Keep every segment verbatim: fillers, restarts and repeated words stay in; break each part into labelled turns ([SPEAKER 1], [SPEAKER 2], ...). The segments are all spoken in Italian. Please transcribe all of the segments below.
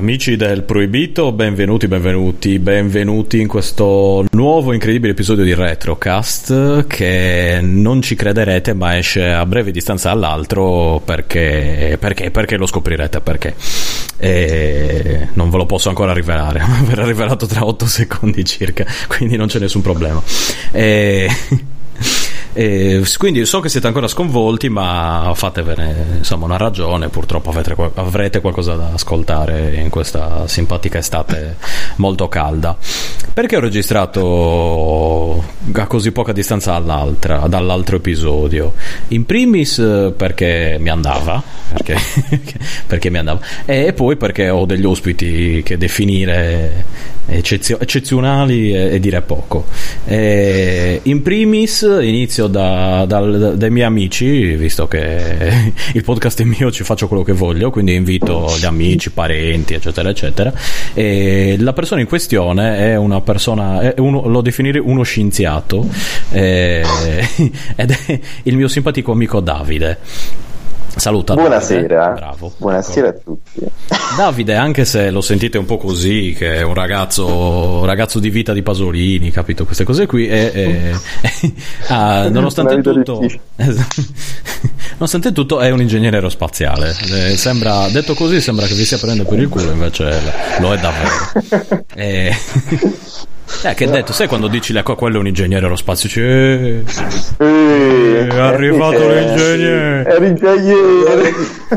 [SPEAKER 1] Amici del Proibito, benvenuti, benvenuti, benvenuti in questo nuovo incredibile episodio di Retrocast che non ci crederete ma esce a breve distanza dall'altro perché, perché, perché lo scoprirete perché. E non ve lo posso ancora rivelare, verrà rivelato tra otto secondi circa, quindi non c'è nessun problema. E... E quindi so che siete ancora sconvolti, ma fatevene insomma una ragione. Purtroppo avrete, avrete qualcosa da ascoltare in questa simpatica estate molto calda. Perché ho registrato a così poca distanza dall'altra, dall'altro episodio? In primis perché mi andava perché, perché mi andava e poi perché ho degli ospiti che definire eccezio- eccezionali e, e dire poco. E in primis inizio Da, da, dai miei amici, visto che il podcast è mio, ci faccio quello che voglio, quindi invito gli amici, parenti, eccetera eccetera. E la persona in questione è una persona, è uno, lo definire uno scienziato, eh, ed è il mio simpatico amico Davide. Saluta.
[SPEAKER 2] Buonasera.
[SPEAKER 1] Davide. Bravo.
[SPEAKER 2] Buonasera a tutti.
[SPEAKER 1] Davide, anche se lo sentite un po' così, che è un ragazzo, ragazzo di vita di Pasolini, capito? Queste cose qui, e, e, e ah, nonostante tutto, nonostante tutto, è un ingegnere aerospaziale. Eh, sembra, detto così, sembra che vi stia prendendo per il culo, invece lo è davvero. E, Eh, che detto, sai quando dici la, quello è un ingegnere aerospazio, c'è eh, è arrivato eh, l'ingegnere,
[SPEAKER 2] è l'ingegnere,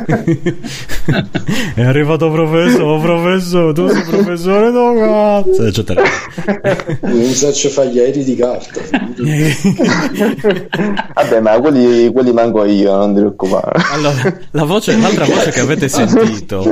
[SPEAKER 1] è arrivato professore, professore, tu sei professore, no cazzo, eccetera.
[SPEAKER 3] Non so se fa gli aerei di carta.
[SPEAKER 2] Vabbè, ma quelli, quelli manco io, non ti preoccupare.
[SPEAKER 1] Allora, la voce, l'altra voce che avete sentito.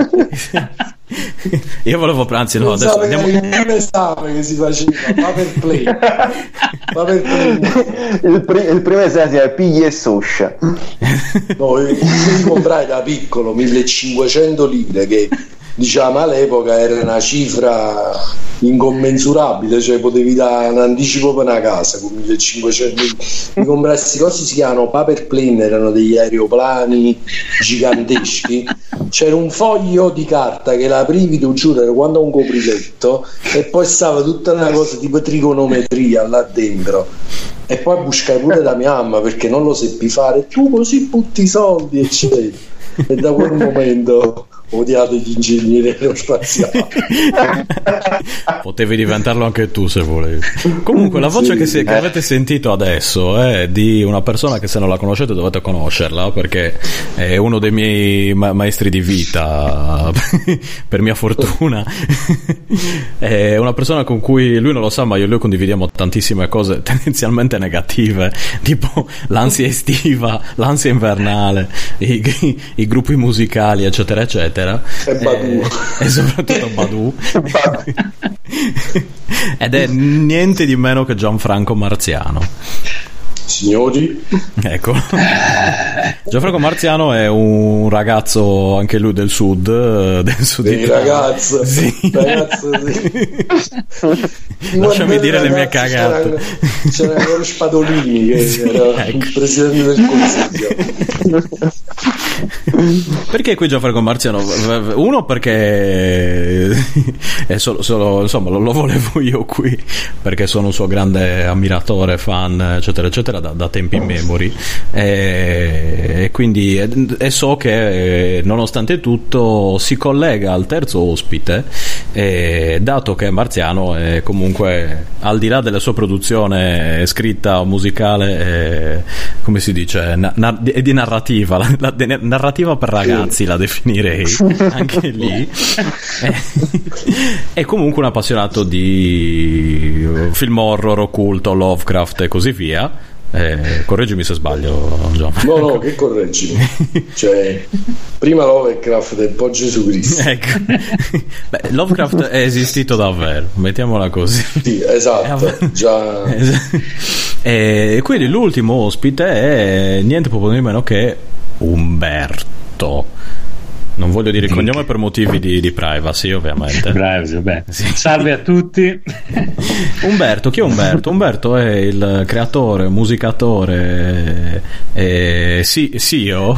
[SPEAKER 1] Io volevo, anzi no, adesso andiamo.
[SPEAKER 3] Il esame che si faceva paper play, paper play.
[SPEAKER 2] il, pri- il primo esame è pigli e soscia.
[SPEAKER 3] No, io mi comprai da piccolo millecinquecento lire, che diciamo all'epoca era una cifra incommensurabile, cioè potevi dare un anticipo per una casa con millecinquecento lire. Mi comprai questi cosi, si chiamano paper plane, erano degli aeroplani giganteschi. C'era un foglio di carta che l'aprivi, tu giuro, era quando un copriletto, e poi stava tutta una cosa tipo trigonometria là dentro. E poi buscai pure da mia mamma perché non lo seppi fare, tu così butti i soldi eccetera. E da quel momento ho odiato gli ingegneri aerospaziali.
[SPEAKER 1] Potevi diventarlo anche tu se volevi. Comunque la voce sì, che, si, che avete sentito adesso è di una persona che, se non la conoscete, dovete conoscerla, perché è uno dei miei ma- maestri di vita per mia fortuna. È una persona con cui, lui non lo sa, ma io e lui condividiamo tantissime cose tendenzialmente negative, tipo l'ansia estiva, l'ansia invernale, i, i, i gruppi musicali, eccetera eccetera.
[SPEAKER 3] E Badu.
[SPEAKER 1] E, e soprattutto Badu. Ed è niente di meno che Gianfranco Marziano.
[SPEAKER 3] Signori,
[SPEAKER 1] ecco, Gianfranco Marziano è un ragazzo, anche lui del sud, del sud
[SPEAKER 3] dei ragazzo,
[SPEAKER 1] sì.
[SPEAKER 3] Ragazzo, sì.
[SPEAKER 1] Lasciami dire le mie cagate.
[SPEAKER 3] C'era ancora Spadolini che sì, era ecco. Il presidente del Consiglio.
[SPEAKER 1] Perché qui Gianfranco Marziano? Uno, perché è solo, solo insomma lo, lo volevo io qui perché sono un suo grande ammiratore, fan, eccetera eccetera, da, da tempi immemori, e, e quindi e, e so che nonostante tutto si collega al terzo ospite, e dato che Marziano è comunque, al di là della sua produzione scritta o musicale, è, come si dice, na, na, è di narrativa, la, la, de, narrativa per ragazzi la definirei anche lì, è, è comunque un appassionato di film horror, occulto, Lovecraft e così via. Eh, correggimi se sbaglio, John.
[SPEAKER 3] No, no, che correggimi. Cioè, prima Lovecraft e poi Gesù Cristo.
[SPEAKER 1] Ecco. Beh, Lovecraft è esistito davvero, mettiamola così.
[SPEAKER 3] Sì, esatto. Già.
[SPEAKER 1] E quindi l'ultimo ospite è niente proprio di meno che Umberto. Non voglio dire il cognome per motivi di, di privacy, ovviamente.
[SPEAKER 4] Privacy, vabbè.
[SPEAKER 1] Sì.
[SPEAKER 4] Salve a tutti.
[SPEAKER 1] Umberto, chi è Umberto? Umberto è il creatore, musicatore, e sì, C E O.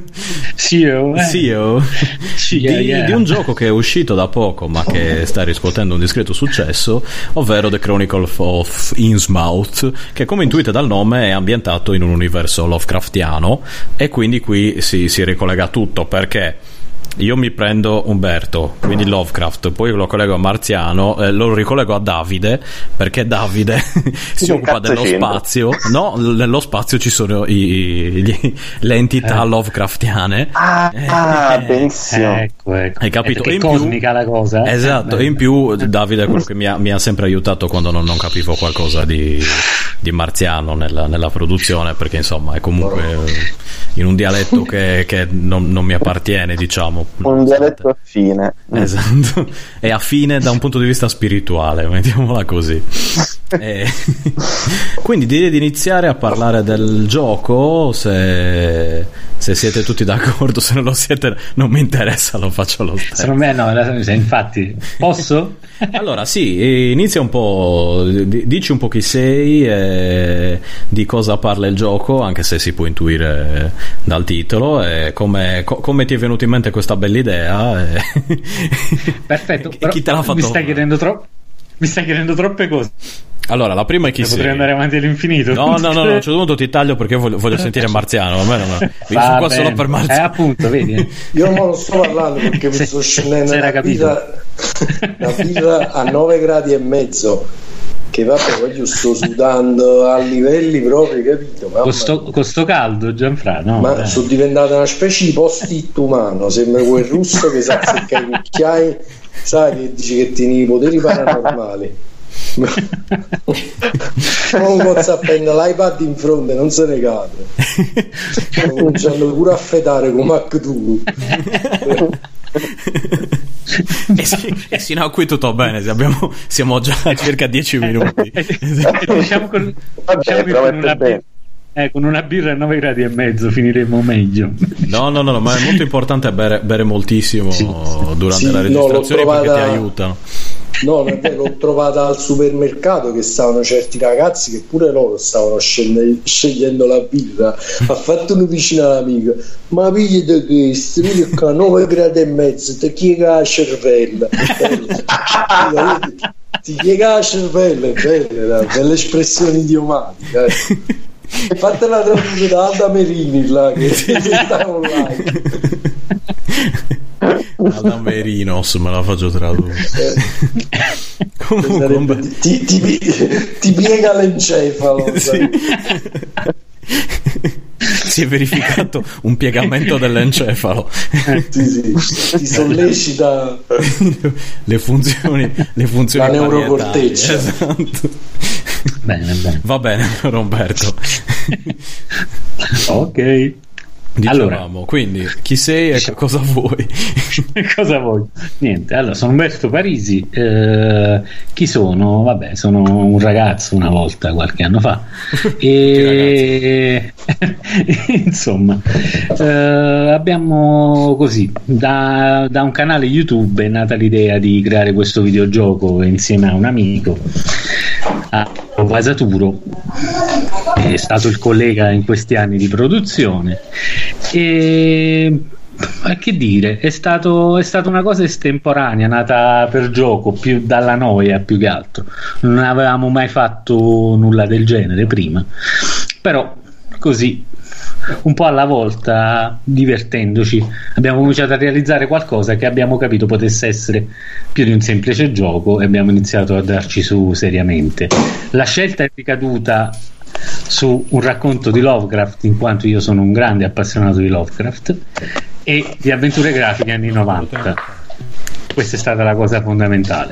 [SPEAKER 4] C E O, eh.
[SPEAKER 1] C E O
[SPEAKER 4] Sì,
[SPEAKER 1] di,
[SPEAKER 4] yeah, yeah.
[SPEAKER 1] di un gioco che è uscito da poco, ma che sta riscuotendo un discreto successo, ovvero The Chronicle of Innsmouth, che come intuite dal nome è ambientato in un universo Lovecraftiano, e quindi qui si, si ricollega tutto, perché io mi prendo Umberto, quindi Lovecraft, poi lo collego a Marziano, eh, lo ricollego a Davide, perché Davide si occupa dello spazio. No, nello spazio ci sono i, gli, le entità
[SPEAKER 4] eh.
[SPEAKER 2] Ah,
[SPEAKER 1] Lovecraftiane.
[SPEAKER 2] ah
[SPEAKER 1] Eh,
[SPEAKER 2] benissimo.
[SPEAKER 4] Ecco, ecco.
[SPEAKER 1] Hai capito?
[SPEAKER 4] È
[SPEAKER 1] E in
[SPEAKER 4] cosmica
[SPEAKER 1] più,
[SPEAKER 4] la cosa. Eh?
[SPEAKER 1] esatto,
[SPEAKER 4] eh,
[SPEAKER 1] e in più Davide è quello che mi ha, mi ha sempre aiutato quando non, non capivo qualcosa di, di Marziano nella, nella produzione, perché insomma è comunque in un dialetto che, che non, non mi appartiene, diciamo.
[SPEAKER 2] Un dialetto affine.
[SPEAKER 1] Esatto, è affine da un punto di vista spirituale, mettiamola così. E quindi direi di iniziare a parlare del gioco, se, se siete tutti d'accordo. Se non lo siete non mi interessa, lo faccio lo stesso.
[SPEAKER 4] Secondo me no, infatti. Posso?
[SPEAKER 1] Allora sì, inizia un po', dici un po' chi sei e di cosa parla il gioco, anche se si può intuire dal titolo, e come, co- come ti è venuta in mente questa bella idea e...
[SPEAKER 4] Perfetto.
[SPEAKER 1] E chi te l'ha fatto?
[SPEAKER 4] Mi stai chiedendo troppo mi stai chiedendo troppe cose.
[SPEAKER 1] Allora, la prima è chi sei.
[SPEAKER 4] Potrei andare avanti all'infinito.
[SPEAKER 1] No, no, no, no, a un certo punto ti taglio perché voglio, voglio sentire Marziano. A me non è... Io
[SPEAKER 4] Va
[SPEAKER 1] sono qua
[SPEAKER 4] bene.
[SPEAKER 1] solo per Marziano.
[SPEAKER 4] Eh, appunto, vedi.
[SPEAKER 3] Io non sto parlando perché mi
[SPEAKER 4] Se-
[SPEAKER 3] sto scendendo
[SPEAKER 4] se era
[SPEAKER 3] una
[SPEAKER 4] capito.
[SPEAKER 3] birra, una birra a nove gradi e mezzo. Che vabbè, poi io sto sudando a livelli proprio, capito? Mamma
[SPEAKER 4] Con sto, con sto caldo, Gianfra, no?
[SPEAKER 3] Ma
[SPEAKER 4] dai.
[SPEAKER 3] sono diventata una specie di post-it umano, sembra quel russo che sa azzecca i cucchiai, sai, che dice che tieni i poteri paranormali. Non posso appendere l'iPad in fronte, non se ne cade. Sto cominciando pure a fedare con Mac due.
[SPEAKER 1] E sì, e sino a qui tutto bene, se abbiamo, siamo già a circa dieci minuti.
[SPEAKER 4] E diciamo con,
[SPEAKER 2] Vabbè,
[SPEAKER 4] diciamo che
[SPEAKER 2] però
[SPEAKER 4] con
[SPEAKER 2] è
[SPEAKER 4] una,
[SPEAKER 2] bene.
[SPEAKER 4] eh, con una birra a nove gradi e mezzo finiremo meglio.
[SPEAKER 1] No, no, no, no, ma è molto importante bere, bere moltissimo
[SPEAKER 4] Sì.
[SPEAKER 1] durante
[SPEAKER 3] Sì,
[SPEAKER 1] la
[SPEAKER 3] no, l'ho
[SPEAKER 1] registrazione, perché
[SPEAKER 3] trovata-
[SPEAKER 1] ti aiutano.
[SPEAKER 3] No, non è vero, l'ho trovata al supermercato che stavano certi ragazzi che pure loro stavano scende- scegliendo la birra. Ha fatto una vicina all'amico, ma pigli di questo, vedi qua nove gradi e mezzo, ti chiega la cervella. Ti chiega la cervella, è bella, belle espressioni idiomatiche. Eh. Fatela tradurre da Alda Merini là, che sta online.
[SPEAKER 1] Adam Verinos me la faccio tradurre. Comunque,
[SPEAKER 3] Sarebbe- ti, ti, ti piega l'encefalo.
[SPEAKER 1] sì.
[SPEAKER 3] sai.
[SPEAKER 1] Si è verificato un piegamento dell'encefalo.
[SPEAKER 3] Sì, sì, ti sollecita
[SPEAKER 1] le funzioni, le funzioni
[SPEAKER 3] la
[SPEAKER 1] parietali.
[SPEAKER 3] neurocorteccia.
[SPEAKER 1] Esatto.
[SPEAKER 4] Bene, bene.
[SPEAKER 1] Va bene, Roberto.
[SPEAKER 4] Ok.
[SPEAKER 1] Dicevamo,
[SPEAKER 4] Allora.
[SPEAKER 1] quindi chi sei e cosa vuoi?
[SPEAKER 4] Cosa voglio? Niente, allora sono Umberto Parisi. Eh, chi sono? Vabbè, sono un ragazzo una volta, qualche anno fa. E insomma, eh, abbiamo così da, da un canale YouTube è nata l'idea di creare questo videogioco insieme a un amico, a Vasaturo, è stato il collega in questi anni di produzione. E eh, che dire, è stato, è stata una cosa estemporanea, nata per gioco, più dalla noia più che altro. Non avevamo mai fatto nulla del genere prima, però così un po' alla volta, divertendoci, abbiamo cominciato a realizzare qualcosa che abbiamo capito potesse essere più di un semplice gioco, e abbiamo iniziato a darci su seriamente. La scelta è ricaduta su un racconto di Lovecraft, in quanto io sono un grande appassionato di Lovecraft, e di avventure grafiche anni novanta. Questa è stata la cosa fondamentale.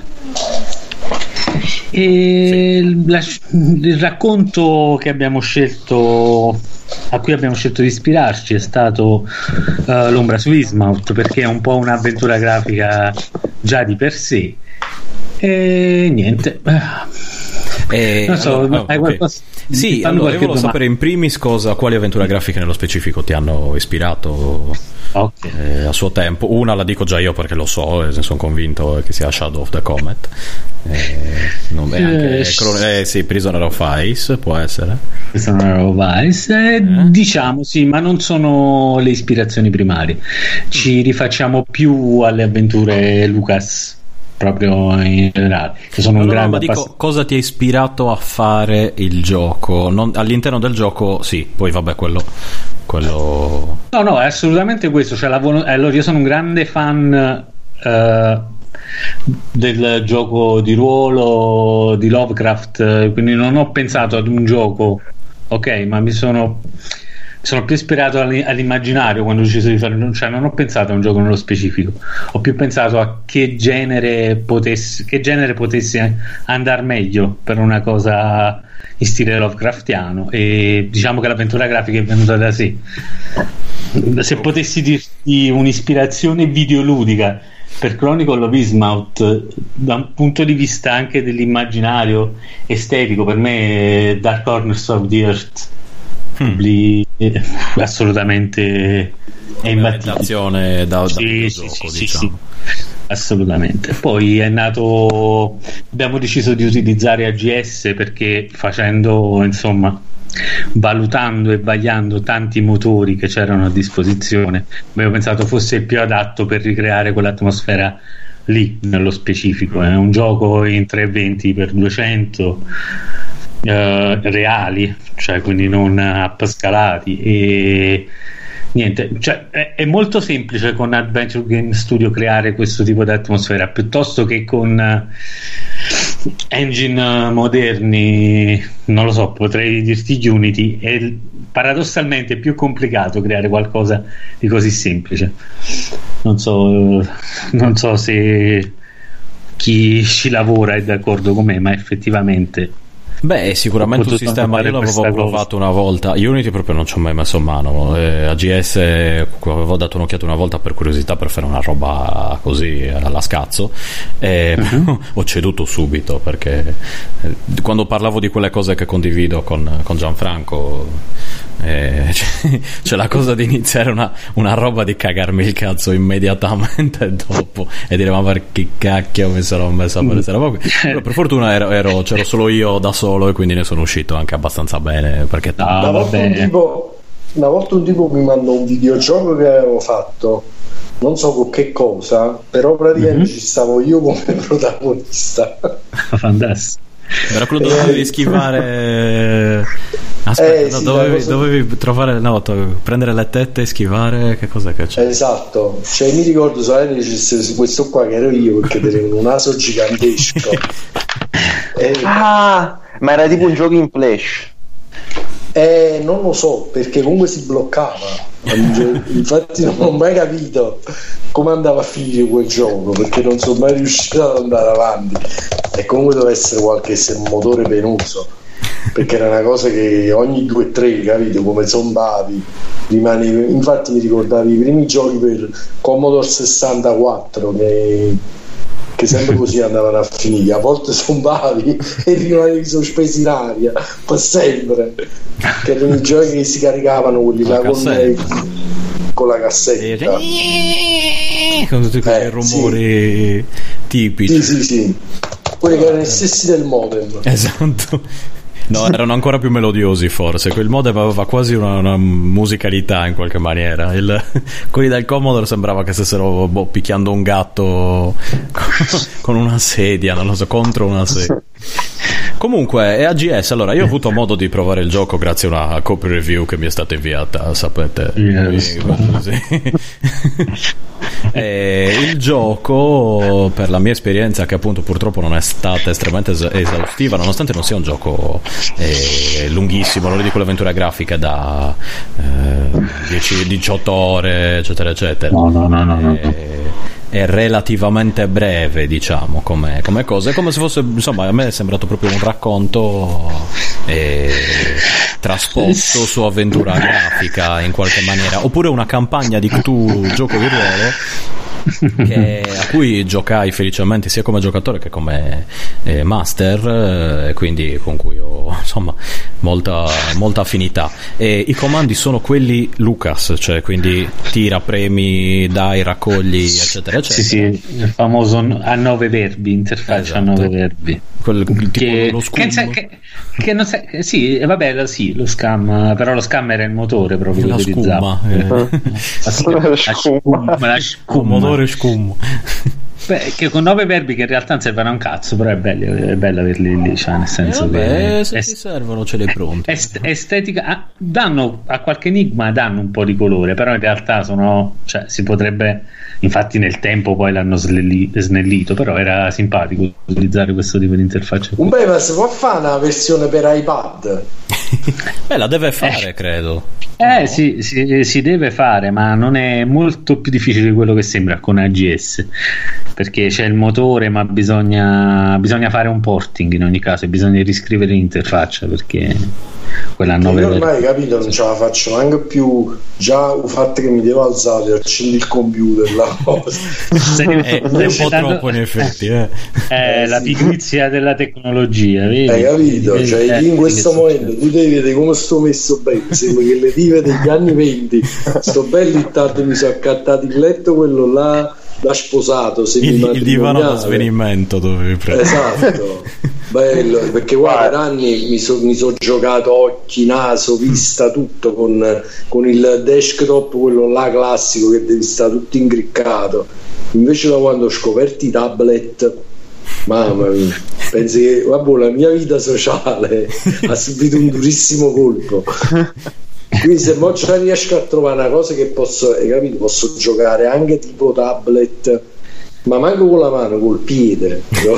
[SPEAKER 4] E il, la, il racconto che abbiamo scelto, a cui abbiamo scelto di ispirarci, è stato uh, L'ombra su Innsmouth, perché è un po' un'avventura grafica già di per sé. E niente,
[SPEAKER 1] E,
[SPEAKER 4] non so,
[SPEAKER 1] allora,
[SPEAKER 4] hai
[SPEAKER 1] okay.
[SPEAKER 4] qualcosa...
[SPEAKER 1] Sì, allora io volevo sapere in primis cosa, quali avventure grafiche nello specifico ti hanno ispirato. Okay. Eh, a suo tempo. Una la dico già io perché lo so e sono convinto che sia Shadow of the Comet. Eh, non è anche
[SPEAKER 4] eh,
[SPEAKER 1] Cron- eh, sì, Prisoner of Ice può essere.
[SPEAKER 4] Prisoner of Ice, eh, eh? diciamo sì, ma non sono le ispirazioni primarie. Ci rifacciamo più alle avventure Lucas, proprio in generale. Che sono
[SPEAKER 1] no,
[SPEAKER 4] un
[SPEAKER 1] no,
[SPEAKER 4] grande
[SPEAKER 1] no, ma dico
[SPEAKER 4] appass-
[SPEAKER 1] cosa ti ha ispirato a fare il gioco? Non, all'interno del gioco, sì, poi vabbè, quello. quello...
[SPEAKER 4] No, no, è assolutamente questo. Cioè, la volo- allora, io sono un grande fan eh, del gioco di ruolo di Lovecraft, quindi non ho pensato ad un gioco, ok, ma mi sono, mi sono più ispirato all'immaginario quando ho deciso di fare, cioè non ho pensato a un gioco nello specifico, ho più pensato a che genere potesse, che genere potesse andare meglio per una cosa in stile Lovecraftiano, e diciamo che l'avventura grafica è venuta da sé. Se potessi dirti un'ispirazione videoludica per Chronicle of Innsmouth da un punto di vista anche dell'immaginario estetico, per me Dark Corners of the Earth hmm. lì, eh, assolutamente è
[SPEAKER 1] imbattibile da, da
[SPEAKER 4] sì,
[SPEAKER 1] videogioco,
[SPEAKER 4] sì,
[SPEAKER 1] diciamo.
[SPEAKER 4] sì, sì, assolutamente. Poi è nato, abbiamo deciso di utilizzare A G S perché facendo, insomma, valutando e vagliando tanti motori che c'erano a disposizione, abbiamo pensato fosse il più adatto per ricreare quell'atmosfera lì nello specifico. È un gioco in trecentoventi per duecento eh, reali, cioè quindi non upscalati, e niente, cioè è, è molto semplice con Adventure Game Studio creare questo tipo di atmosfera piuttosto che con engine moderni. Non lo so, potrei dirti Unity. È paradossalmente più complicato creare qualcosa di così semplice. Non so, non so se chi ci lavora è d'accordo con me, ma effettivamente
[SPEAKER 1] beh, sicuramente un sistema. Io l'avevo provato una volta. Unity proprio non ci ho mai messo mano. eh, A G S avevo dato un'occhiata una volta per curiosità, per fare una roba così alla scazzo, e uh-huh. ho ceduto subito perché eh, quando parlavo di quelle cose che condivido con, con Gianfranco, eh, c'è, c'è la cosa di iniziare una, una roba di cagarmi il cazzo immediatamente dopo e dire ma che cacchio mi sarò messo a fare questa roba qui. Però per fortuna ero, ero, c'ero solo io da solo e quindi ne sono uscito anche abbastanza bene, perché
[SPEAKER 3] no, una, volta un tipo, una volta un tipo mi mandò un videogioco che avevo fatto, non so con che cosa, però praticamente mm-hmm. ci stavo io come protagonista.
[SPEAKER 4] Fantastico.
[SPEAKER 1] Era quello dove dovevi schivare. Aspetta,
[SPEAKER 2] eh,
[SPEAKER 1] no,
[SPEAKER 2] sì,
[SPEAKER 1] dovevi,
[SPEAKER 2] cosa...
[SPEAKER 1] dovevi trovare, no, to- prendere le tette e schivare. Che cos'è che c'è?
[SPEAKER 2] Esatto, cioè mi ricordo solamente c'è questo qua che ero io perché tenevo un naso gigantesco.
[SPEAKER 3] e... Ah, ma era tipo un gioco in flash.
[SPEAKER 2] Eh, non lo so, perché comunque si bloccava. Infatti non ho mai capito come andava a finire quel gioco, perché non sono mai riuscito ad andare avanti. E comunque doveva essere qualche motore penoso, perché era una cosa che ogni due o tre, capito, come zombavi rimanevi. Infatti mi ricordavi i primi giochi per Commodore sessantaquattro che che sempre così andavano a finire, a volte zombavi e rimanevi sospesi in aria per sempre, che erano i giochi che si caricavano quelli là con, le, con la cassetta,
[SPEAKER 1] con tutti quei eh, rumori sì. tipici,
[SPEAKER 2] sì sì sì, quelli che erano gli stessi del modem,
[SPEAKER 1] esatto. No, erano ancora più melodiosi forse. Quel modem aveva quasi una, una musicalità in qualche maniera. Il, quelli del Commodore sembrava che stessero boh, picchiando un gatto con, con una sedia, non lo so, contro una sedia. Comunque è A G S. Allora io ho avuto modo di provare il gioco grazie a una copy review che mi è stata inviata, sapete,
[SPEAKER 4] yes.
[SPEAKER 1] Così. E il gioco, per la mia esperienza, che appunto purtroppo non è stata estremamente es- esaustiva, nonostante non sia un gioco eh, lunghissimo, non dico l'avventura grafica da eh, dieci diciotto ore eccetera eccetera,
[SPEAKER 4] no no no no, no.
[SPEAKER 1] E, è relativamente breve, diciamo, come, come cosa, è come se fosse, insomma, a me è sembrato proprio un racconto eh, trasposto su avventura grafica in qualche maniera, oppure una campagna di Cthulhu, gioco di ruolo che, a cui giocai felicemente sia come giocatore che come eh, master, eh, quindi con cui ho insomma molta, molta affinità. E i comandi sono quelli Lucas, cioè quindi tira, premi, dai, raccogli, eccetera eccetera.
[SPEAKER 4] Sì, sì, il famoso a nove verbi, interfaccia esatto. a nove verbi.
[SPEAKER 1] Quel, tipo
[SPEAKER 4] che,
[SPEAKER 1] lo
[SPEAKER 4] che, che, che non sa, sì, vabbè, sì, lo scam, però lo scam era il motore proprio
[SPEAKER 1] la
[SPEAKER 4] che
[SPEAKER 1] scuma, eh.
[SPEAKER 4] la scuma, la scuma, la scuma.
[SPEAKER 1] Motore scum.
[SPEAKER 4] Beh, che con nove verbi che in realtà non servono a un cazzo, però è bello, è bello averli lì, cioè nel senso
[SPEAKER 1] eh vabbè,
[SPEAKER 4] che
[SPEAKER 1] se est- ti servono ce li pronti.
[SPEAKER 4] Est- estetica ah, danno a qualche enigma danno un po' di colore, però in realtà sono, cioè si potrebbe, infatti nel tempo poi l'hanno snelli- snellito, però era simpatico utilizzare questo tipo di interfaccia.
[SPEAKER 2] Un beh, ma si può fare una versione per iPad?
[SPEAKER 1] Beh, la deve fare,
[SPEAKER 4] eh.
[SPEAKER 1] credo.
[SPEAKER 4] Eh
[SPEAKER 1] no?
[SPEAKER 4] sì, si, si deve fare, ma non è molto più difficile di quello che sembra con A G S, perché c'è il motore, ma bisogna, bisogna fare un porting in ogni caso, e bisogna riscrivere l'interfaccia perché quella nove
[SPEAKER 2] io ormai capito non ce la faccio neanche più, già il fatto che mi devo alzare, accendi il computer, la cosa
[SPEAKER 1] è, è un po' troppo in effetti eh.
[SPEAKER 4] È
[SPEAKER 2] eh,
[SPEAKER 4] la
[SPEAKER 2] sì.
[SPEAKER 4] pigrizia della tecnologia, vedi?
[SPEAKER 2] Hai capito?
[SPEAKER 4] Vedi,
[SPEAKER 2] Cioè,
[SPEAKER 4] eh,
[SPEAKER 2] in questo momento tu devi vedere come sto messo bene, sembra che le dive degli anni venti sto bello intanto, mi sono accattato il letto quello là da sposato,
[SPEAKER 1] il, il divano da svenimento dovevi prendere.
[SPEAKER 2] Esatto, bello, perché guarda, per anni mi sono so giocato occhi, naso, vista, tutto con, con il desktop quello là classico che devi stare tutto ingriccato. Invece da quando ho scoperto i tablet, mamma mia, pensi che vabbè, la mia vita sociale ha subito un durissimo colpo. Quindi se mo ci riesco a trovare una cosa che posso, hai capito, posso giocare anche tipo tablet, ma manco con la mano, col piede, no?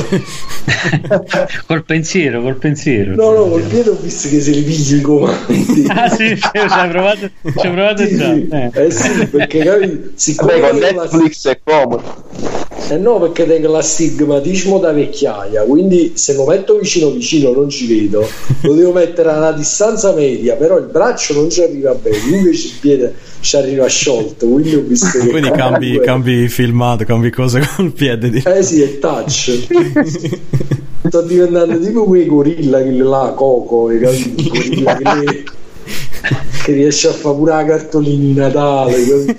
[SPEAKER 4] col pensiero, col pensiero.
[SPEAKER 2] No, no, col piede ho visto che se li pigli i comandi.
[SPEAKER 4] Ah sì, ci hai provato, ci hai provato
[SPEAKER 2] sì,
[SPEAKER 4] già.
[SPEAKER 2] Sì.
[SPEAKER 4] Eh.
[SPEAKER 2] eh sì, perché capito, siccome
[SPEAKER 3] vabbè, con Netflix la... è comodo.
[SPEAKER 2] Eh no, perché tengo l'astigmatismo da vecchiaia, quindi se lo metto vicino vicino non ci vedo, lo devo mettere a una distanza media, però il braccio non ci arriva bene, invece il piede ci arriva sciolto, quindi ho visto che
[SPEAKER 1] quindi cambi, cambi filmato, cambi cose col piede di...
[SPEAKER 2] eh sì, è touch. Sto diventando tipo quei gorilla che là, Coco, i gorilla che, le... che riesce a fare pure la cartolina di Natale.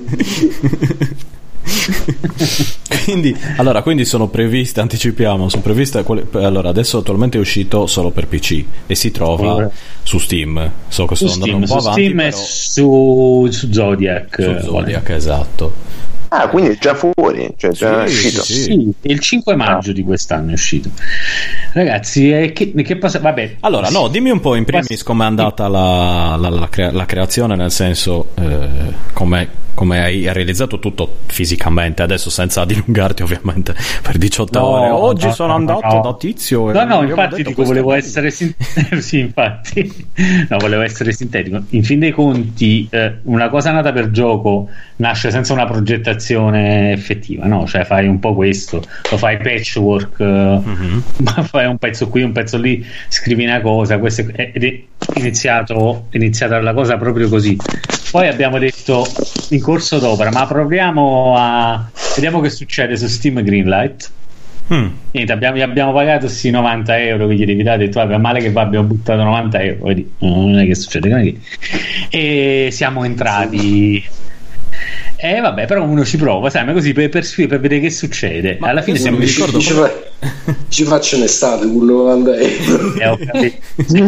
[SPEAKER 1] quindi allora quindi sono previste, anticipiamo, sono previste quelle, allora adesso attualmente è uscito solo per P C e si trova oh. su Steam, so che sto andando un po'
[SPEAKER 4] su
[SPEAKER 1] avanti,
[SPEAKER 4] Steam
[SPEAKER 1] però...
[SPEAKER 4] e su, su Zodiac
[SPEAKER 1] su Zodiac, esatto.
[SPEAKER 3] Ah, quindi è già fuori, cioè già
[SPEAKER 1] sì,
[SPEAKER 3] è uscito.
[SPEAKER 1] Sì, sì.
[SPEAKER 4] Sì, il cinque maggio ah. di quest'anno è uscito. Ragazzi, eh, che, che passa? Vabbè.
[SPEAKER 1] Allora, no, dimmi un po' in primis com'è andata la, la, la, crea- la creazione, nel senso eh, come come hai realizzato tutto fisicamente, adesso senza dilungarti ovviamente per diciotto
[SPEAKER 4] no,
[SPEAKER 1] ore. Oggi
[SPEAKER 4] no,
[SPEAKER 1] sono
[SPEAKER 4] no,
[SPEAKER 1] andato
[SPEAKER 4] no.
[SPEAKER 1] da Tizio.
[SPEAKER 4] No, no, infatti dico, volevo essere sin- sì, infatti. No, volevo essere sintetico. In fin dei conti, eh, una cosa nata per gioco nasce senza una progettazione effettiva, no? Cioè fai un po' questo, lo fai patchwork, mm-hmm. ma fai un pezzo qui, un pezzo lì, scrivi una cosa, questo è, ed è iniziato, è iniziata la cosa proprio così. Poi abbiamo detto in corso d'opera, ma proviamo a vediamo che succede su Steam Greenlight. Mm. Niente, abbiamo, abbiamo pagato questi novanta euro che gli devi dare, detto vabbè, male che va, abbiamo buttato novanta euro, vedi, non è che succede, non è che... e siamo entrati. E eh, vabbè, però uno ci prova, sai, ma così per, per, per vedere che succede.
[SPEAKER 1] Ma
[SPEAKER 4] alla fine
[SPEAKER 2] mi ricordo ci, come... fa... ci faccio un'estate con novanta euro.
[SPEAKER 4] Eh,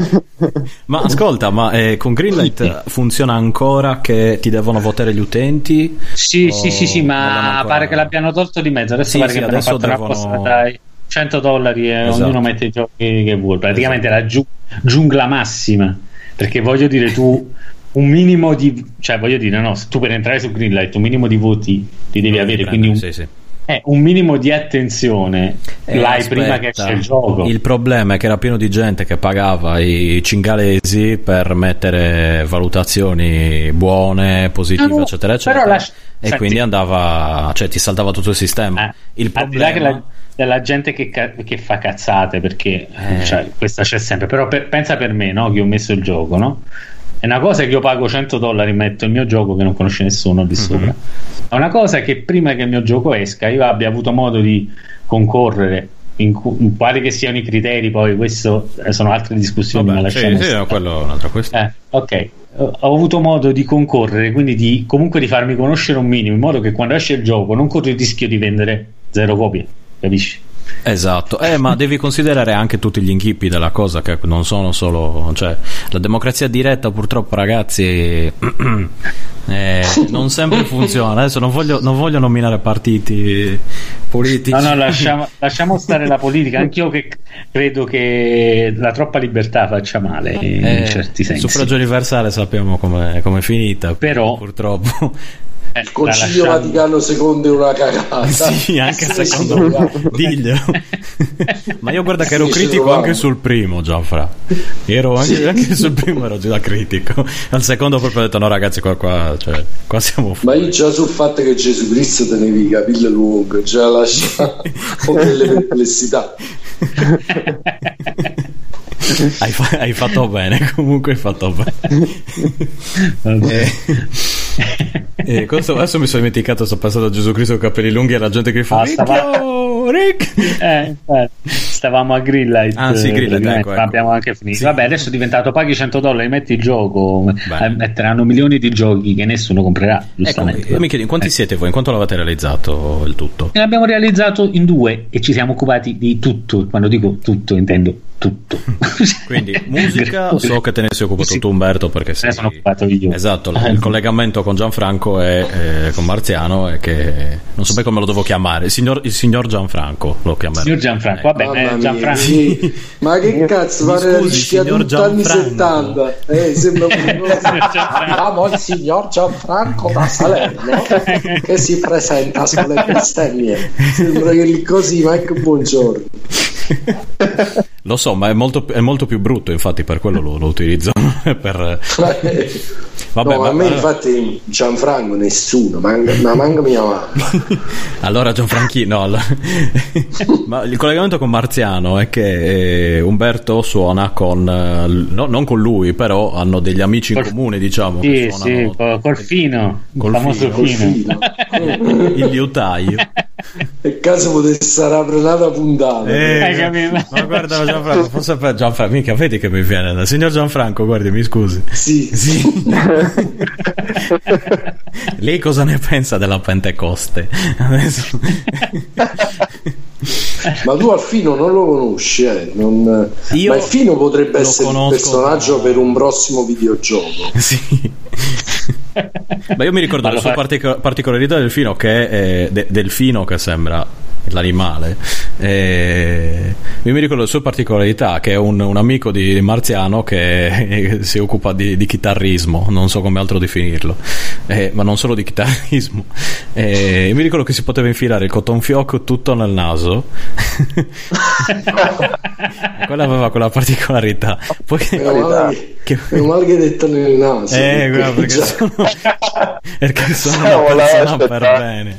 [SPEAKER 1] ma ascolta, ma eh, con Greenlight funziona ancora che ti devono votare gli utenti?
[SPEAKER 4] Sì,
[SPEAKER 1] o...
[SPEAKER 4] sì, sì, sì, ma pare che l'abbiano tolto di mezzo. Adesso
[SPEAKER 1] sì,
[SPEAKER 4] pare
[SPEAKER 1] sì,
[SPEAKER 4] che
[SPEAKER 1] adesso
[SPEAKER 4] abbiano fatto
[SPEAKER 1] devono...
[SPEAKER 4] una posta dai cento dollari e esatto. ognuno mette i giochi che vuole. Praticamente esatto. la giu- giungla massima. Perché voglio dire, tu un minimo di, cioè voglio dire, no, tu per entrare su Greenlight un minimo di voti li devi avere, quindi un,
[SPEAKER 1] sì, sì.
[SPEAKER 4] Eh, un minimo di attenzione eh, l'hai aspetta. prima che esce il gioco.
[SPEAKER 1] Il problema è che era pieno di gente che pagava i cingalesi per mettere valutazioni buone, positive, no, eccetera eccetera, la... e Senti. quindi andava, cioè ti saltava tutto il sistema. Eh, il problema
[SPEAKER 4] al di là che la... della gente che, ca- che fa cazzate, perché eh. cioè, questa c'è sempre, però per, pensa per me, no, che ho messo il gioco, no? È una cosa che io pago cento dollari, metto il mio gioco che non conosce nessuno di sopra. Mm-hmm. È una cosa che prima che il mio gioco esca io abbia avuto modo di concorrere, in, in quali che siano i criteri, poi questo sono altre discussioni.
[SPEAKER 1] Vabbè,
[SPEAKER 4] ma lasciamo
[SPEAKER 1] sì, sì, no, quello è un'altra questione.
[SPEAKER 4] Eh, ok, ho avuto modo di concorrere, quindi di comunque di farmi conoscere un minimo, in modo che quando esce il gioco non corro il rischio di vendere zero copie, capisci?
[SPEAKER 1] Esatto, eh, ma devi considerare anche tutti gli inghippi della cosa, che non sono solo, cioè, la democrazia diretta purtroppo, ragazzi, eh, non sempre funziona. Adesso non voglio, non voglio nominare partiti politici.
[SPEAKER 4] No, no, lasciamo, lasciamo stare la politica. Anch'io che credo che la troppa libertà faccia male in
[SPEAKER 1] eh,
[SPEAKER 4] certi sensi.
[SPEAKER 1] Il suffragio universale sappiamo come è finita, però purtroppo.
[SPEAKER 2] Eh, il Concilio Vaticano secondo è una cagata.
[SPEAKER 1] Sì, anche secondo me. Diglielo. Ma io guarda che ero sì, critico anche sul primo, Gianfra. Ero anche, sì. anche sul primo ero già critico. Al secondo proprio ho detto no ragazzi, qua, qua, cioè, qua siamo fuori.
[SPEAKER 2] Ma io già sul fatto che Gesù Cristo tenevi i capelli lunghi già lascia ho delle perplessità.
[SPEAKER 1] Hai, fa- hai fatto bene, comunque hai fatto bene. eh, eh, questo, adesso mi sono dimenticato, sto passando a Gesù Cristo con i capelli lunghi e la gente che fa ah, stava... Rick!
[SPEAKER 4] Eh, stavamo a Greenlight,
[SPEAKER 1] ah sì, Greenlight ecco, ecco.
[SPEAKER 4] Abbiamo anche finito sì. Vabbè, adesso è diventato paghi cento dollari, metti il gioco. Bene. Metteranno milioni di giochi che nessuno comprerà, giustamente.
[SPEAKER 1] Ecco, mi chiedo, in quanti eh. siete voi? In quanto l'avete realizzato il tutto?
[SPEAKER 4] L'abbiamo realizzato in due e ci siamo occupati di tutto. Quando dico tutto intendo tutto.
[SPEAKER 1] Quindi musica, so che te ne sei occupato sì. tu Umberto, perché sei...
[SPEAKER 4] me sono occupato io.
[SPEAKER 1] Esatto, il collegamento con Gianfranco e eh, con Marziano è che non so bene come lo devo chiamare, il signor, il signor Gianfranco lo chiamerò.
[SPEAKER 4] Signor Gianfranco, va bene, Gianfranco.
[SPEAKER 2] Sì. Ma che cazzo, pare rischia tutti anni settanta. Eh, sembra abbiamo il signor Gianfranco da Salerno che si presenta sulle bestemmie. Sembra che lì così, ma che buongiorno.
[SPEAKER 1] Lo so, ma è molto, è molto più brutto, infatti per quello lo, lo utilizzo per...
[SPEAKER 2] Vabbè, no, ma a me infatti Gianfranco nessuno, manca, ma manca mia mamma.
[SPEAKER 1] Allora Gianfranchino, allora... ma il collegamento con Marziano è che eh, Umberto suona con no, non con lui, però hanno degli amici in comune, diciamo.
[SPEAKER 4] Sì, che sì, col, col Fino, col il famoso Fino,
[SPEAKER 2] Fino.
[SPEAKER 1] Il liutaio.
[SPEAKER 2] E caso potesse aprire una puntata.
[SPEAKER 1] Eh, ma guarda Gianfranco, forse per Gianfranco, mica vedi che mi viene da signor Gianfranco, guardi, mi scusi.
[SPEAKER 2] Sì,
[SPEAKER 1] sì. Lei cosa ne pensa della Pentecoste? Adesso...
[SPEAKER 2] Ma tu al Fino non lo conosci, eh? non...
[SPEAKER 1] Io
[SPEAKER 2] ma il Fino potrebbe essere il personaggio ma... per un prossimo videogioco.
[SPEAKER 1] Sì. Ma io mi ricordo allora, la sua partic- particolarità del Fino, che è de- del Fino che sembra l'animale. E... io mi ricordo la sua particolarità, che è un, un amico di Marziano che si occupa di, di chitarrismo, non so come altro definirlo, eh, ma non solo di chitarrismo. E io mi ricordo che si poteva infilare il cotton fioc tutto nel naso. Quella aveva quella particolarità. Poi
[SPEAKER 2] meno male che, che... male che detto nel naso,
[SPEAKER 1] eh, guarda, perché già... sono perché sono una persona per bene.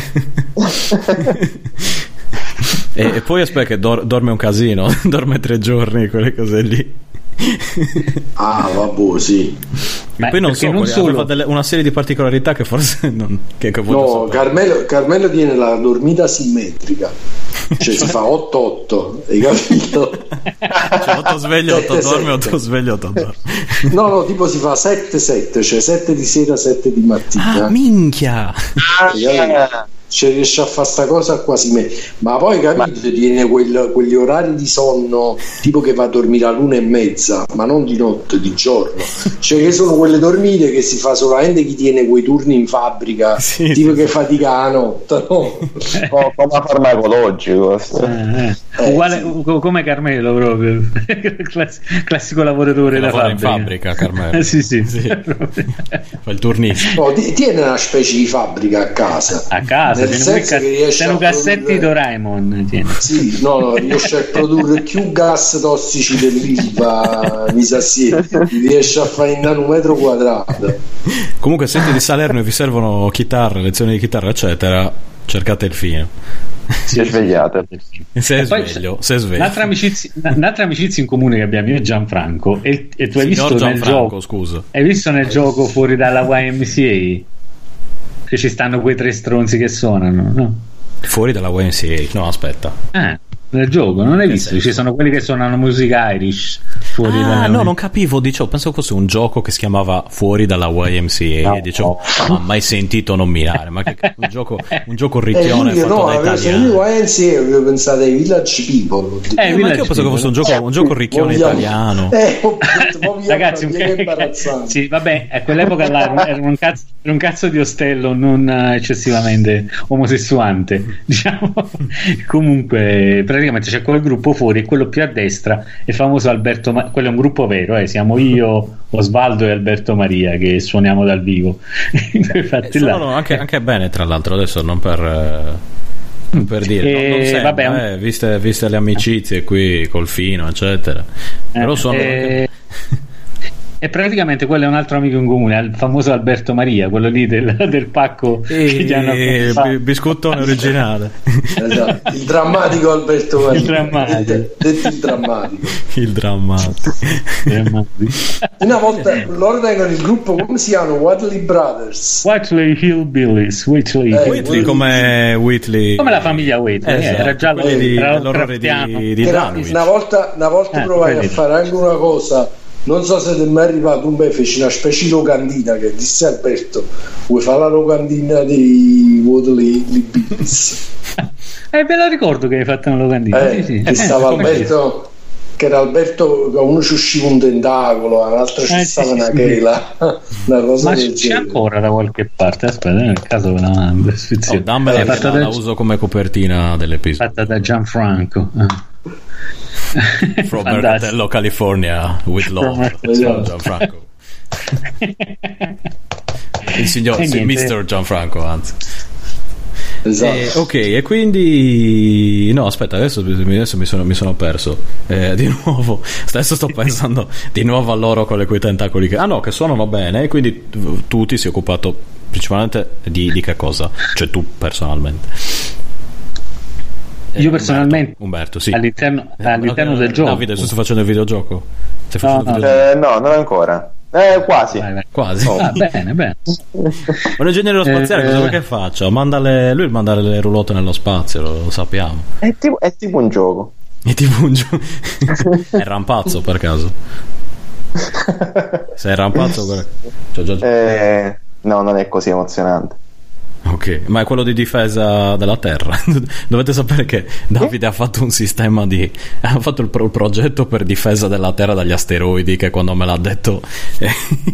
[SPEAKER 1] e, e poi aspetta che dor- dorme un casino, dorme tre giorni, quelle cose lì.
[SPEAKER 2] Ah, vabbè, sì.
[SPEAKER 1] E poi non so, non aveva delle, una serie di particolarità che forse non, che, che
[SPEAKER 2] no, Carmelo, Carmelo tiene la dormita simmetrica, cioè si fa otto otto, hai capito?
[SPEAKER 1] Cioè otto sveglio, otto dorme, otto sveglio, otto dorme.
[SPEAKER 2] No, no, tipo si fa sette sette, cioè sette di sera, sette di mattina.
[SPEAKER 1] Ah, minchia!
[SPEAKER 2] Cioè riesce a fare sta cosa quasi me, ma poi capito, ma... tiene quel, quegli orari di sonno tipo che va a dormire all'una e mezza, ma non di notte, di giorno, cioè che sono quelle dormite che si fa solamente chi tiene quei turni in fabbrica, sì, tipo sì, che fatica la notte, no?
[SPEAKER 3] Come farmacologico,
[SPEAKER 4] eh, eh. uguale sì. Come Carmelo proprio. Classico lavoratore da fabbrica.
[SPEAKER 1] In fabbrica Carmelo.
[SPEAKER 4] sì, sì,
[SPEAKER 1] sì. Fa il turnista.
[SPEAKER 2] No, tiene una specie di fabbrica a casa.
[SPEAKER 4] A casa. Nel senso che riesce a cassetti produrre... Doraemon tiene.
[SPEAKER 2] Sì, no, no, riesce a produrre più gas tossici dell'Ilva, mi sa sì, riesce a fare in un metro quadrato.
[SPEAKER 1] Comunque siete di Salerno e vi servono chitarre, lezioni di chitarra eccetera, cercate il Fino.
[SPEAKER 5] Si è svegliato.
[SPEAKER 1] Si è sveglio, si è sveglio.
[SPEAKER 4] Un'altra amicizia, un'altra amicizia in comune che abbiamo io e Gianfranco, e, e tu hai
[SPEAKER 1] Signor
[SPEAKER 4] visto nel
[SPEAKER 1] Gianfranco,
[SPEAKER 4] gioco,
[SPEAKER 1] scusa.
[SPEAKER 4] hai visto nel gioco fuori dalla Y M C A che ci stanno quei tre stronzi che suonano, no?
[SPEAKER 1] Fuori dalla Y M C A? No, aspetta.
[SPEAKER 4] Ah, nel gioco non hai
[SPEAKER 1] Che
[SPEAKER 4] visto?
[SPEAKER 1] senso?
[SPEAKER 4] Ci sono quelli che suonano musica Irish fuori
[SPEAKER 1] Ah,
[SPEAKER 4] dalla
[SPEAKER 1] no, non capivo, dicevo, pensavo fosse un gioco che si chiamava Fuori dalla Y M C A,
[SPEAKER 4] No.
[SPEAKER 1] e dicevo, non ho mai sentito nominare, ma che un gioco, un gioco
[SPEAKER 2] Eh,
[SPEAKER 1] ricchione
[SPEAKER 2] io
[SPEAKER 1] fatto
[SPEAKER 2] no,
[SPEAKER 1] da
[SPEAKER 2] avevo
[SPEAKER 1] italiani.
[SPEAKER 2] sentito Y M C A, avevo pensato ai Village People.
[SPEAKER 4] Eh,
[SPEAKER 1] Eh, ma anche io pensavo che fosse un gioco, un gioco ricchione
[SPEAKER 2] Vogliamo-
[SPEAKER 1] italiano.
[SPEAKER 2] Eh, ho detto, mo vi
[SPEAKER 4] Ragazzi,
[SPEAKER 2] apro,
[SPEAKER 4] un
[SPEAKER 2] viene
[SPEAKER 4] ca-
[SPEAKER 2] imbarazzante.
[SPEAKER 4] sì, vabbè, a quell'epoca là era un- era un cazzo, era un cazzo di ostello non eh, eccessivamente omosessuante, diciamo. Comunque, praticamente c'è quel gruppo fuori e quello più a destra è il famoso Alberto Ma- quello è un gruppo vero, eh, siamo io, Osvaldo e Alberto Maria che suoniamo dal vivo. Infatti
[SPEAKER 1] Eh,
[SPEAKER 4] là.
[SPEAKER 1] suonano anche, anche bene, tra l'altro, adesso non per, eh, non per dire,
[SPEAKER 4] Eh,
[SPEAKER 1] non, non sembra,
[SPEAKER 4] vabbè, un-
[SPEAKER 1] eh, viste, viste le amicizie qui col Fino, eccetera. Però suonano
[SPEAKER 4] Eh,
[SPEAKER 1] anche...
[SPEAKER 4] E praticamente quello è un altro amico in comune, il famoso Alberto Maria, quello lì del, del pacco che gli hanno
[SPEAKER 1] E,
[SPEAKER 4] fatto.
[SPEAKER 1] bi- biscottone originale.
[SPEAKER 2] Esatto. Il drammatico Alberto Maria.
[SPEAKER 4] Il drammatico.
[SPEAKER 2] Det- detto il drammatico.
[SPEAKER 1] Il drammatico.
[SPEAKER 2] Una volta loro tengono il gruppo, come si chiamano? Whitley Brothers.
[SPEAKER 4] Whitley Hillbillies, Whitley.
[SPEAKER 2] Eh,
[SPEAKER 1] Whitley come Whitley,
[SPEAKER 4] Come la famiglia Whitley,
[SPEAKER 1] Esatto,
[SPEAKER 4] eh, era già
[SPEAKER 1] quelli di,
[SPEAKER 4] era
[SPEAKER 1] l'orrore di,
[SPEAKER 4] Craftiano.
[SPEAKER 1] di
[SPEAKER 2] Era-
[SPEAKER 1] Danwich.
[SPEAKER 2] una volta, una volta
[SPEAKER 4] Eh,
[SPEAKER 2] provai a
[SPEAKER 4] vedi.
[SPEAKER 2] fare anche una cosa, non so se ti è mai arrivato, un bel feci una specie di locandina che disse Alberto, vuoi fare la locandina dei Whitley Hillbillies?
[SPEAKER 4] Eh, ve lo ricordo che hai fatto una locandina.
[SPEAKER 2] Eh,
[SPEAKER 4] sì, sì.
[SPEAKER 2] che
[SPEAKER 4] Eh,
[SPEAKER 2] stava
[SPEAKER 4] come
[SPEAKER 2] Alberto, che era Alberto, che a uno ci usciva un tentacolo, all'altro ci
[SPEAKER 4] Eh, sì,
[SPEAKER 2] stava
[SPEAKER 4] sì,
[SPEAKER 2] una
[SPEAKER 4] sì.
[SPEAKER 2] chela, una cosa
[SPEAKER 4] Ma
[SPEAKER 2] del
[SPEAKER 4] c'è
[SPEAKER 2] genere.
[SPEAKER 4] ancora da qualche parte? Aspetta, nel caso ve la mando. è
[SPEAKER 1] Oh,
[SPEAKER 4] sfizioso.
[SPEAKER 1] dammela
[SPEAKER 4] È
[SPEAKER 1] che
[SPEAKER 4] fatta
[SPEAKER 1] la, la
[SPEAKER 4] da,
[SPEAKER 1] uso come copertina dell'episodio.
[SPEAKER 4] fatta da Gianfranco. Ah.
[SPEAKER 1] From
[SPEAKER 4] Fantastico.
[SPEAKER 1] Mercatello, California, with love.
[SPEAKER 2] Esatto.
[SPEAKER 1] Gianfranco. Il signor
[SPEAKER 4] E
[SPEAKER 1] sì,
[SPEAKER 4] niente.
[SPEAKER 1] mister Gianfranco, anzi.
[SPEAKER 2] Esatto.
[SPEAKER 1] Eh, ok, e quindi no, aspetta, adesso, adesso mi, sono, mi sono perso eh, di nuovo. Adesso sto pensando di nuovo a loro con le quei tentacoli che ah no, che suonano bene. E quindi tu, tu ti sei occupato principalmente di, di che cosa? Cioè tu personalmente. Eh,
[SPEAKER 4] Io personalmente
[SPEAKER 1] Umberto, Umberto sì.
[SPEAKER 4] all'interno,
[SPEAKER 1] Eh,
[SPEAKER 4] all'interno
[SPEAKER 1] no,
[SPEAKER 4] del gioco.
[SPEAKER 1] Davide, tu stai facendo il videogioco? Stai
[SPEAKER 4] No,
[SPEAKER 1] facendo il
[SPEAKER 4] no.
[SPEAKER 1] videogioco?
[SPEAKER 5] Eh, no, non ancora. Eh, quasi.
[SPEAKER 4] Vai, vai.
[SPEAKER 1] Quasi.
[SPEAKER 5] Oh.
[SPEAKER 4] Ah, bene, bene.
[SPEAKER 1] Un ingegnere spaziale
[SPEAKER 4] Eh,
[SPEAKER 1] cosa vuoi che faccia? Manda le, lui manda le roulotte nello spazio, lo, lo sappiamo.
[SPEAKER 5] È tipo, è tipo un gioco.
[SPEAKER 1] È tipo un gioco. È rampazzo per caso? Se è rampazzo, guarda. Cioè, già-
[SPEAKER 5] Eh, no, non è così emozionante.
[SPEAKER 1] ok, ma è quello di difesa della Terra. Dovete sapere che Davide ha fatto un sistema di. Ha fatto il, pro- il progetto per difesa della Terra dagli asteroidi. Che quando me l'ha detto. eh,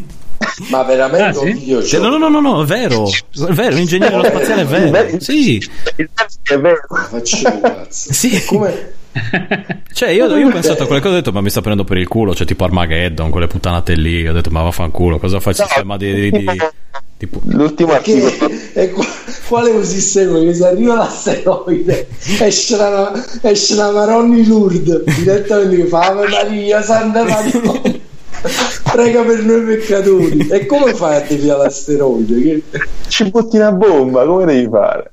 [SPEAKER 2] Ma veramente
[SPEAKER 4] Ah, sì?
[SPEAKER 2] un videogioco?
[SPEAKER 1] cioè, no, no, no, no, no, è vero. È vero, l'ingegnere aerospaziale è vero. Sì,
[SPEAKER 5] Il testo è vero.
[SPEAKER 2] Faccio cazzo.
[SPEAKER 1] sì.
[SPEAKER 2] Come?
[SPEAKER 1] Cioè, io, io ho pensato a quelle cose, ho detto, ma mi sta prendendo per il culo, cioè tipo Armageddon, quelle puttanate lì. Ho detto, ma vaffanculo, cosa fa il sistema di. di, di tipo.
[SPEAKER 5] L'ultimo articolo.
[SPEAKER 2] Che è qua- quale un sistema che se arriva l'asteroide esce la, esce la Maronni Lourdes direttamente che fa Ave Maria Santa Maria prega per noi peccatori. E come fai a deviare l'asteroide? Che...
[SPEAKER 5] Ci butti una bomba, come devi fare?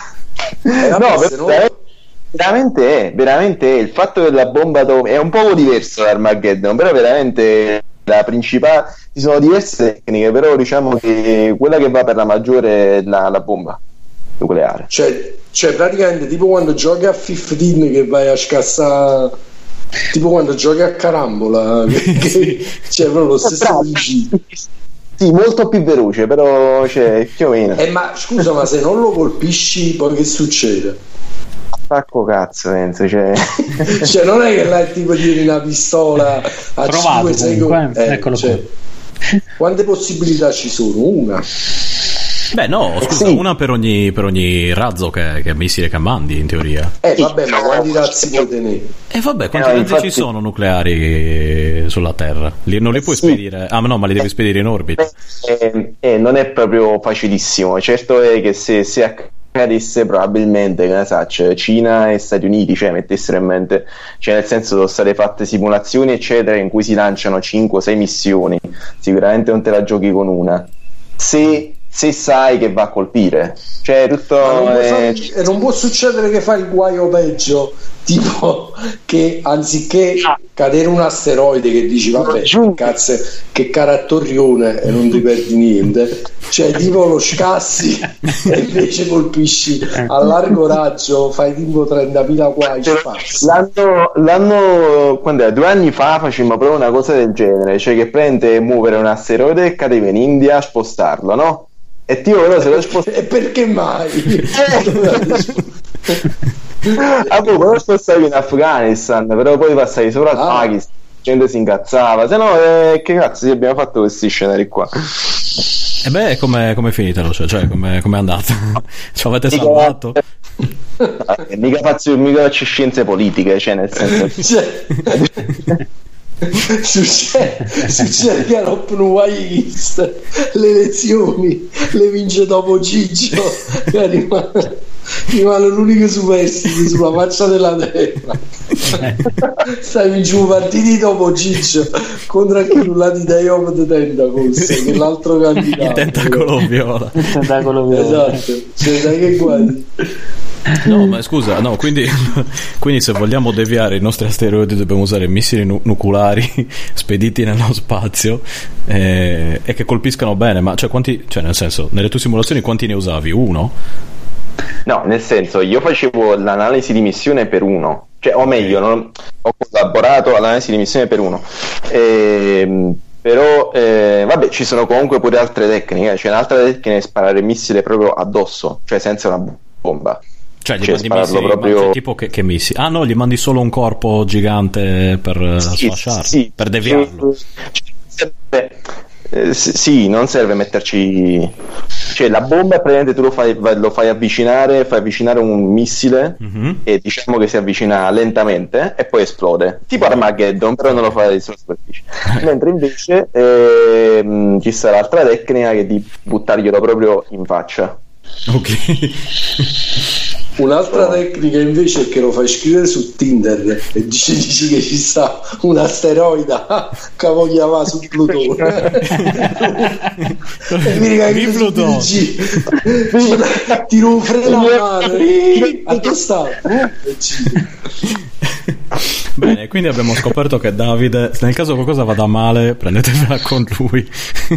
[SPEAKER 2] Eh, vabbè,
[SPEAKER 5] no,
[SPEAKER 2] se no-
[SPEAKER 5] veramente, veramente è, veramente è. Il fatto che la bomba atomica è un poco diverso da Armageddon, però veramente la principale, ci sono diverse tecniche, però diciamo che quella che va per la maggiore è la, la bomba nucleare.
[SPEAKER 2] Cioè, cioè praticamente tipo quando giochi a quindici che vai a scassare, tipo quando giochi a carambola che, che c'è proprio lo stesso
[SPEAKER 5] Bravo.
[SPEAKER 2] principio.
[SPEAKER 5] Sì, molto più veloce, però c'è più o meno.
[SPEAKER 2] Eh, ma scusa, ma se non lo colpisci poi che succede?
[SPEAKER 5] Spacco cazzo, penso, cioè...
[SPEAKER 2] Cioè non è che là è tipo di una pistola a
[SPEAKER 4] Provato
[SPEAKER 2] cinque sei
[SPEAKER 4] comunque, eh, eccolo
[SPEAKER 2] cioè, quante possibilità ci sono? Una.
[SPEAKER 1] Beh, no, scusa,
[SPEAKER 5] sì.
[SPEAKER 1] una per ogni, per ogni razzo che, che missile che mandi, in teoria.
[SPEAKER 2] Eh vabbè, ma quanti razzi puoi tenere?
[SPEAKER 1] E vabbè, quanti
[SPEAKER 5] Eh,
[SPEAKER 1] razzi
[SPEAKER 5] infatti-
[SPEAKER 1] ci sono nucleari sulla Terra? Li, non li puoi
[SPEAKER 5] Sì.
[SPEAKER 1] spedire. Ah, no, ma li devi spedire in orbita.
[SPEAKER 5] Eh, eh, non è proprio facilissimo. Certo è che se, se accadesse probabilmente, che ne sa, cioè, Cina e Stati Uniti, cioè mettessero in mente, cioè nel senso sono state fatte simulazioni eccetera in cui si lanciano cinque o sei missioni, sicuramente non te la giochi con una. Se se sai che va a colpire, cioè tutto
[SPEAKER 2] non
[SPEAKER 5] è...
[SPEAKER 2] fare, e non può succedere che fa il guaio peggio, tipo che anziché cadere un asteroide che dici vabbè cazzo che carattorione e non ti perdi niente, cioè tipo lo scassi e invece colpisci a largo raggio, fai tipo trentamila guai sparsi.
[SPEAKER 5] L'anno, l'anno quando è? Due anni fa facemmo proprio una cosa del genere, cioè che prende muovere un asteroide che cadeva in India, spostarlo, no? E tipo però se lo sposta...
[SPEAKER 2] e perché mai?
[SPEAKER 5] Ah, poi lo spostavi in Afghanistan, però poi passavi sopra il ah. Pakistan, la gente si incazzava, se no eh, che cazzo sì, abbiamo fatto questi scenari qua.
[SPEAKER 1] E beh, come è finita? Cioè, cioè come è andata? Ci avete salvato?
[SPEAKER 5] Eh, mica faccio, mica faccio scienze politiche, cioè nel senso
[SPEAKER 2] cioè, succede, succede che all'Open Wise le elezioni le vince dopo Ciccio, rimane, rimane l'unico superstite sulla faccia della terra. Stai vincendo partiti dopo Ciccio contro anche nullati dai Home the Tentacles, che l'altro candidato
[SPEAKER 1] il tentacolo viola,
[SPEAKER 4] il tentacolo viola,
[SPEAKER 2] esatto, cioè dai che guardi.
[SPEAKER 1] No, ma scusa, no, quindi, quindi se vogliamo deviare i nostri asteroidi dobbiamo usare missili nu- nucleari spediti nello spazio eh, e che colpiscano bene, ma cioè quanti, cioè nel senso, nelle tue simulazioni quanti ne usavi? Uno?
[SPEAKER 5] No, nel senso, io facevo l'analisi di missione per uno, cioè o meglio, non, ho collaborato all'analisi di missione per uno. E, però eh, vabbè, ci sono comunque pure altre tecniche, cioè un'altra tecnica è sparare il missile proprio addosso, cioè senza una bomba.
[SPEAKER 1] Cioè gli
[SPEAKER 5] cioè,
[SPEAKER 1] mandi missili,
[SPEAKER 5] proprio...
[SPEAKER 1] ma tipo che, che missili? Ah no, gli mandi solo un corpo gigante per
[SPEAKER 5] sì,
[SPEAKER 1] sfasciarlo,
[SPEAKER 5] sì,
[SPEAKER 1] per deviarlo.
[SPEAKER 5] Sì, eh, sì, non serve metterci, cioè la bomba praticamente tu lo fai, lo fai avvicinare, fai avvicinare un missile mm-hmm. e diciamo che si avvicina lentamente e poi esplode, tipo Armageddon, però non lo fai sulla superficie. Mentre invece eh, ci sarà l'altra tecnica che è di buttarglielo proprio in faccia.
[SPEAKER 1] Ok.
[SPEAKER 2] Un'altra oh. tecnica invece è che lo fai scrivere su Tinder e dici, dici che ci sta un asteroide che voglia va su Plutone e mi ricordo che Plutone tiro un freno a mano a che sta?
[SPEAKER 1] Bene, quindi abbiamo scoperto che Davide, nel caso qualcosa vada male, prendetevela con lui.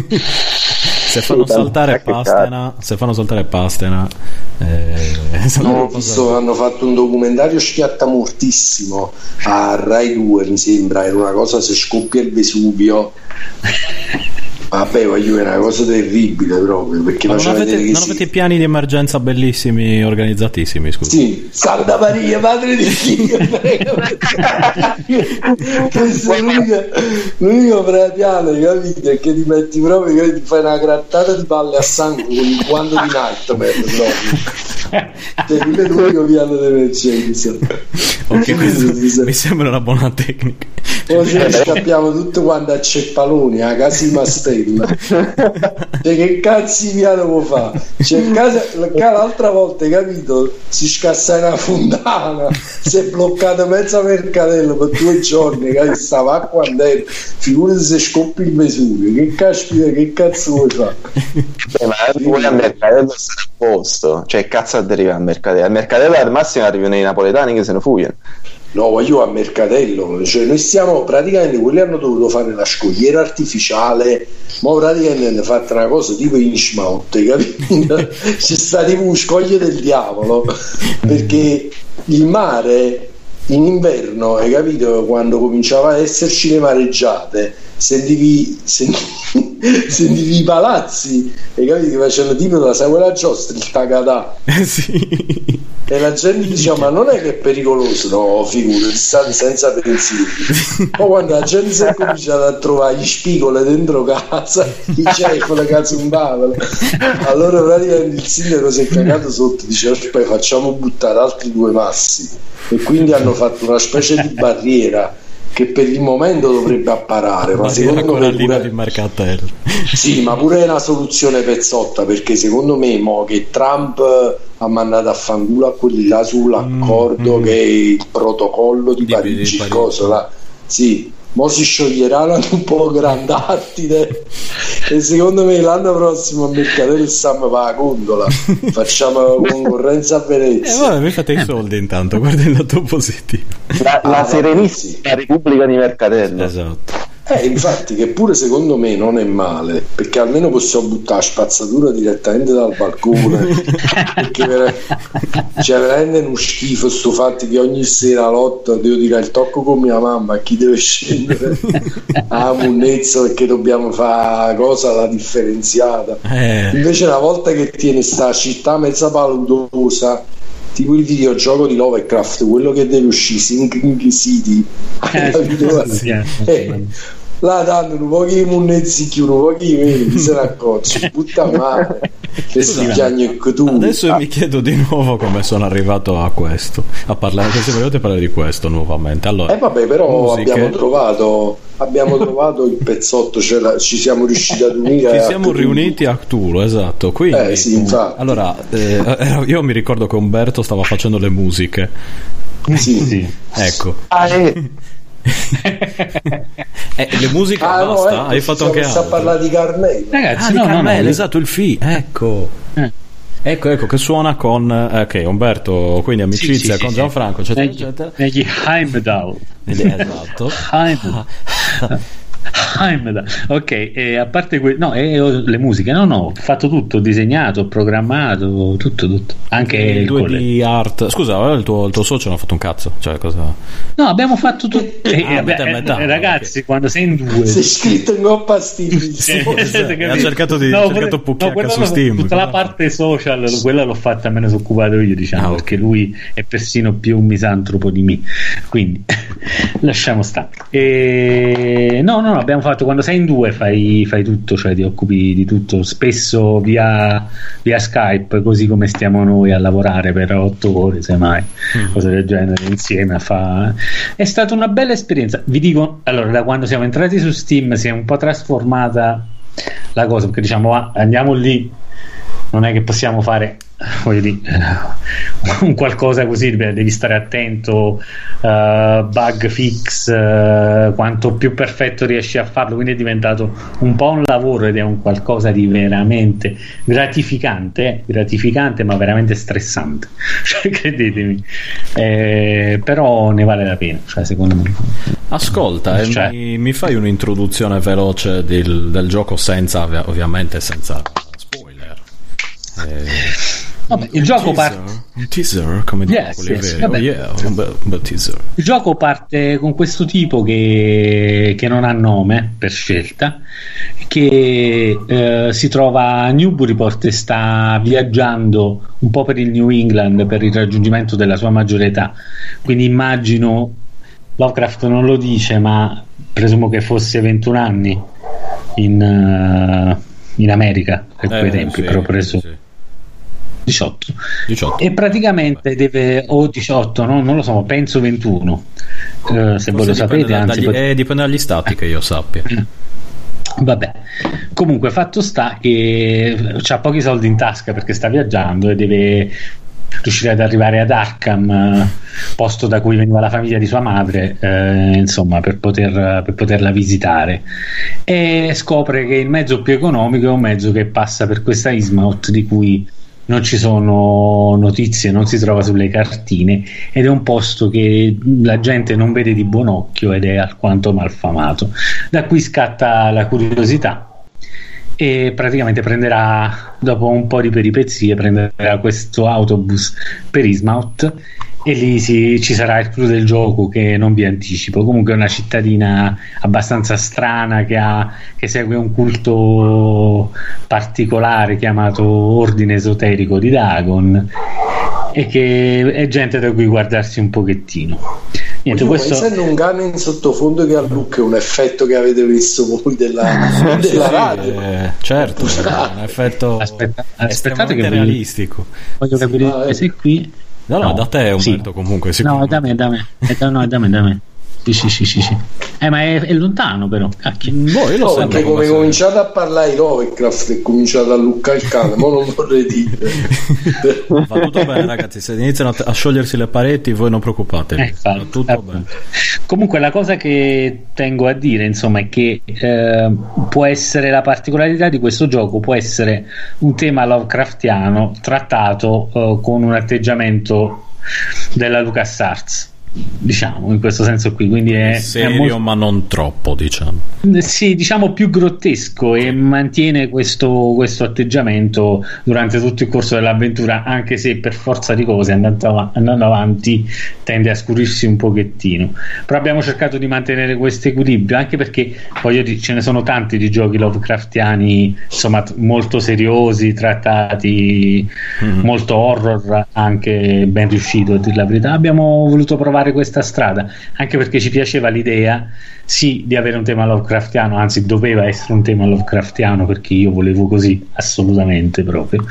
[SPEAKER 1] Se fanno saltare Pastena, se fanno saltare Pastena, eh,
[SPEAKER 2] no, ho visto che hanno fatto un documentario schiattamortissimo a Rai due, mi sembra, era una cosa se scoppia il Vesuvio. Vabbè, voglio dire, è una cosa terribile proprio, perché
[SPEAKER 1] ma non avete,
[SPEAKER 2] che
[SPEAKER 1] non
[SPEAKER 2] si...
[SPEAKER 1] avete piani di emergenza bellissimi, organizzatissimi, scusa.
[SPEAKER 2] Sì, Santa Maria, Madre di Dio, prego. Questo è l'unico, l'unico piano, capite? È che ti metti proprio, che ti fai una grattata di palle a sangue con il guanto di Nightmare proprio. Cioè, quello è l'unico piano di emergenza.
[SPEAKER 1] Ok, questo mi sembra una buona tecnica.
[SPEAKER 2] Poi ci scappiamo tutto quanto a Ceppaloni, a Casima Stella. Cioè, che cazzo di piano può fare? Cioè, casa, l'altra volta, capito? Si scassa una fontana, si è bloccato mezzo mercatello per due giorni, che stava acqua dentro. Figurati se scoppi il Vesuvio, che caspita, che cazzo vuoi fare?
[SPEAKER 5] Beh, ma vuoi al mercatello stare a posto, cioè cazzo arriva al mercatello? Al mercatello al massimo arrivano i napoletani che se ne fuggono.
[SPEAKER 2] No, voglio a mercatello, cioè noi stiamo praticamente, quelli hanno dovuto fare la scogliera artificiale, ma praticamente hanno fatto una cosa tipo Inchmouth, capito? C'è stato tipo un scoglio del diavolo, perché il mare in inverno, hai capito, quando cominciava a esserci le mareggiate, sentivi, sentivi, sentivi i palazzi, hai capito, che facevano tipo la sai quella giostra, il tagadà.
[SPEAKER 1] Eh sì.
[SPEAKER 2] E la gente diceva ma non è che è pericoloso, no, figurati, state senza pensieri. Poi quando la gente si è cominciata a trovare gli spigoli dentro casa, i cefoli, le cazumbavole, allora praticamente il sindaco si è cagato sotto, diceva poi facciamo buttare altri due massi, e quindi hanno fatto una specie di barriera che per il momento dovrebbe apparare, ma, ma secondo me pure...
[SPEAKER 1] di Mercatello.
[SPEAKER 2] Sì, ma pure è una soluzione pezzotta, perché secondo me mo che Trump ha mandato a fanculo a quelli là sull'accordo mm, mm. che è il protocollo di, di Parigi, di cosa là, sì, mo si scioglieranno un po' Grandartide E secondo me l'anno prossimo a Mercatello stiamo per la gondola, facciamo concorrenza a Venezia.
[SPEAKER 1] E eh, vabbè, mi fate i soldi intanto, guarda il lato positivo.
[SPEAKER 5] La, la
[SPEAKER 2] ah,
[SPEAKER 5] Serenissima Repubblica di Mercatello.
[SPEAKER 1] Esatto.
[SPEAKER 2] Eh, infatti, che pure secondo me non è male, perché almeno possiamo buttare la spazzatura direttamente dal balcone. Perché ver- cioè, veramente è uno schifo sto fatto che ogni sera lotta devo dire il tocco con mia mamma, chi deve scendere a Munnezzo perché dobbiamo fare cosa alla differenziata.
[SPEAKER 1] Eh.
[SPEAKER 2] Invece una volta che tieni sta città mezza paludosa, tipo il videogioco di Lovecraft, quello che deve uscire Sinking City,
[SPEAKER 4] eh, sì,
[SPEAKER 2] eh, là danno un po' di munnezzi più, un po' di meno, se ne accorge, butta male che si chiagno tu.
[SPEAKER 1] Adesso ah. mi chiedo di nuovo come sono arrivato a questo, a parlare, queste volte parlare di questo nuovamente. Allora,
[SPEAKER 2] eh vabbè, però
[SPEAKER 1] musiche.
[SPEAKER 2] abbiamo trovato abbiamo trovato il pezzotto, cioè la, ci siamo riusciti ad unire,
[SPEAKER 1] ci siamo riuniti a Cthulhu, esatto. Quindi,
[SPEAKER 2] eh, sì, infatti.
[SPEAKER 1] Allora, eh, io mi ricordo che Umberto stava facendo le musiche.
[SPEAKER 2] Sì, sì.
[SPEAKER 1] Ecco.
[SPEAKER 5] Ah, eh.
[SPEAKER 1] eh, le musiche
[SPEAKER 2] ah,
[SPEAKER 1] basta,
[SPEAKER 2] no, ecco,
[SPEAKER 1] hai fatto anche altro.
[SPEAKER 2] Sta a parlare di Carmelo,
[SPEAKER 4] ragazzi,
[SPEAKER 1] ah,
[SPEAKER 4] no,
[SPEAKER 1] di Carmelo,
[SPEAKER 4] no, no,
[SPEAKER 1] esatto, il fi, ecco. Eh. Ecco, ecco che suona con ok, Umberto, quindi amicizia
[SPEAKER 4] sì, sì,
[SPEAKER 1] con
[SPEAKER 4] sì,
[SPEAKER 1] Gianfranco, eccetera,
[SPEAKER 4] negli,
[SPEAKER 1] eccetera.
[SPEAKER 4] Negli Heimdall.
[SPEAKER 1] Esatto.
[SPEAKER 4] Heimdall. Heimdall. Ok, e a parte que- no, e le musiche, no, no, ho fatto tutto, ho disegnato, ho programmato, tutto, tutto. Anche
[SPEAKER 1] il
[SPEAKER 4] il
[SPEAKER 1] due
[SPEAKER 4] colle.
[SPEAKER 1] D art. Scusa, il tuo, il tuo socio non ha fatto un cazzo, cioè cosa?
[SPEAKER 4] No, abbiamo fatto tutto. Eh,
[SPEAKER 1] Ah, metà,
[SPEAKER 4] eh,
[SPEAKER 1] metà,
[SPEAKER 4] ragazzi,
[SPEAKER 1] okay.
[SPEAKER 4] Quando sei in due,
[SPEAKER 2] sei iscritto in coppa Steam.
[SPEAKER 1] E ha cercato di
[SPEAKER 4] no,
[SPEAKER 1] cercato Pucchiacca
[SPEAKER 4] no,
[SPEAKER 1] su Steam.
[SPEAKER 4] Tutta la parte social, quella l'ho fatta me ne sono occupato io, diciamo,
[SPEAKER 1] ah, okay.
[SPEAKER 4] perché lui è persino più un misantropo di me. Quindi lasciamo stare. E... no, no, abbiamo fatto quando sei in due fai, fai tutto, cioè ti occupi di tutto, spesso via, via Skype, così come stiamo noi a lavorare per otto ore, semmai, mm. cose del genere insieme a fa. È stata una bella esperienza. Vi dico, allora, da quando siamo entrati su Steam si è un po' trasformata la cosa, perché diciamo ah, andiamo lì, non è che possiamo fare, voglio dire, un qualcosa così, devi stare attento, uh, bug fix, uh, quanto più perfetto riesci a farlo, quindi è diventato un po' un lavoro ed è un qualcosa di veramente gratificante, eh? gratificante ma veramente stressante, cioè, credetemi, eh, però ne vale la pena, cioè, secondo me.
[SPEAKER 1] Ascolta,
[SPEAKER 4] cioè,
[SPEAKER 1] eh, mi, mi fai un'introduzione veloce del, del gioco senza, ovviamente senza spoiler. Eh...
[SPEAKER 4] Vabbè, il gioco parte
[SPEAKER 1] un teaser come dicono
[SPEAKER 4] yes,
[SPEAKER 1] quelli
[SPEAKER 4] yes,
[SPEAKER 1] veri. Oh, yeah, un bel, un bel teaser.
[SPEAKER 4] Il gioco parte con questo tipo che, che non ha nome per scelta, che eh, si trova a Newburyport e sta viaggiando un po' per il New England per il raggiungimento della sua maggiore età, quindi immagino, Lovecraft non lo dice, ma presumo che fosse ventuno anni in, uh, in America per quei
[SPEAKER 1] eh,
[SPEAKER 4] tempi,
[SPEAKER 1] sì,
[SPEAKER 4] però preso
[SPEAKER 1] sì.
[SPEAKER 4] diciotto.
[SPEAKER 1] diciotto
[SPEAKER 4] E praticamente deve, o diciotto, no? Non lo so, penso ventuno, uh, se voi lo sapete,
[SPEAKER 1] da,
[SPEAKER 4] anzi
[SPEAKER 1] dagli,
[SPEAKER 4] pot-
[SPEAKER 1] eh, dipende dagli stati, che io sappia.
[SPEAKER 4] Vabbè, comunque fatto sta che ha pochi soldi in tasca perché sta viaggiando e deve riuscire ad arrivare ad Arkham, posto da cui veniva la famiglia di sua madre, eh, insomma, per, poter, per poterla visitare, e scopre che il mezzo più economico è un mezzo che passa per questa Innsmouth di cui non ci sono notizie, non si trova sulle cartine, ed è un posto che la gente non vede di buon occhio ed è alquanto malfamato. Da qui scatta la curiosità e praticamente prenderà, dopo un po' di peripezie, prenderà questo autobus per Innsmouth e lì si, ci sarà il clou del gioco, che non vi anticipo. Comunque è una cittadina abbastanza strana che, ha, che segue un culto particolare chiamato Ordine Esoterico di Dagon, e che è gente da cui guardarsi un pochettino. Niente, questo...
[SPEAKER 2] essendo un cane in sottofondo che ha look, è un effetto che avete visto voi della,
[SPEAKER 1] sì,
[SPEAKER 2] della
[SPEAKER 1] sì,
[SPEAKER 2] radio,
[SPEAKER 1] eh, certo, è un effetto
[SPEAKER 4] Aspetta, aspettate che
[SPEAKER 1] realistico.
[SPEAKER 4] Voglio capire
[SPEAKER 2] ah,
[SPEAKER 4] se è qui.
[SPEAKER 1] No, no,
[SPEAKER 4] no,
[SPEAKER 1] da te Umberto,
[SPEAKER 4] sì.
[SPEAKER 1] comunque
[SPEAKER 4] no, da me, da me, è da, no, è da me, da me. Sì, sì, sì, sì, sì. Eh, ma è, è lontano però.
[SPEAKER 2] Voi lo no, perché come ho cominciato a parlare di Lovecraft e cominciato a luccare il cane, ma non vorrei dire.
[SPEAKER 1] Va tutto bene, ragazzi. Se iniziano a sciogliersi le pareti, voi non preoccupatevi.
[SPEAKER 4] Eh, Va tutto eh, bene. Comunque, la cosa che tengo a dire, insomma, è che eh, può essere la particolarità di questo gioco, può essere un tema Lovecraftiano trattato eh, con un atteggiamento della LucasArts, diciamo, in questo senso qui, quindi è
[SPEAKER 1] serio,
[SPEAKER 4] è molto...
[SPEAKER 1] ma non troppo, diciamo.
[SPEAKER 4] Sì, diciamo più grottesco, e mantiene questo, questo atteggiamento durante tutto il corso dell'avventura, anche se per forza di cose andando, av- andando avanti tende a scurirsi un pochettino. Però abbiamo cercato di mantenere questo equilibrio, anche perché voglio dire, ce ne sono tanti di giochi Lovecraftiani, insomma, t- molto seriosi, trattati, mm-hmm. molto horror, anche ben riuscito, a dire la verità. Abbiamo voluto provare questa strada, anche perché ci piaceva l'idea sì di avere un tema Lovecraftiano, anzi doveva essere un tema Lovecraftiano, perché io volevo così, assolutamente proprio.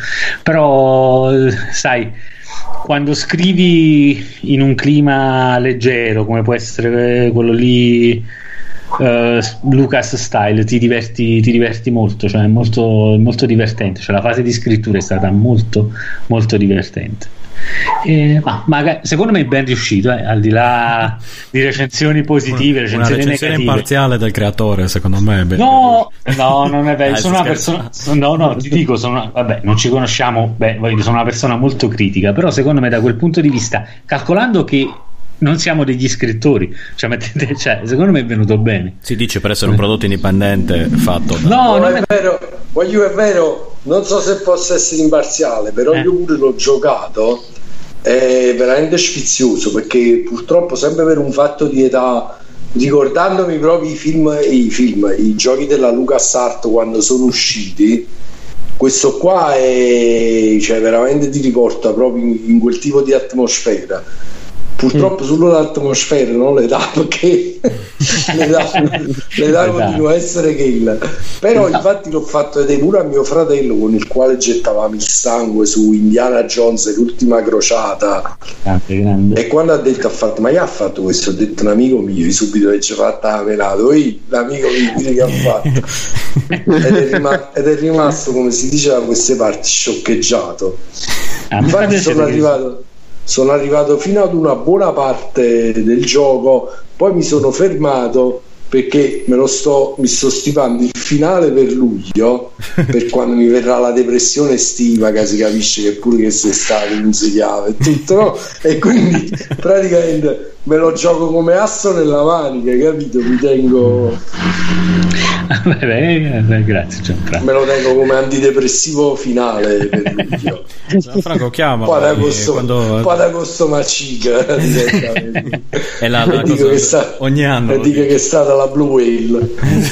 [SPEAKER 4] Però sai, quando scrivi in un clima leggero come può essere quello lì, uh, Lucas style, ti diverti, ti diverti molto, cioè è molto, molto divertente, cioè la fase di scrittura è stata molto molto divertente. Eh, ma, ma secondo me è ben riuscito, eh, al di là di recensioni positive,
[SPEAKER 1] una,
[SPEAKER 4] recensioni
[SPEAKER 1] una recensione
[SPEAKER 4] negative.
[SPEAKER 1] Imparziale del creatore, secondo me è ben
[SPEAKER 4] no, no, non è vero.
[SPEAKER 1] Eh,
[SPEAKER 4] sono una persona, no, no, ti dico, sono una, vabbè, non ci conosciamo, beh, sono una persona molto critica, però secondo me da quel punto di vista, calcolando che non siamo degli scrittori, cioè, mettete, cioè secondo me è venuto bene.
[SPEAKER 1] Si dice per essere un prodotto indipendente fatto da...
[SPEAKER 2] no, non è vero, voglio è vero, non so se possa essere imparziale, però eh. io pure l'ho giocato, è veramente sfizioso, perché purtroppo sempre per un fatto di età, ricordandomi proprio i film, i film, i giochi della LucasArts quando sono usciti, questo qua è, cioè veramente ti riporta proprio in, in quel tipo di atmosfera. Purtroppo mm. solo l'atmosfera non le dà, perché l'età, l'età continua a essere quella. Però infatti l'ho fatto vedere pure a mio fratello, con il quale gettavamo il sangue su Indiana Jones, l'ultima crociata. Grande, grande. E quando ha detto, ha fatto, ma che ha fatto questo? Ho detto, un amico mio, io subito ci ho fatto la menata, l'amico mio che ha fatto. ed, è rima- ed è rimasto, come si diceva a queste parti, scioccheggiato. Ah, infatti sono arrivato sono arrivato fino ad una buona parte del gioco, poi mi sono fermato perché me lo sto mi sto stipando il finale per luglio, per quando mi verrà la depressione estiva, che si capisce che pure che quest'estate non si chiama e tutto, no? E quindi praticamente me lo gioco come asso nella manica, capito? Mi tengo
[SPEAKER 4] beh, beh, grazie Gianfranco.
[SPEAKER 2] Me lo tengo come antidepressivo finale per luglio.
[SPEAKER 1] Gianfranco chiama
[SPEAKER 2] poi ad agosto, quando... poi ad agosto macica
[SPEAKER 1] è la, la
[SPEAKER 2] dico che sta...
[SPEAKER 1] ogni anno
[SPEAKER 2] e dico che è stata la Blue Whale.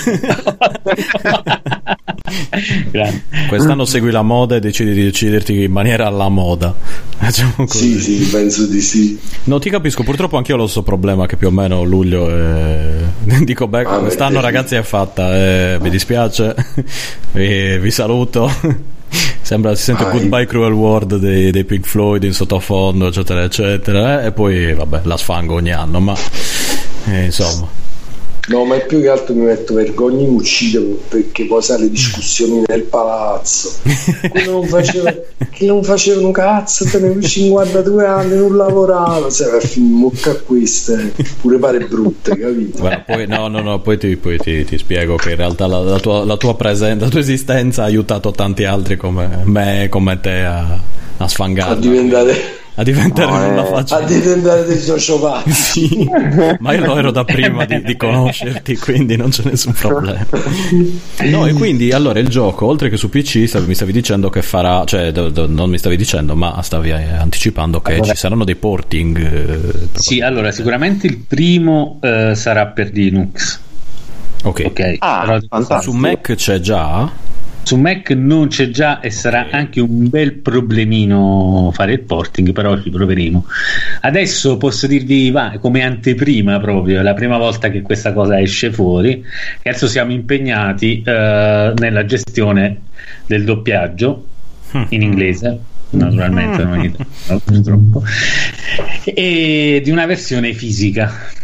[SPEAKER 1] Quest'anno segui la moda e decidi di deciderti in maniera alla moda, facciamo così.
[SPEAKER 2] Sì, sì, penso di sì.
[SPEAKER 1] No, ti capisco, purtroppo anch'io ho lo stesso problema, che più o meno luglio è... dico beh, ah, quest'anno ragazzi è fatta, eh, mi dispiace, vi, vi saluto. Sembra, si sente ah, Goodbye Cruel World dei, dei Pink Floyd in sottofondo, eccetera eccetera, eh? E poi vabbè, la sfango ogni anno, ma eh, insomma.
[SPEAKER 2] No, ma più che altro mi metto vergogna in uccidere, perché poi sai le discussioni nel palazzo, quello non faceva, che non facevano un cazzo, tenevo cinquantadue anni, non lavoravo, sai, a finire mucca queste pure pare brutte, capito?
[SPEAKER 1] Beh, poi, no no no poi ti, poi ti, ti spiego che in realtà la, la, tua, la tua presenza, la tua esistenza ha aiutato tanti altri come me, come te a, a sfangare,
[SPEAKER 2] a diventare
[SPEAKER 1] a diventare no, una faccia,
[SPEAKER 2] a diventare dei sociopati.
[SPEAKER 1] Sì, ma io lo ero da prima di, di conoscerti, quindi non c'è nessun problema. No, e quindi allora il gioco, oltre che su P C, stavi, mi stavi dicendo che farà, cioè do, do, non mi stavi dicendo, ma stavi anticipando che allora, ci saranno dei porting. Eh,
[SPEAKER 4] sì, allora sicuramente il primo eh, sarà per Linux.
[SPEAKER 1] Ok,
[SPEAKER 4] okay.
[SPEAKER 5] Ah,
[SPEAKER 1] però su Mac c'è già.
[SPEAKER 4] Su Mac non c'è già e sarà anche un bel problemino fare il porting, però ci proveremo. Adesso posso dirvi, va, come anteprima proprio, è la prima volta che questa cosa esce fuori, che adesso siamo impegnati eh, nella gestione del doppiaggio in inglese, naturalmente non in italiano, purtroppo, e di una versione fisica.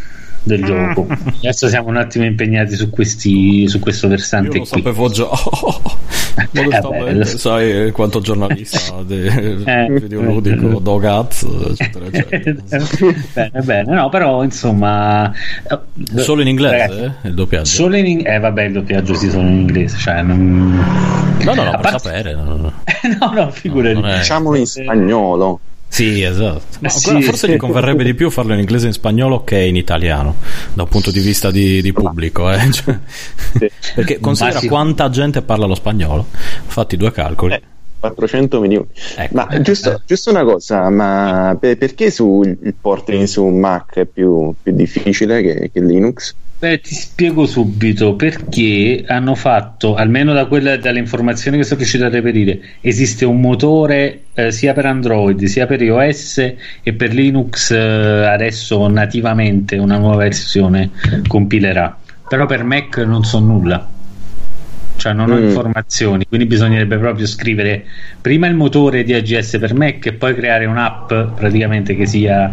[SPEAKER 4] del gioco. Adesso siamo un attimo impegnati su questi su questo versante.
[SPEAKER 1] Io lo
[SPEAKER 4] qui.
[SPEAKER 1] sapevo già. Oh, modestamente, sai quanto giornalista de,
[SPEAKER 4] eh,
[SPEAKER 1] videoludico, Dogaz, eccetera, eccetera.
[SPEAKER 4] Bene, bene, no, però insomma
[SPEAKER 1] solo in inglese,
[SPEAKER 4] ragazzi,
[SPEAKER 1] eh, il doppiaggio.
[SPEAKER 4] Solo in eh vabbè, il doppiaggio sì, solo in inglese, cioè non...
[SPEAKER 1] No, no, no,
[SPEAKER 4] a
[SPEAKER 1] per
[SPEAKER 4] parte...
[SPEAKER 1] sapere. No, no,
[SPEAKER 4] no, no figurati.
[SPEAKER 1] No,
[SPEAKER 5] diciamolo in spagnolo.
[SPEAKER 1] Sì, esatto. Ma
[SPEAKER 4] sì,
[SPEAKER 1] forse
[SPEAKER 4] sì.
[SPEAKER 1] gli converrebbe di più farlo in inglese e in spagnolo che in italiano, da un punto di vista di, di pubblico, eh? Cioè,
[SPEAKER 5] sì.
[SPEAKER 1] Perché considera
[SPEAKER 4] sì.
[SPEAKER 1] quanta gente parla lo spagnolo. Fatti due calcoli.
[SPEAKER 5] Eh. quattrocento milioni.
[SPEAKER 1] Ecco.
[SPEAKER 5] Ma giusto, giusto una cosa, ma per, perché su il porting su Mac è più, più difficile che, che Linux?
[SPEAKER 4] Beh, ti spiego subito perché hanno fatto, almeno da quelle, dalle informazioni che sono riuscito a reperire, esiste un motore eh, sia per Android sia per iOS e per Linux eh, adesso nativamente una nuova versione compilerà, però per Mac non so nulla. Cioè non ho mm. informazioni, quindi bisognerebbe proprio scrivere prima il motore di A G S per Mac e poi creare un'app praticamente che sia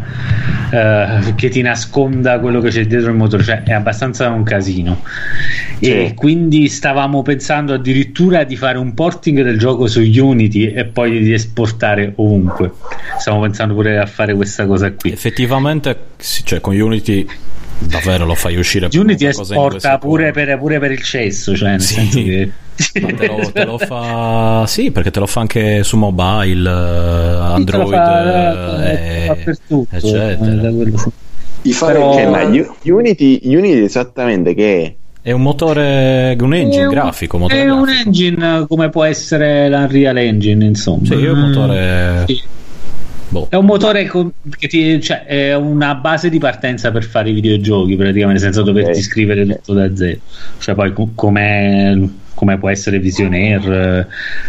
[SPEAKER 4] uh, che ti nasconda quello che c'è dietro il motore, cioè è abbastanza un casino. Sì. E quindi stavamo pensando addirittura di fare un porting del gioco su Unity e poi di esportare ovunque. Stiamo pensando pure a fare questa cosa qui.
[SPEAKER 1] Effettivamente, cioè con Unity davvero lo fai uscire per
[SPEAKER 4] Unity esporta pure per, pure per il cesso, cioè nel
[SPEAKER 1] sì.
[SPEAKER 4] senso che
[SPEAKER 1] te lo, te lo fa sì, perché te lo fa anche su mobile, Android,
[SPEAKER 4] fa,
[SPEAKER 1] e,
[SPEAKER 4] fa per tutto,
[SPEAKER 1] eccetera.
[SPEAKER 5] Però, cioè, ma Unity, Unity esattamente che è?
[SPEAKER 1] È un motore, un engine
[SPEAKER 4] è un,
[SPEAKER 1] grafico. Motore
[SPEAKER 4] è
[SPEAKER 1] grafico.
[SPEAKER 4] un engine come può essere l'Unreal Engine, insomma.
[SPEAKER 1] Sì, è un motore. Sì. Boh.
[SPEAKER 4] È un motore con, che ti, cioè, è una base di partenza per fare i videogiochi praticamente senza doverti okay. scrivere tutto da zero. Cioè poi come, come può essere Visionaire,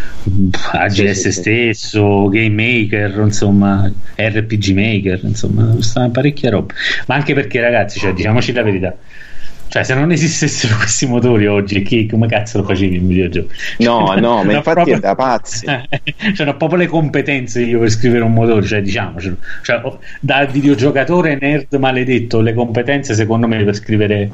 [SPEAKER 4] A G S sì, sì, stesso, sì. Game Maker, insomma, R P G Maker, insomma, sta parecchia roba. Ma anche perché ragazzi, cioè, diciamoci la verità. Cioè, se non esistessero questi motori oggi, chi, come cazzo lo facevi in videogioco?
[SPEAKER 5] No,
[SPEAKER 4] cioè,
[SPEAKER 5] no, ma infatti
[SPEAKER 4] proprio,
[SPEAKER 5] è da pazzi.
[SPEAKER 4] Cioè, ho proprio le competenze io per scrivere un motore, cioè, diciamocelo. Cioè, da videogiocatore nerd maledetto, le competenze secondo me per scrivere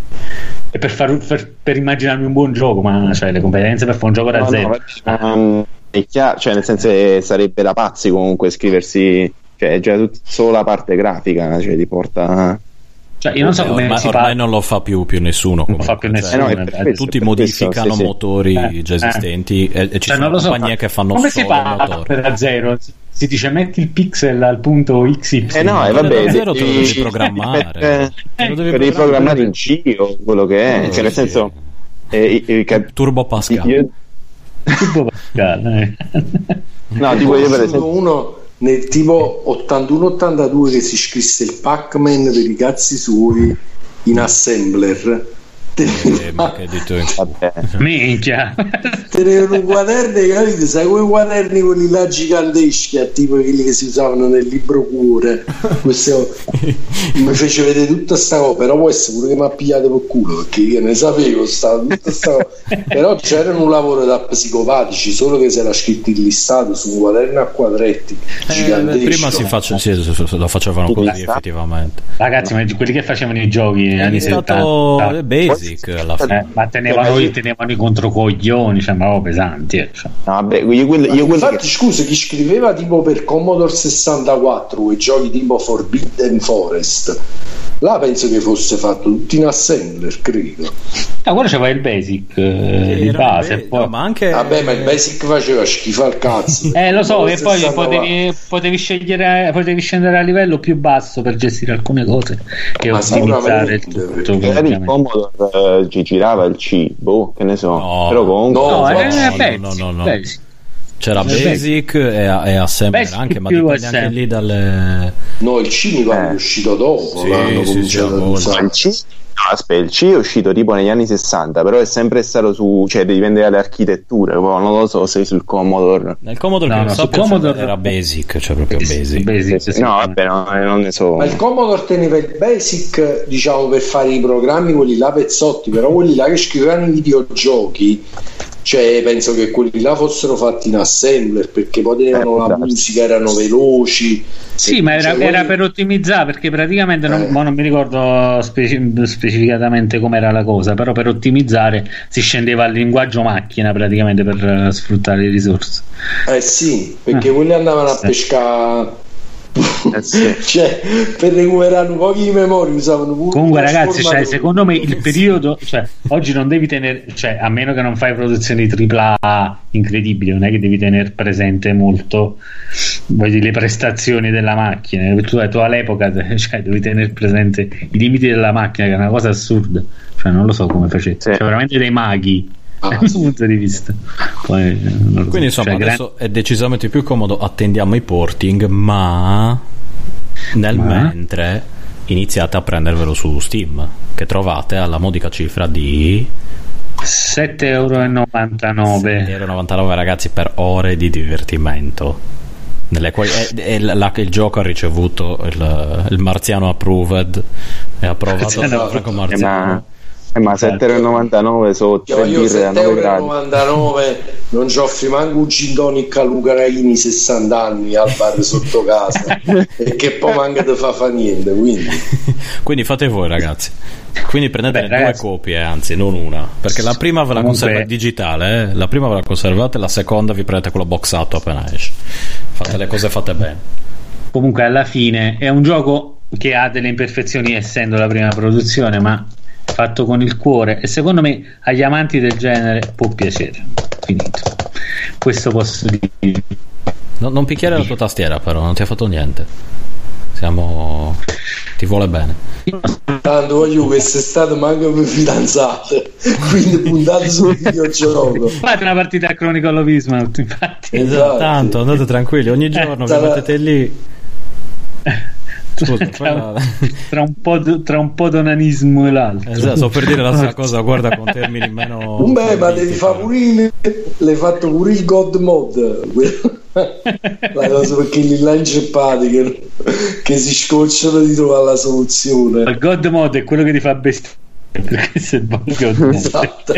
[SPEAKER 4] e per, far, per, per immaginarmi un buon gioco, ma cioè, le competenze per fare un gioco da
[SPEAKER 5] no,
[SPEAKER 4] zero.
[SPEAKER 5] No, um, è chiaro, cioè, nel senso che sarebbe da pazzi comunque scriversi, cioè, già tut, solo la parte grafica, cioè, ti porta...
[SPEAKER 4] Cioè, io non so come
[SPEAKER 1] ormai,
[SPEAKER 4] si
[SPEAKER 1] ormai
[SPEAKER 4] fa...
[SPEAKER 1] non lo fa più, più nessuno.
[SPEAKER 4] Non fa più nessuno.
[SPEAKER 1] Cioè, eh no, tutti modificano questo, sì, motori sì. già esistenti eh. e, e ci
[SPEAKER 4] cioè,
[SPEAKER 1] sono
[SPEAKER 4] so,
[SPEAKER 1] compagnie che fanno
[SPEAKER 4] come
[SPEAKER 1] solo
[SPEAKER 4] si fa
[SPEAKER 1] motori.
[SPEAKER 4] Da zero? Si dice metti il pixel al punto X Y.
[SPEAKER 5] Eh no, e vabbè,
[SPEAKER 1] da zero te lo devi programmare.
[SPEAKER 5] Per, te lo devi programmare, programmare in C o quello che è. Oh, cioè, nel sì. senso... Eh, eh, cap-
[SPEAKER 1] Turbo Pascal.
[SPEAKER 5] Io...
[SPEAKER 4] Turbo Pascal. Eh.
[SPEAKER 5] No, tipo io per esempio...
[SPEAKER 2] uno... nel tipo ottantuno ottantadue che si scrisse il Pac-Man per i cazzi suoi in assembler
[SPEAKER 1] eh, ma che dito in
[SPEAKER 4] minchia
[SPEAKER 2] tenevano un quaderno, capite? Sai quei quaderni quelli là giganteschi, tipo quelli che si usavano nel libro cuore. Questo mi fece vedere tutta sta cosa, però può essere pure che mi ha pigliato per culo perché io ne sapevo stava tutta sta cosa. Però c'erano un lavoro da psicopatici, solo che si era scritto il listato su un quaderno a quadretti eh, giganteschi.
[SPEAKER 1] Prima si faccia, sì, lo facevano così effettivamente,
[SPEAKER 4] ragazzi, ma quelli che facevano i giochi negli anni settanta
[SPEAKER 1] basic alla fine.
[SPEAKER 4] Eh, ma tenevano, tenevano i controcoglioni, cioè, ma pesanti eh, cioè.
[SPEAKER 5] No, vabbè, io quello, io quello
[SPEAKER 2] infatti
[SPEAKER 5] che...
[SPEAKER 2] scusa, chi scriveva tipo per Commodore sessantaquattro quei giochi tipo Forbidden Forest, là penso che fosse fatto tutto in assembler, credo.
[SPEAKER 4] Ah, quello c'aveva il basic eh, di base
[SPEAKER 1] be-
[SPEAKER 4] poi...
[SPEAKER 1] no, ma anche
[SPEAKER 2] vabbè, ma il basic faceva schifo al cazzo.
[SPEAKER 4] eh lo so, e poi potevi, potevi scegliere, potevi scendere a livello più basso per gestire alcune cose e
[SPEAKER 2] ma
[SPEAKER 4] ottimizzare il tutto.
[SPEAKER 5] Magari il Commodore uh, ci girava il C, boh, che ne so,
[SPEAKER 1] no,
[SPEAKER 5] però comunque
[SPEAKER 2] no,
[SPEAKER 4] no,
[SPEAKER 2] no,
[SPEAKER 4] era
[SPEAKER 1] no,
[SPEAKER 4] basic,
[SPEAKER 1] no, no, no.
[SPEAKER 4] basic.
[SPEAKER 1] C'era Basic e, e Assembler basic anche, ma dipende anche lì dalle...
[SPEAKER 2] No, il C mi pare eh. è uscito dopo,
[SPEAKER 1] sì,
[SPEAKER 2] l'hanno
[SPEAKER 1] sì,
[SPEAKER 2] cominciato
[SPEAKER 1] sì,
[SPEAKER 2] a usare.
[SPEAKER 5] Il C, no, aspetta, il C è uscito tipo negli anni sessanta, però è sempre stato su, cioè dipende dalle architetture, poi non lo so se sul Commodore.
[SPEAKER 1] Nel Commodore,
[SPEAKER 4] no,
[SPEAKER 1] che
[SPEAKER 4] no,
[SPEAKER 1] so
[SPEAKER 4] Commodore
[SPEAKER 1] era Basic, cioè proprio Basic.
[SPEAKER 4] basic sì,
[SPEAKER 5] no, vabbè, no, non ne so.
[SPEAKER 2] Ma il Commodore teneva il Basic, diciamo, per fare i programmi quelli là pezzotti, però quelli là che scrivevano i videogiochi
[SPEAKER 3] cioè penso che quelli là fossero fatti in assembler, perché poi tenevano
[SPEAKER 5] eh,
[SPEAKER 3] la musica, erano veloci.
[SPEAKER 4] Sì, ma era,
[SPEAKER 3] cioè,
[SPEAKER 4] era
[SPEAKER 3] quelli...
[SPEAKER 4] per ottimizzare, perché praticamente non,
[SPEAKER 3] eh.
[SPEAKER 4] non mi ricordo speci- specificatamente com'era la cosa, però per ottimizzare si scendeva al linguaggio macchina praticamente per uh, sfruttare le risorse.
[SPEAKER 3] Eh sì, perché
[SPEAKER 4] Ah.
[SPEAKER 3] quelli andavano a
[SPEAKER 4] Sì.
[SPEAKER 3] pescare.
[SPEAKER 5] Eh sì.
[SPEAKER 3] Cioè, per recuperare un po' di memoria usavano pure
[SPEAKER 4] Comunque
[SPEAKER 3] un
[SPEAKER 4] ragazzi, cioè,
[SPEAKER 3] trasformatore.
[SPEAKER 4] secondo me il periodo, cioè, oggi non devi tenere, cioè, a meno che non fai produzioni tripla A incredibili, non è che devi tenere presente molto, voglio dire, le prestazioni della macchina. Tu, tu all'epoca, cioè, devi tenere presente i limiti della macchina, che è una cosa assurda, cioè non lo so come facevi,
[SPEAKER 5] Sì.
[SPEAKER 4] cioè veramente dei maghi
[SPEAKER 3] Ah,
[SPEAKER 4] da questo punto di vista. Poi, non lo so.
[SPEAKER 1] Quindi insomma
[SPEAKER 4] Cioè,
[SPEAKER 1] adesso è decisamente più comodo, attendiamo i porting, ma nel
[SPEAKER 4] Ma?
[SPEAKER 1] mentre iniziate a prendervelo su Steam, che trovate alla modica cifra di
[SPEAKER 4] sette virgola novantanove euro.
[SPEAKER 1] sette virgola novantanove ragazzi, per ore di divertimento, nelle quali è, è la, il gioco ha ricevuto il, il Marziano Approved, è approvato
[SPEAKER 4] Marziano
[SPEAKER 1] da Franco
[SPEAKER 5] Eh,
[SPEAKER 1] Marziano.
[SPEAKER 5] ma, eh, ma sette virgola novantanove sono
[SPEAKER 3] io,
[SPEAKER 5] tre
[SPEAKER 3] io
[SPEAKER 5] birre a
[SPEAKER 3] sette
[SPEAKER 5] nove
[SPEAKER 3] virgola
[SPEAKER 5] gradi.
[SPEAKER 3] novantanove non ci offri manco un gin tonic a Luca Raini sessanta anni al bar sotto casa e che poi manca di fa fa niente, quindi
[SPEAKER 1] Quindi fate voi ragazzi, quindi prendete
[SPEAKER 4] Beh,
[SPEAKER 1] due
[SPEAKER 4] ragazzi.
[SPEAKER 1] copie, anzi non una, perché la prima ve la
[SPEAKER 4] Comunque-
[SPEAKER 1] conservate digitale, eh? La prima ve la conservate, la seconda vi prendete quello boxato appena esce. Fate le cose fatte bene.
[SPEAKER 4] Comunque alla fine è un gioco che ha delle imperfezioni essendo la prima produzione, ma fatto con il cuore, e secondo me agli amanti del genere può piacere. Finito, questo posso dire.
[SPEAKER 1] No- non picchiare la tua tastiera, però non ti ha fatto niente. Siamo, ti vuole bene.
[SPEAKER 3] tanto voglio quest'estate manco per fidanzate, quindi puntate sul videogioco.
[SPEAKER 4] Fate una partita a Chronicle of Ismaut, infatti.
[SPEAKER 3] Esatto.
[SPEAKER 1] Tanto andate tranquilli, ogni giorno vi
[SPEAKER 3] sarà-
[SPEAKER 1] mettete lì. Scusa,
[SPEAKER 4] tra,
[SPEAKER 1] quella-
[SPEAKER 4] tra un po' d- tra un po' d'onanismo e l'altro.
[SPEAKER 1] Esatto, sto per dire la stessa cosa, guarda, con termini meno.
[SPEAKER 3] Beh, ma devi fare pure il, l'hai fatto pure il God Mod, la cosa perché li là inceppati che, che si scocciano di trovare la soluzione.
[SPEAKER 4] Il God Mode è quello che ti fa bestia, perché se il God Mode.
[SPEAKER 3] Esatto.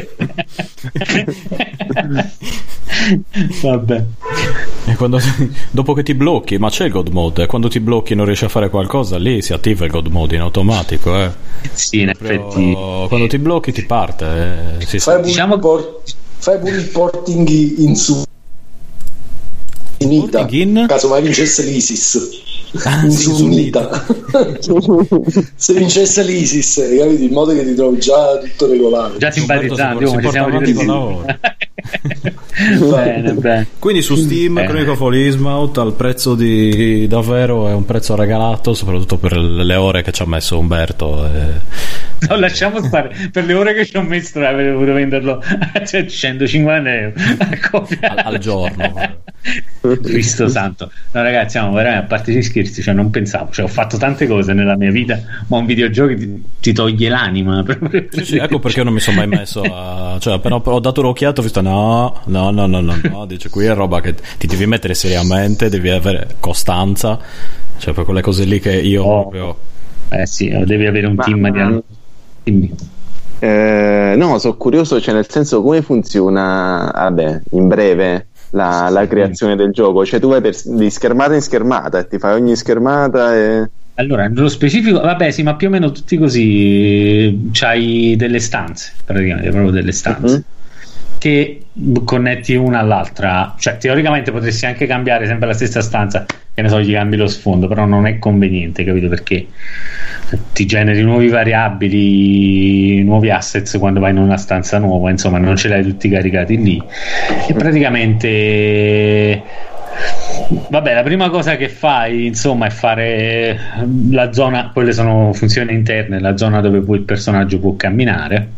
[SPEAKER 4] Vabbè.
[SPEAKER 1] E quando, dopo che ti blocchi, ma c'è il God Mode, e quando ti blocchi e non riesci a fare qualcosa, lì si attiva il God Mode in automatico. Eh.
[SPEAKER 4] Sì, in
[SPEAKER 1] Proprio
[SPEAKER 4] effetti.
[SPEAKER 1] quando ti blocchi ti parte. Eh. Si
[SPEAKER 3] Fai pure,
[SPEAKER 4] Diciamo-
[SPEAKER 3] il port- fai pure il porting in su Unita,
[SPEAKER 1] Porting in?
[SPEAKER 3] caso mai vincesse l'ISIS.
[SPEAKER 1] Ah,
[SPEAKER 3] in
[SPEAKER 1] sì,
[SPEAKER 3] su
[SPEAKER 1] su
[SPEAKER 3] Unita. Se vincesse l'ISIS, hai capito? In modo che ti trovi già tutto regolare.
[SPEAKER 4] Già simpatizzanti,
[SPEAKER 1] si
[SPEAKER 4] oh, ci
[SPEAKER 1] porta
[SPEAKER 4] siamo
[SPEAKER 1] avanti con
[SPEAKER 4] divertiti.
[SPEAKER 1] lavoro.
[SPEAKER 4] Bene, bene.
[SPEAKER 1] Quindi su Steam
[SPEAKER 4] Eh.
[SPEAKER 1] Chronicle of Ismaut al prezzo di davvero, è un prezzo regalato, soprattutto per le ore che ci ha messo Umberto. E...
[SPEAKER 4] No, lasciamo stare, per le ore che ci ho messo avrei dovuto venderlo a centocinquanta euro a copia.
[SPEAKER 1] al, al giorno.
[SPEAKER 4] Cristo santo. No ragazzi, no, veramente, a parte gli scherzi, cioè non pensavo, cioè ho fatto tante cose nella mia vita, ma un videogioco ti, ti toglie l'anima proprio.
[SPEAKER 1] Sì, sì, ecco perché non mi sono mai messo a... cioè appena ho dato un'occhiata ho visto no, no, no, no, no, no. Dice qui è roba che ti devi mettere seriamente, devi avere costanza, cioè per quelle cose lì che io
[SPEAKER 4] Oh.
[SPEAKER 1] proprio...
[SPEAKER 4] Eh sì, devi avere un
[SPEAKER 5] Ma-
[SPEAKER 4] team di... Dimmi.
[SPEAKER 5] Eh, no, sono curioso, cioè nel senso come funziona, vabbè, in breve la, la creazione del gioco, cioè tu vai per, di schermata in schermata e ti fai ogni schermata e...
[SPEAKER 4] Allora, nello specifico, vabbè, sì, ma più o meno tutti così. C'hai delle stanze, praticamente, proprio delle stanze.
[SPEAKER 5] Mhm.
[SPEAKER 4] Che connetti una all'altra, cioè teoricamente potresti anche cambiare sempre la stessa stanza, che ne so, gli cambi lo sfondo, però non è conveniente, capito? Perché ti generi nuovi variabili, nuovi assets quando vai in una stanza nuova, insomma non ce l'hai tutti caricati lì e praticamente vabbè, la prima cosa che fai insomma è fare la zona, quelle sono funzioni interne, la zona dove poi il personaggio può camminare,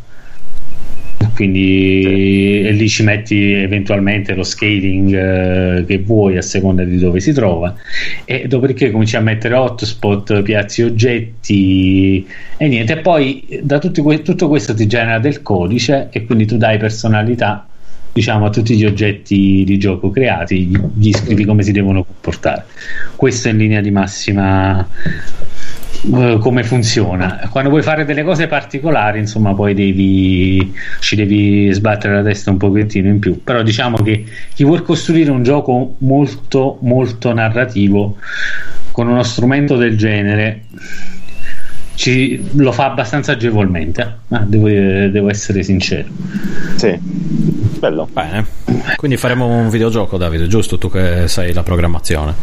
[SPEAKER 4] quindi e lì ci metti eventualmente lo scaling eh, che vuoi a seconda di dove si trova, e dopodiché cominci a mettere hotspot, piazzi oggetti e niente, e poi da tutti que- tutto questo ti genera del codice e quindi tu dai personalità, diciamo, a tutti gli oggetti di gioco creati, gli, gli scrivi come si devono comportare. Questo in linea di massima uh, come funziona. Quando vuoi fare delle cose particolari, insomma, poi devi ci devi sbattere la testa un pochettino in più. Però diciamo che chi vuol costruire un gioco molto molto narrativo con uno strumento del genere ci, lo fa abbastanza agevolmente, eh? devo, devo essere sincero.
[SPEAKER 5] Sì, bello.
[SPEAKER 1] Bene, quindi faremo un videogioco, Davide, giusto? Tu che sai la programmazione.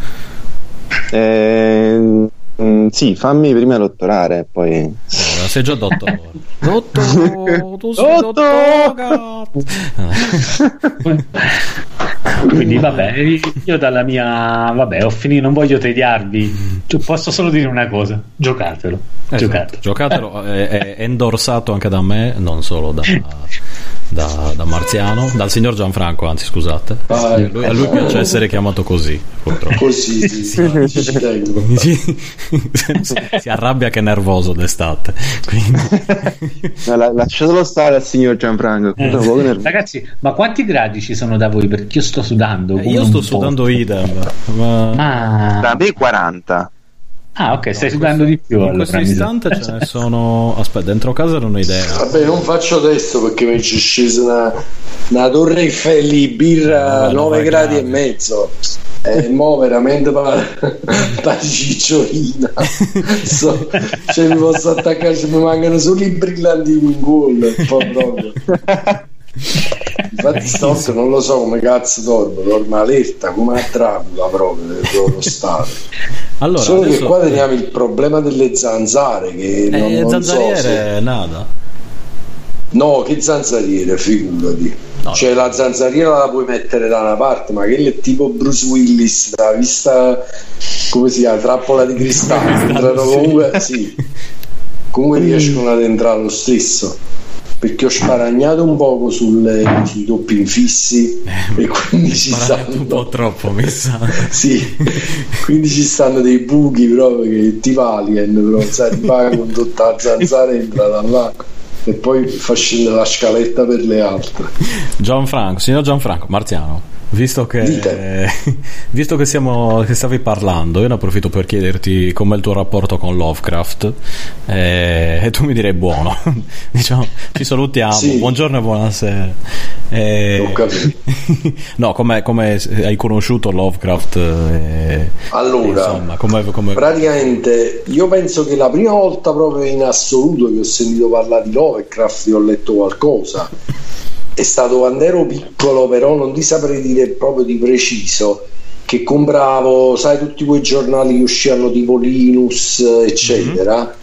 [SPEAKER 5] Eh, mm, sì, fammi prima dottorare, poi
[SPEAKER 1] eh, sei già dottore. Dottor, tu sei dottore.
[SPEAKER 4] Quindi vabbè, io dalla mia vabbè ho finito, non voglio tediarvi, posso solo dire una cosa: giocatelo,
[SPEAKER 1] esatto,
[SPEAKER 4] giocatelo,
[SPEAKER 1] giocatelo. È, è endorsato anche da me, non solo da, da, da Marziano, dal signor Gianfranco, anzi scusate, a lui, a lui piace essere chiamato così, purtroppo.
[SPEAKER 2] Così sì, sì, sì,
[SPEAKER 1] si, si arrabbia che è nervoso d'estate, quindi...
[SPEAKER 5] no, la, lasciatelo stare al signor Gianfranco.
[SPEAKER 4] eh, ragazzi, ma quanti gradi ci sono da voi? Perché io sto sudando,
[SPEAKER 1] eh, io sto sudando idem, ma...
[SPEAKER 4] ah.
[SPEAKER 5] Da me quaranta.
[SPEAKER 4] Ah, ok, stai
[SPEAKER 1] no,
[SPEAKER 4] sudando
[SPEAKER 1] questo,
[SPEAKER 4] di più.
[SPEAKER 1] In
[SPEAKER 4] allora,
[SPEAKER 1] questo istante ce ne sono. Aspetta, dentro casa non ho idea.
[SPEAKER 2] Vabbè, non faccio testo perché mi c'è scesa una, una Torre Eiffel di birra a nove gradi e mezzo. E mo veramente pare cicciolina. So, cioè mi posso attaccare, mi mancano solo i brillanti in gola. Un po' proprio. Infatti stanotte non lo so come cazzo dormo, dormo allerta come a Dracula proprio, devo stare.
[SPEAKER 1] Allora,
[SPEAKER 2] solo
[SPEAKER 1] adesso...
[SPEAKER 2] che qua teniamo il problema delle zanzare che
[SPEAKER 1] eh,
[SPEAKER 2] non, non
[SPEAKER 1] zanzariere
[SPEAKER 2] so se...
[SPEAKER 1] nada.
[SPEAKER 2] No, che zanzariere, figurati. No, cioè no. La zanzariera la puoi mettere da una parte, ma che è tipo Bruce Willis, da vista come si chiama, trappola di cristallo, entrano comunque, sì. Comunque riescono ad entrare lo stesso, perché ho sparagnato un poco sulle, sui doppi infissi eh, e quindi ci stanno
[SPEAKER 1] un po' troppo, mi sa.
[SPEAKER 2] Sì, quindi ci stanno dei buchi proprio che ti valien, però sai, ti paghi con tutta la zanzara, entra da là e poi fa scendere la scaletta per le altre.
[SPEAKER 1] Gianfranco, signor Gianfranco, Marziano, visto che eh, visto che siamo che stavi parlando, io ne approfitto per chiederti com'è il tuo rapporto con Lovecraft, eh, e tu mi direi buono. Diciamo, ci salutiamo, sì. Buongiorno e buonasera. Eh, no, come hai conosciuto Lovecraft? Eh,
[SPEAKER 2] allora,
[SPEAKER 1] insomma, com'è, com'è...
[SPEAKER 2] praticamente io penso che la prima volta proprio in assoluto che ho sentito parlare di Lovecraft e ho letto qualcosa è stato quando ero piccolo, però non ti saprei dire proprio di preciso, che compravo, sai, tutti quei giornali che uscivano tipo Linus eccetera, mm-hmm.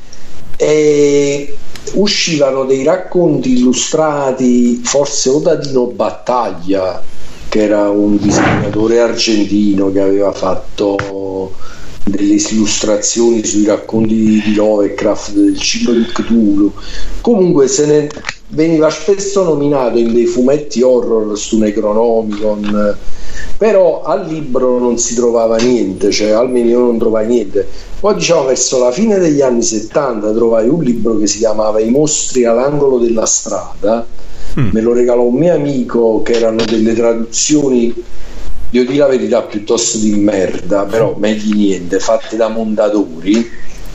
[SPEAKER 2] e uscivano dei racconti illustrati forse o da Dino Battaglia, che era un disegnatore argentino che aveva fatto delle illustrazioni sui racconti di Lovecraft, del ciclo di Cthulhu. Comunque se ne veniva spesso nominato in dei fumetti horror su Necronomicon, però al libro non si trovava niente, cioè almeno io non trovai niente. Poi diciamo verso la fine degli anni settanta trovai un libro che si chiamava I mostri all'angolo della strada, mm. me lo regalò un mio amico, che erano delle traduzioni, devo dire la verità, piuttosto di merda, però meglio niente, fatte da Mondadori,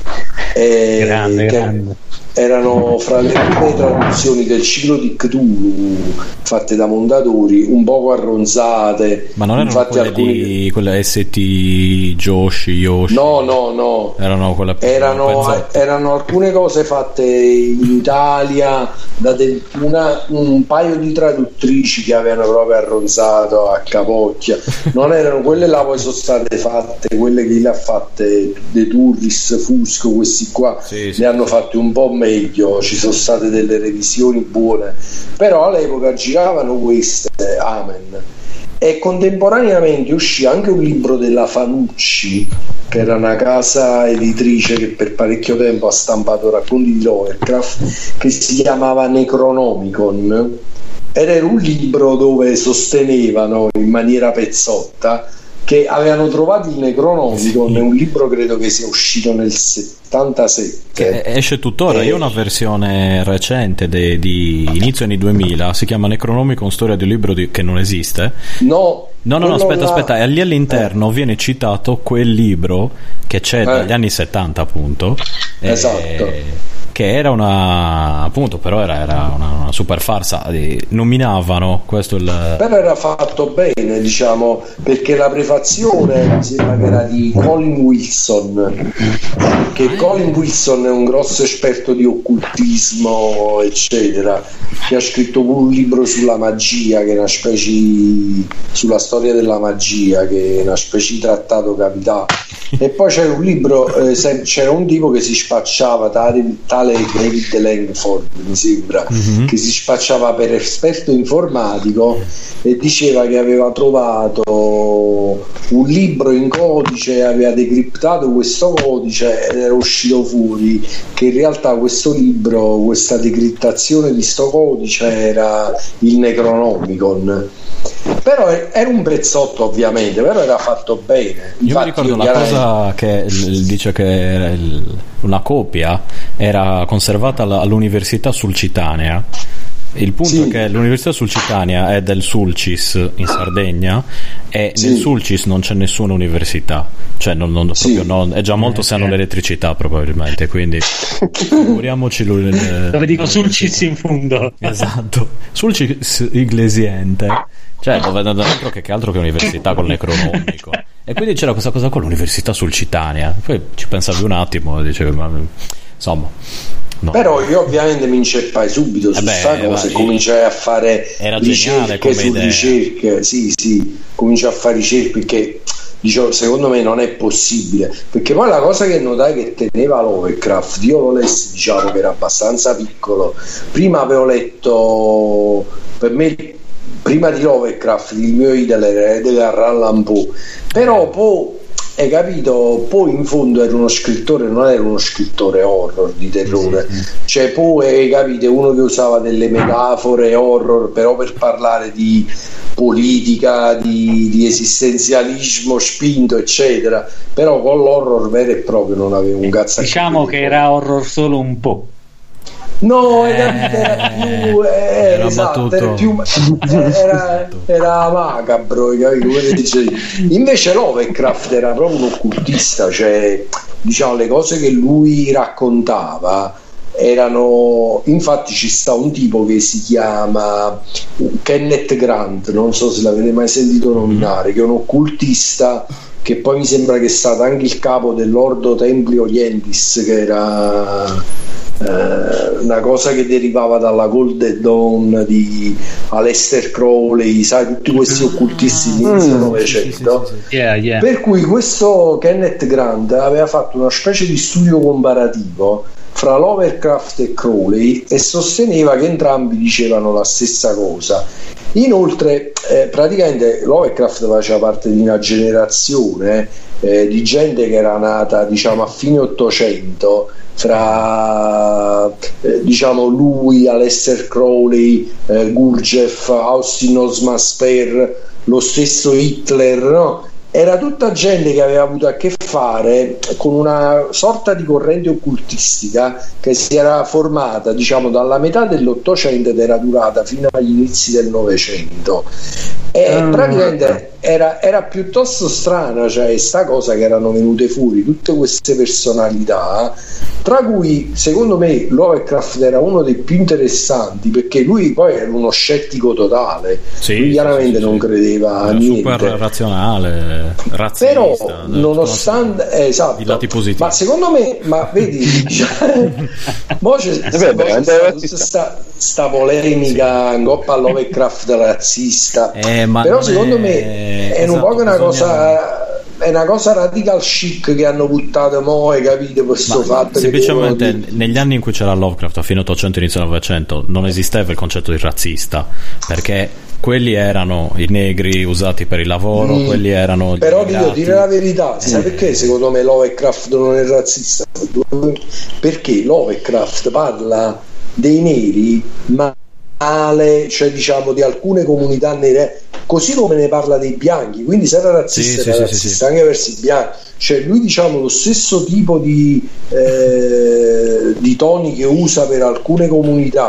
[SPEAKER 2] e
[SPEAKER 4] grande, grande.
[SPEAKER 2] Erano fra le prime traduzioni del ciclo di Cthulhu fatte da Mondadori, un poco arronzate.
[SPEAKER 1] Ma non erano
[SPEAKER 2] infatti
[SPEAKER 1] quelle
[SPEAKER 2] alcuni...
[SPEAKER 1] di quelle S T Joshi Yoshi?
[SPEAKER 2] No, no, no.
[SPEAKER 1] Erano, quelle
[SPEAKER 2] erano, erano alcune cose fatte in Italia da del, una, un paio di traduttrici che avevano proprio arronzato a capocchia. Non erano quelle là, poi sono state fatte quelle che le ha fatte De Turris, Fusco, questi qua, sì, sì, ne hanno fatte un po' meglio, ci sono state delle revisioni buone, però all'epoca giravano queste, amen. E contemporaneamente uscì anche un libro della Fanucci, che era una casa editrice che per parecchio tempo ha stampato racconti di Lovecraft, che si chiamava Necronomicon, ed era un libro dove sostenevano in maniera pezzotta che avevano trovato il Necronomicon, sì. È un libro credo che sia uscito nel settantasette,
[SPEAKER 1] che esce tuttora. E... io ho una versione recente de, di inizio anni duemila, si chiama Necronomicon, storia di un libro di, che non esiste.
[SPEAKER 2] No,
[SPEAKER 1] No, no, no, aspetta, là... aspetta, e lì all'interno eh. viene citato quel libro che c'è eh. dagli anni settanta, appunto.
[SPEAKER 2] Esatto.
[SPEAKER 1] E... che era una, appunto, però era, era una, una super farsa. Nominavano questo il...
[SPEAKER 2] però era fatto bene, diciamo, perché la prefazione mi sembra che era di Colin Wilson, che Colin Wilson è un grosso esperto di occultismo eccetera, che ha scritto un libro sulla magia, che è una specie, sulla storia della magia, che è una specie di trattato capitale. E poi c'era un libro, eh, c'era un tipo che si spacciava, tale, tale David Langford mi sembra, mm-hmm. che si spacciava per esperto informatico e diceva che aveva trovato un libro in codice, aveva decriptato questo codice ed era uscito fuori che in realtà questo libro, questa decriptazione di sto codice era il Necronomicon. Però era un pezzotto, ovviamente, però era fatto bene.
[SPEAKER 1] Io mi ricordo una cosa che dice che una copia era conservata all'Università Sulcitanea. Il punto sì. è che l'Università Sulcitanea è del Sulcis in Sardegna e sì. nel Sulcis non c'è nessuna università, cioè non, non, sì. proprio non, è già molto se hanno l'elettricità probabilmente, quindi figuriamoci lui,
[SPEAKER 4] dove dico Sulcis in fondo.
[SPEAKER 1] Esatto, Sulcis Iglesiente, cioè dove altro che, che altro che università col Necronomico. E quindi c'era questa cosa con l'Università Sulcitanea, poi ci pensavi un attimo e dicevi ma insomma. No.
[SPEAKER 2] Però io ovviamente mi inceppai subito su questa eh cosa e cominciai a fare ricerche su idea. ricerche, sì sì, cominciai a fare ricerche perché dicevo, secondo me non è possibile, perché poi la cosa che notai che teneva Lovecraft, io lo lessi, diciamo che era abbastanza piccolo, prima avevo letto, per me prima di Lovecraft il mio idolo era Edgar Allan Poe, però poi hai capito, poi in fondo era uno scrittore, non era uno scrittore horror di terrore, sì, sì. Cioè poi hai capito, uno che usava delle metafore horror però per parlare di politica, di, di esistenzialismo spinto eccetera, però con l'horror vero e proprio non aveva un cazzo.
[SPEAKER 4] Diciamo che era horror solo un po'.
[SPEAKER 2] No, era, era più eh, era, esatto, era, più, era, era macabro, invece Lovecraft era proprio un occultista, cioè diciamo le cose che lui raccontava erano, infatti ci sta un tipo che si chiama Kenneth Grant, non so se l'avete mai sentito nominare, che è un occultista che poi mi sembra che è stato anche il capo dell'Ordo Templi Orientis, che era Uh, una cosa che derivava dalla Golden Dawn di Aleister Crowley, sai, tutti questi occultisti di inizio Novecento. Sì, sì, sì. yeah, yeah. Per cui questo Kenneth Grant aveva fatto una specie di studio comparativo fra Lovecraft e Crowley e sosteneva che entrambi dicevano la stessa cosa. Inoltre eh, praticamente Lovecraft faceva parte di una generazione eh, di gente che era nata, diciamo, a fine Ottocento, fra eh, diciamo lui, Aleister Crowley, eh, Gurdjieff, Austin Osman Spare, lo stesso Hitler, no? Era tutta gente che aveva avuto a che fare con una sorta di corrente occultistica che si era formata, diciamo, dalla metà dell'Ottocento ed era durata fino agli inizi del Novecento. E um, praticamente era, era piuttosto strana, cioè sta cosa che erano venute fuori tutte queste personalità, tra cui secondo me Lovecraft era uno dei più interessanti, perché lui poi era uno scettico totale, sì, lui chiaramente sì, non sì. credeva a niente,
[SPEAKER 1] super razionale, razzista,
[SPEAKER 2] però nonostante eh, esatto,
[SPEAKER 1] i lati positivi.
[SPEAKER 2] Ma secondo me, ma vedi cioè, mo c'è, c'è, c'è sta, sta, sta polemica in coppa a Lovecraft razzista,
[SPEAKER 1] eh, ma
[SPEAKER 2] però secondo me è, è esatto, un po' una bisogna... cosa è una cosa radical chic che hanno buttato mo', hai capito, questo ma fatto
[SPEAKER 1] semplicemente
[SPEAKER 2] che
[SPEAKER 1] negli anni in cui c'era Lovecraft, a fine Ottocento inizio Novecento, non esisteva il concetto di razzista, perché quelli erano i negri usati per il lavoro, mm. quelli erano gli
[SPEAKER 2] però
[SPEAKER 1] immigrati.
[SPEAKER 2] Devo dire la verità, sai eh. perché secondo me Lovecraft non è razzista? Perché Lovecraft parla dei neri male, cioè diciamo di alcune comunità nere, così come ne parla dei bianchi, quindi se era razzista sì, era sì, razzista sì, sì. anche verso i bianchi, cioè lui diciamo lo stesso tipo di, eh, di toni che usa per alcune comunità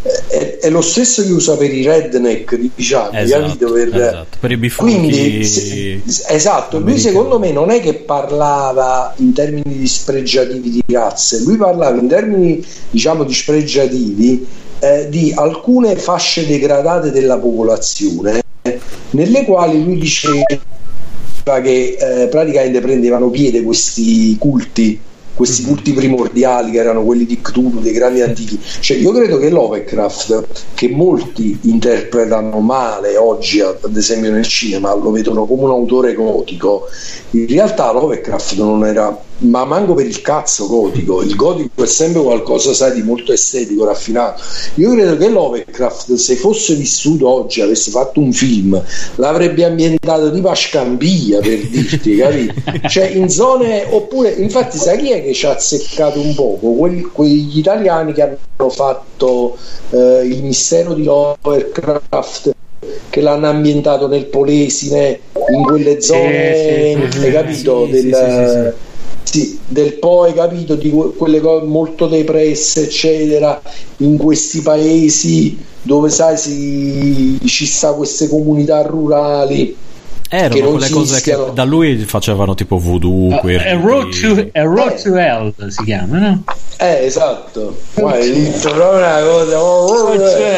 [SPEAKER 2] è, è lo stesso che usa per i redneck, diciamo,
[SPEAKER 1] esatto,
[SPEAKER 2] capito? Per,
[SPEAKER 1] esatto. Per i bifuchi.
[SPEAKER 2] Quindi, se, esatto, lui secondo me non è che parlava in termini dispregiativi di razze, lui parlava in termini, diciamo, dispregiativi eh, di alcune fasce degradate della popolazione, eh, nelle quali lui diceva che eh, praticamente prendevano piede questi culti, questi culti primordiali che erano quelli di Cthulhu, dei grandi antichi. Cioè, io credo che Lovecraft, che molti interpretano male oggi, ad esempio nel cinema, lo vedono come un autore gotico, in realtà Lovecraft non era, ma manco per il cazzo gotico. Il gotico è sempre qualcosa, sai, di molto estetico, raffinato. Io credo che Lovecraft, se fosse vissuto oggi, avesse fatto un film, l'avrebbe ambientato tipo a Scampia, per dirti, capito? Cioè in zone, oppure, infatti sai chi è che ci ha azzeccato un poco? Quelli, quegli italiani che hanno fatto eh, il mistero di Lovecraft, che l'hanno ambientato nel Polesine, in quelle zone,
[SPEAKER 4] sì, sì,
[SPEAKER 2] hai capito?
[SPEAKER 1] sì,
[SPEAKER 2] del,
[SPEAKER 1] sì, sì, sì.
[SPEAKER 2] Sì, del poi, capito, di quelle cose molto depresse, eccetera, in questi paesi dove, sai, si, ci sta queste comunità rurali.
[SPEAKER 1] Erano quelle cose mischiano. Che da lui facevano tipo voodoo.
[SPEAKER 4] Uh, a Road to, a road to Hell si chiama, no?
[SPEAKER 2] Eh, esatto. Ma hai detto proprio una cosa. Oh,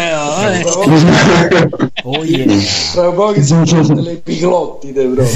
[SPEAKER 1] oh yeah.
[SPEAKER 2] Tra pochi sono delle piglottide, bro.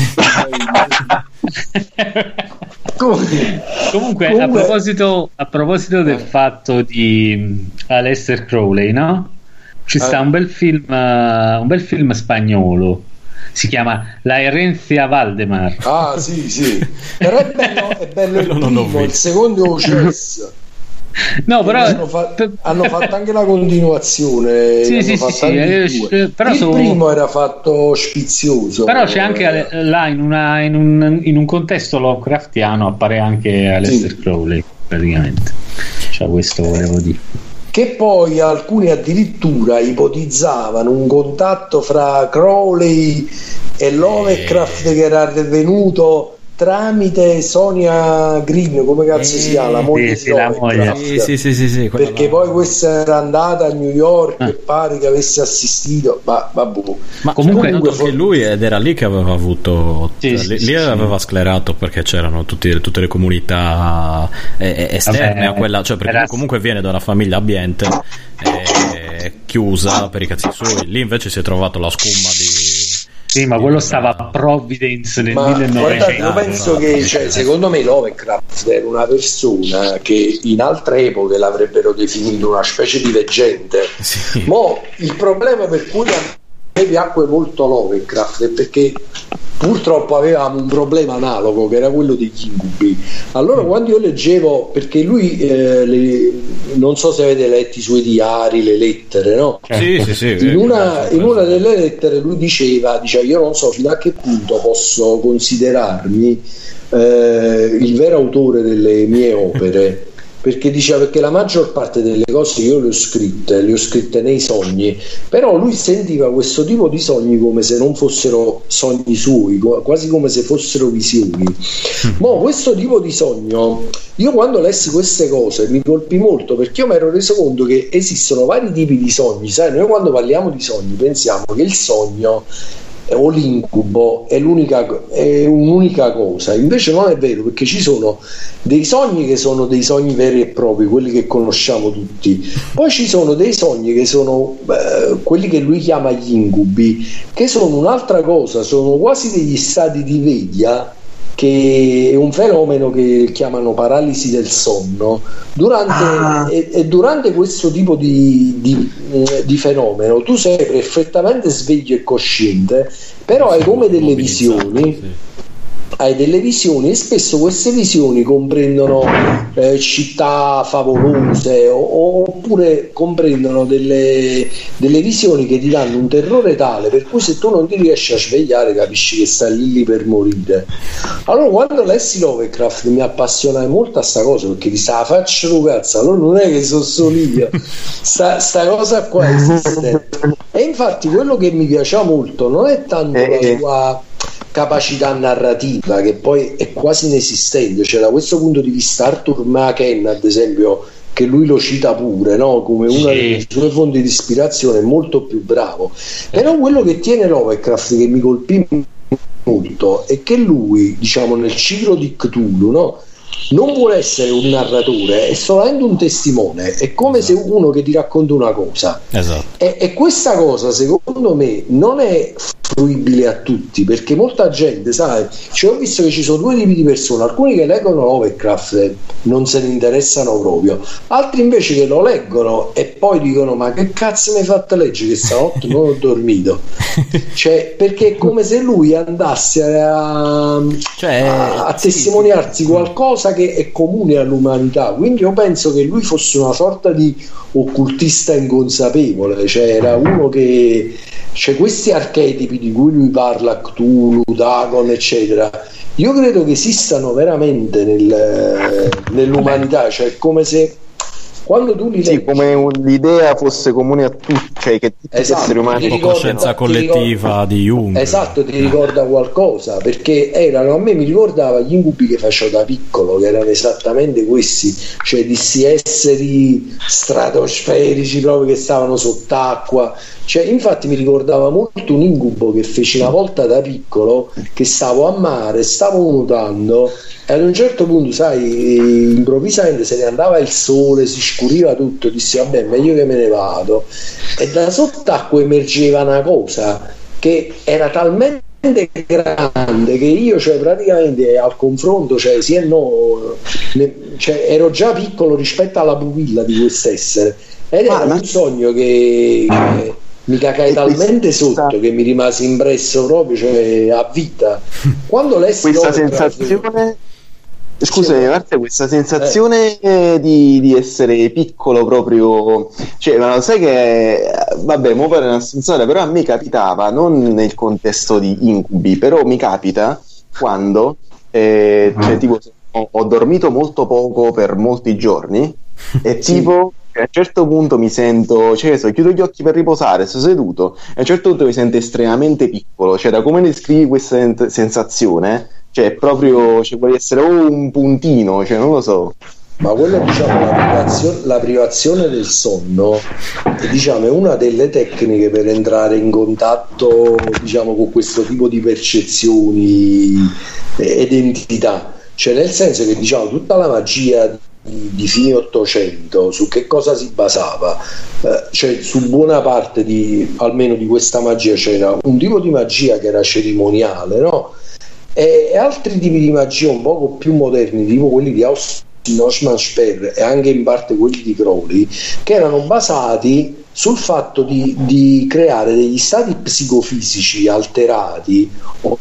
[SPEAKER 4] Comunque, Comunque a proposito, a proposito del fatto di Aleister Crowley, no? Ci sta eh. un bel film, uh, un bel film spagnolo. Si chiama La Herencia Valdemar.
[SPEAKER 2] Ah, sì, sì. Però è bello, è bello il primo, il secondo Chess.
[SPEAKER 4] No, però
[SPEAKER 2] hanno, fa- hanno fatto anche la continuazione.
[SPEAKER 4] Sì, sì, sì, sì, eh, però
[SPEAKER 2] il
[SPEAKER 4] sono...
[SPEAKER 2] primo era fatto spizioso.
[SPEAKER 4] Però c'è anche eh, là in, una, in, un, in un contesto Lovecraftiano appare anche Aleister sì. Crowley, praticamente. Cioè, questo volevo dire.
[SPEAKER 2] Che poi alcuni addirittura ipotizzavano un contatto fra Crowley e Lovecraft eh. che era avvenuto tramite Sonia Green, come cazzo eh. si chiama, la moglie
[SPEAKER 4] sì,
[SPEAKER 2] di
[SPEAKER 4] la moglie.
[SPEAKER 1] Sì, sì, sì, sì, sì,
[SPEAKER 2] perché
[SPEAKER 1] la...
[SPEAKER 2] poi questa era andata a New York ah. e pare che avesse assistito, ma vabbè.
[SPEAKER 1] Ma comunque, comunque for... lui ed era lì che aveva avuto
[SPEAKER 4] sì,
[SPEAKER 1] lì,
[SPEAKER 4] sì,
[SPEAKER 1] lì
[SPEAKER 4] sì,
[SPEAKER 1] aveva
[SPEAKER 4] sì.
[SPEAKER 1] sclerato perché c'erano tutti, tutte le comunità eh, esterne Vabbè, a quella, cioè perché era... comunque viene da una famiglia abbiente eh, chiusa per i cazzi suoi. Lì invece si è trovato la scumma di
[SPEAKER 4] sì, ma quello stava a Providence nel
[SPEAKER 2] ma
[SPEAKER 4] millenovecento.
[SPEAKER 2] Guarda, io penso che, cioè, secondo me Lovecraft era una persona che in altre epoche l'avrebbero definito una specie di veggente.
[SPEAKER 1] Sì.
[SPEAKER 2] Mo il problema per cui a me piacque molto Lovecraft è perché purtroppo avevamo un problema analogo che era quello degli incubi. Allora quando io leggevo, perché lui eh, le, non so se avete letto i suoi diari, le lettere, no?
[SPEAKER 1] Sì, sì, sì,
[SPEAKER 2] in, una, in una delle lettere lui diceva, diceva io non so fino a che punto posso considerarmi eh, il vero autore delle mie opere, perché diceva perché la maggior parte delle cose io le ho scritte le ho scritte nei sogni, però lui sentiva questo tipo di sogni come se non fossero sogni suoi, quasi come se fossero visioni. Ma questo tipo di sogno, io quando lessi queste cose mi colpì molto, perché io mi ero reso conto che esistono vari tipi di sogni, sai, noi quando parliamo di sogni pensiamo che il sogno o l'incubo è l'unica, è un'unica cosa, invece non è vero, perché ci sono dei sogni che sono dei sogni veri e propri, quelli che conosciamo tutti, poi ci sono dei sogni che sono eh, quelli che lui chiama gli incubi, che sono un'altra cosa, sono quasi degli stati di veglia, che è un fenomeno che chiamano paralisi del sonno. Durante, ah. e, e durante questo tipo di, di, di fenomeno tu sei perfettamente sveglio e cosciente, però hai come delle visioni, hai delle visioni, e spesso queste visioni comprendono eh, città favolose o, oppure comprendono delle, delle visioni che ti danno un terrore tale per cui se tu non ti riesci a svegliare capisci che stai lì, lì per morire. Allora quando lessi Lovecraft mi appassionai molto a sta cosa, perché ti stava faccia un cazzo, allora non è che sono solo io, sta, sta cosa qua esiste. E infatti quello che mi piaceva molto non è tanto la sua capacità narrativa, che poi è quasi inesistente, cioè da questo punto di vista Arthur Machen ad esempio, che lui lo cita pure, no? Come una sì. delle sue fonti di ispirazione, molto più bravo. Però quello che tiene Lovecraft, che mi colpì molto, è che lui, diciamo, nel ciclo di Cthulhu, no? Non vuole essere un narratore, è solamente un testimone, è come esatto. se uno che ti racconta una cosa.
[SPEAKER 1] Esatto.
[SPEAKER 2] E, e questa cosa, secondo me, non è fruibile a tutti, perché molta gente, sai, cioè, ho visto che ci sono due tipi di persone, alcuni che leggono Lovecraft e non se ne interessano proprio, altri invece che lo leggono e poi dicono: ma che cazzo mi hai fatto leggere, che stanotte non ho dormito. Cioè, perché è come se lui andasse a,
[SPEAKER 1] cioè,
[SPEAKER 2] a, a testimoniarsi sì. qualcosa che è comune all'umanità. Quindi io penso che lui fosse una sorta di occultista inconsapevole, cioè era uno che, cioè, questi archetipi di cui lui parla, Cthulhu, Dagon eccetera, io credo che esistano veramente nel, nell'umanità, cioè è come se quando tu li
[SPEAKER 5] sì, leggi, come un, l'idea fosse comune a tutti, cioè che tutti
[SPEAKER 2] esatto,
[SPEAKER 5] gli esseri umani,
[SPEAKER 1] la coscienza collettiva ricorda, di Jung,
[SPEAKER 2] esatto, ti ricorda qualcosa, perché erano, a me mi ricordava gli incubi che facevo da piccolo, che erano esattamente questi, cioè di questi esseri stratosferici proprio che stavano sott'acqua, cioè infatti mi ricordava molto un incubo che feci una volta da piccolo, che stavo a mare, stavo nuotando e ad un certo punto, sai, improvvisamente se ne andava il sole, si scuriva tutto, dissi vabbè, meglio che me ne vado, e da sott'acqua emergeva una cosa che era talmente grande che io, cioè, praticamente al confronto, cioè sì e no, ne, cioè, ero già piccolo rispetto alla pupilla di quest'essere, ed era ah, un ma... sogno che, che mi cacai talmente sotto che mi rimase impresso proprio, cioè, a vita. Quando lessi
[SPEAKER 5] questa sensazione, scusa, a parte questa sensazione eh. di, di essere piccolo proprio, cioè, ma lo sai che, vabbè, mo per una stronzata, però a me capitava, non nel contesto di incubi, però mi capita quando eh, cioè, tipo, ho, ho dormito molto poco per molti giorni e sì. tipo a un certo punto mi sento, cioè, so, chiudo gli occhi per riposare, sto seduto e a un certo punto mi sento estremamente piccolo, cioè da come descrivi questa sensazione, cioè proprio, cioè, vuoi essere oh, un puntino, cioè non lo so.
[SPEAKER 2] Ma quello, diciamo, la privazione, la privazione del sonno, diciamo, è una delle tecniche per entrare in contatto, diciamo, con questo tipo di percezioni ed entità, cioè nel senso che, diciamo, tutta la magia di, di fine Ottocento su che cosa si basava? Eh, cioè su buona parte di, almeno di questa magia, c'era un tipo di magia che era cerimoniale, no? E, e altri tipi di magia un poco più moderni, tipo quelli di Austin Osman Sperr e anche in parte quelli di Crowley, che erano basati sul fatto di, di creare degli stati psicofisici alterati o,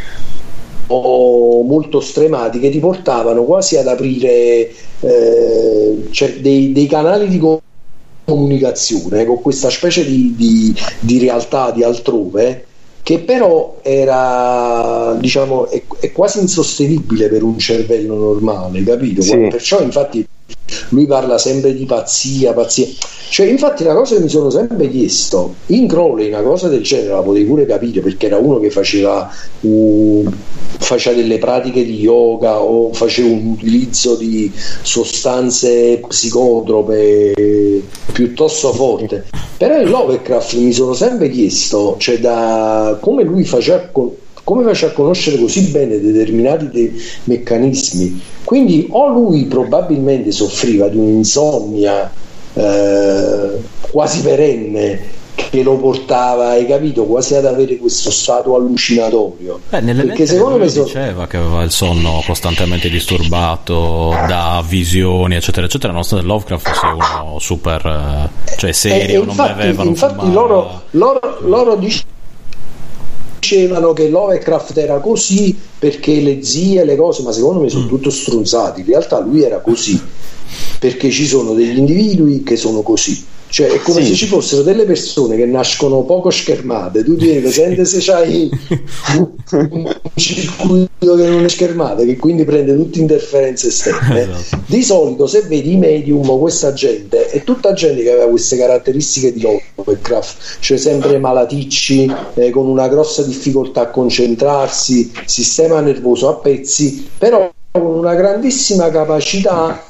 [SPEAKER 2] o molto stremati che ti portavano quasi ad aprire eh, cioè dei, dei canali di comunicazione con questa specie di, di, di realtà di altrove, che però era, diciamo, è, è quasi insostenibile per un cervello normale, capito? Sì. Perciò infatti lui parla sempre di pazzia, pazzia. Cioè, infatti la cosa che mi sono sempre chiesto, in Crowley una cosa del genere la potevi pure capire, perché era uno che faceva uh, faceva delle pratiche di yoga o faceva un utilizzo di sostanze psicotrope piuttosto forte. Però in Lovecraft mi sono sempre chiesto, cioè, da come lui faceva con come faceva a conoscere così bene determinati dei meccanismi. Quindi o lui probabilmente soffriva di un'insonnia eh, quasi perenne che lo portava, hai capito, quasi ad avere questo stato allucinatorio.
[SPEAKER 1] Beh, nelle
[SPEAKER 2] perché secondo me so...
[SPEAKER 1] diceva che aveva il sonno costantemente disturbato da visioni eccetera eccetera, nonostante Lovecraft sia uno super, cioè serio,
[SPEAKER 2] e, e
[SPEAKER 1] non
[SPEAKER 2] infatti,
[SPEAKER 1] beveva, non
[SPEAKER 2] infatti
[SPEAKER 1] fumava.
[SPEAKER 2] loro, loro, loro dicevano dicevano che Lovecraft era così perché le zie, le cose, ma secondo me sono mm. tutto stronzati. In realtà lui era così perché ci sono degli individui che sono così, cioè è come sì. se ci fossero delle persone che nascono poco schermate, tu tieni presente se c'hai un circuito che non è schermato, che quindi prende tutte interferenze esterne. Esatto. Di solito se vedi i medium, questa gente è tutta gente che aveva queste caratteristiche di Lovecraft, cioè sempre malaticci, eh, con una grossa difficoltà a concentrarsi, sistema nervoso a pezzi, però con una grandissima capacità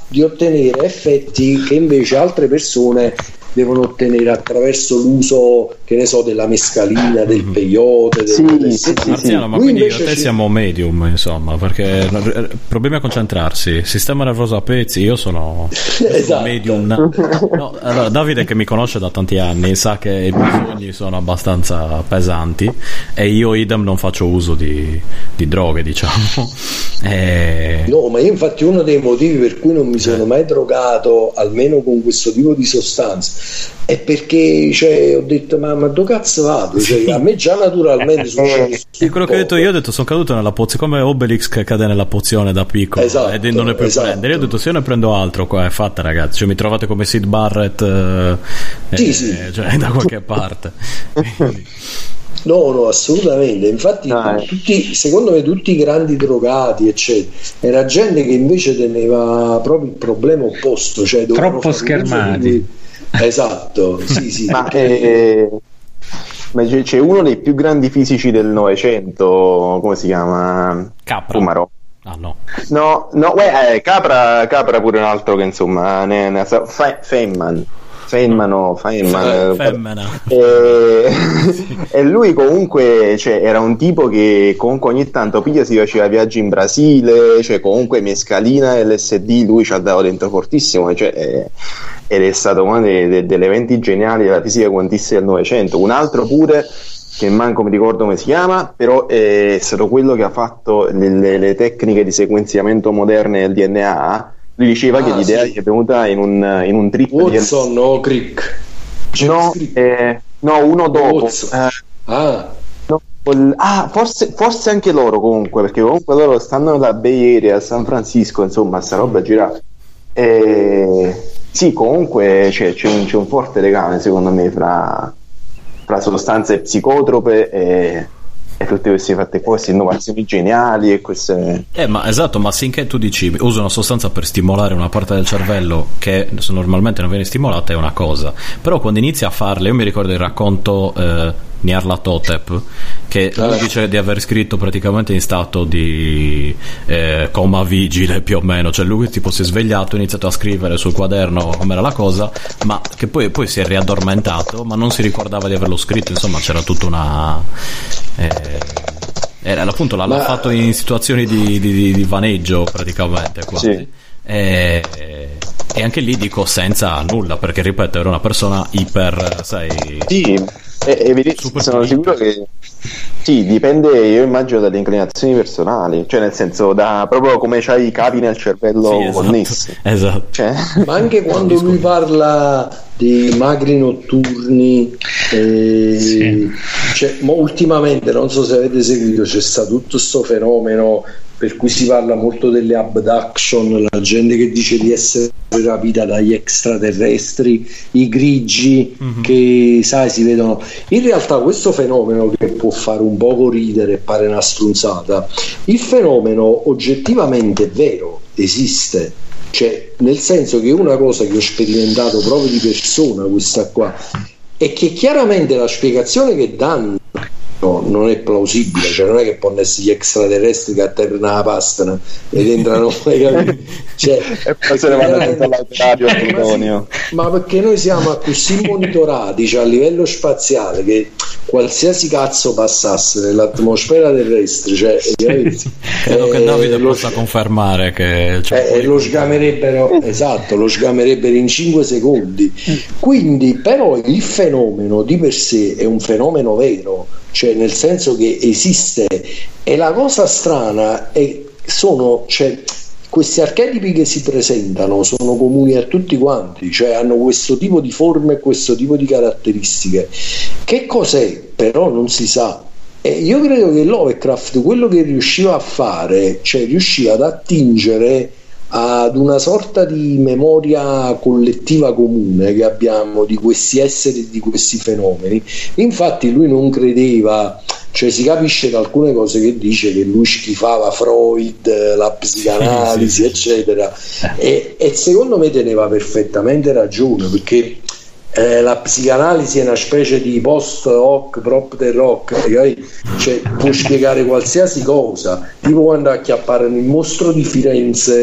[SPEAKER 2] di ottenere effetti che invece altre persone devono ottenere attraverso l'uso, che ne so, della mescalina, del peyote, del
[SPEAKER 5] sì,
[SPEAKER 2] del
[SPEAKER 5] sì, sì,
[SPEAKER 1] Marziano, ma
[SPEAKER 2] Lui
[SPEAKER 1] quindi io e
[SPEAKER 2] invece
[SPEAKER 1] te
[SPEAKER 2] ci-
[SPEAKER 1] siamo medium, insomma, perché eh, problemi a concentrarsi, sistema nervoso a pezzi, io sono
[SPEAKER 2] Esatto.
[SPEAKER 1] medium. No, allora, Davide, che mi conosce da tanti anni, sa che i miei sogni sono abbastanza pesanti e io idem non faccio uso di, di droghe, diciamo. E...
[SPEAKER 2] No, ma io infatti uno dei motivi per cui non mi sono mai drogato, almeno con questo tipo di sostanze, è perché cioè, ho detto ma, ma dove cazzo vado? Cioè, a me già naturalmente succede
[SPEAKER 1] È quello che ho detto io, ho detto sono caduto nella pozione come Obelix che cade nella pozione da piccolo,
[SPEAKER 2] Esatto,
[SPEAKER 1] e non ne puoi
[SPEAKER 2] esatto.
[SPEAKER 1] prendere. Io ho detto se io ne prendo altro qua è fatta, ragazzi, cioè mi trovate come Sid Barrett eh,
[SPEAKER 2] Sì,
[SPEAKER 1] eh,
[SPEAKER 2] sì.
[SPEAKER 1] cioè da qualche parte. Quindi,
[SPEAKER 2] No, no, assolutamente. Infatti,
[SPEAKER 5] No, eh.
[SPEAKER 2] tutti, secondo me, tutti i grandi drogati, eccetera, era gente che invece teneva proprio il problema opposto, cioè dovevano
[SPEAKER 4] Troppo
[SPEAKER 2] fare uso
[SPEAKER 4] schermati.
[SPEAKER 2] di- Esatto, sì, sì.
[SPEAKER 5] Ma,
[SPEAKER 2] perché-
[SPEAKER 5] eh, ma c'è, c'è uno dei più grandi fisici del Novecento, come si chiama?
[SPEAKER 1] Capra.
[SPEAKER 5] Umarò.
[SPEAKER 1] Ah no.
[SPEAKER 5] No, no, uè, eh, Capra, Capra pure un altro che insomma ne, ne sa- Fe- Feynman. Feynman o Feynman,
[SPEAKER 1] Fe- Femmina.
[SPEAKER 5] e, e lui comunque cioè, era un tipo che comunque ogni tanto piglia si faceva viaggi in Brasile, cioè comunque mescalina e L S D lui ci ha dato dentro fortissimo, cioè, eh, ed è stato uno dei, dei, degli eventi geniali della fisica quantistica del Novecento. Un altro pure che manco mi ricordo come si chiama, però è stato quello che ha fatto le, le, le tecniche di sequenziamento moderne del D N A. Lui diceva
[SPEAKER 2] Ah,
[SPEAKER 5] che l'idea
[SPEAKER 2] sì.
[SPEAKER 5] gli è venuta in un, in un trip
[SPEAKER 2] Watson o Crick?
[SPEAKER 5] di... no, eh, no, uno dopo
[SPEAKER 2] Watson.
[SPEAKER 5] eh,
[SPEAKER 2] Ah,
[SPEAKER 5] no, quel- ah, forse, forse anche loro comunque, perché comunque loro stanno nella Bay Area, a San Francisco, insomma, sta roba girata. Eh, sì, comunque c'è, c'è, un, c'è un forte legame, secondo me, fra, fra sostanze psicotrope e, e tutte queste fatte qua, queste innovazioni geniali e queste...
[SPEAKER 1] Eh, ma esatto, ma finché tu dici uso una sostanza per stimolare una parte del cervello che normalmente non viene stimolata è una cosa, però quando inizi a farle, io mi ricordo il racconto eh, Nyarlathotep, che lui dice di aver scritto praticamente in stato di eh, coma vigile più o meno, cioè lui tipo si è svegliato, ha iniziato a scrivere sul quaderno com'era la cosa, ma che poi, poi si è riaddormentato, ma non si ricordava di averlo scritto, insomma c'era tutta una... Eh, era appunto l'ha, l'ha
[SPEAKER 2] Ma-
[SPEAKER 1] fatto in situazioni di, di, di- di vaneggio praticamente quasi.
[SPEAKER 5] Sì.
[SPEAKER 1] E, e anche lì dico senza nulla, perché ripeto era una persona iper, sai,
[SPEAKER 5] Sì, è, è veri-
[SPEAKER 1] Super
[SPEAKER 5] sono
[SPEAKER 1] pulito.
[SPEAKER 5] sicuro che sì, dipende, io immagino dalle inclinazioni personali, cioè nel senso da proprio come c'hai i cavi nel cervello
[SPEAKER 1] sì, esatto,
[SPEAKER 5] connessi.
[SPEAKER 1] esatto.
[SPEAKER 5] Cioè,
[SPEAKER 2] ma anche quando lui parla di magri notturni, eh,
[SPEAKER 4] Sì.
[SPEAKER 2] cioè, mo ultimamente non so se avete seguito, c'è stato tutto questo fenomeno per cui si parla molto delle abduction, la gente che dice di essere rapita dagli extraterrestri, i grigi che sai si vedono. In realtà questo fenomeno, che può fare un poco ridere e pare una strunzata, il fenomeno oggettivamente è vero, esiste, cioè nel senso che è una cosa che ho sperimentato proprio di persona, questa qua, e che chiaramente la spiegazione che danno no, non è plausibile, cioè non è che possono essere gli extraterrestri che atterrano la pasta ed entrano cioè,
[SPEAKER 5] e poi se ne vanno dentro all'alterario a Plutonio.
[SPEAKER 2] ma perché noi siamo così monitorati, cioè a livello spaziale, che qualsiasi cazzo passasse nell'atmosfera terrestre, cioè,
[SPEAKER 1] Credo
[SPEAKER 2] eh,
[SPEAKER 1] che Davide
[SPEAKER 2] lo,
[SPEAKER 1] possa confermare che c'è
[SPEAKER 2] eh,
[SPEAKER 1] un po' di-
[SPEAKER 2] lo sgamerebbero, esatto, lo sgamerebbero in cinque secondi. Quindi, però, il fenomeno di per sé è un fenomeno vero, cioè nel senso che esiste, e la cosa strana è sono, cioè, questi archetipi che si presentano sono comuni a tutti quanti, cioè hanno questo tipo di forme e questo tipo di caratteristiche. Che cos'è? Però non si sa. E io credo che Lovecraft quello che riusciva a fare, cioè riusciva ad attingere ad una sorta di memoria collettiva comune che abbiamo di questi esseri, di questi fenomeni. Infatti lui non credeva, cioè si capisce da alcune cose che dice che lui schifava Freud, la psicanalisi,
[SPEAKER 1] sì, sì, sì.
[SPEAKER 2] eccetera, e, e secondo me teneva perfettamente ragione, perché eh, la psicanalisi è una specie di post hoc propter hoc, cioè può spiegare qualsiasi cosa, tipo quando acchiapparono il mostro di Firenze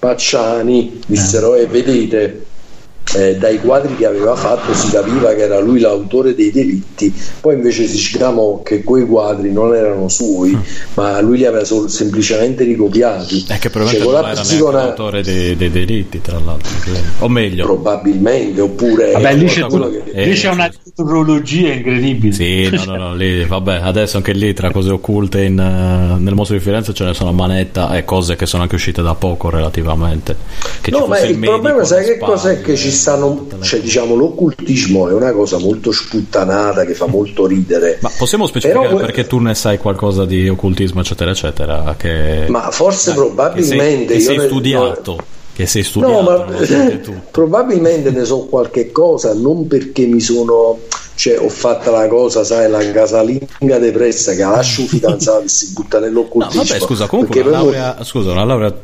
[SPEAKER 2] Pacciani, dissero e eh, vedete Eh, dai quadri che aveva fatto si capiva che era lui l'autore dei delitti, poi invece si sclamò che quei quadri non erano suoi, mm. ma lui li aveva sol- semplicemente ricopiati.
[SPEAKER 1] È che probabilmente cioè, non era psicona... neanche l'autore dei, dei delitti, tra l'altro, o meglio
[SPEAKER 2] probabilmente, oppure
[SPEAKER 4] vabbè, lì c'è, tu, che... lì c'è una tetralogia incredibile.
[SPEAKER 1] Sì, no, no, no, lì vabbè, adesso anche lì tra cose occulte in, uh, nel mostro di Firenze ce ne sono a manetta e cose che sono anche uscite da poco relativamente. Che
[SPEAKER 2] no, ma il, il problema sai che cos'è che ci stanno, cioè diciamo l'occultismo è una cosa molto sputtanata che fa molto ridere.
[SPEAKER 1] Ma possiamo specificare
[SPEAKER 2] però,
[SPEAKER 1] perché tu ne sai qualcosa di occultismo eccetera eccetera che...
[SPEAKER 2] ma forse dai, probabilmente
[SPEAKER 1] che sei, che sei
[SPEAKER 2] io
[SPEAKER 1] studiato
[SPEAKER 2] ne...
[SPEAKER 1] che sei studiato
[SPEAKER 2] no, ma probabilmente ne so qualche cosa, non perché mi sono, cioè ho fatto la cosa, sai, la casalinga depressa che lascio un fidanzato e si butta nell'occultismo.
[SPEAKER 1] No, vabbè, scusa, comunque una laurea, poi... scusa, una laurea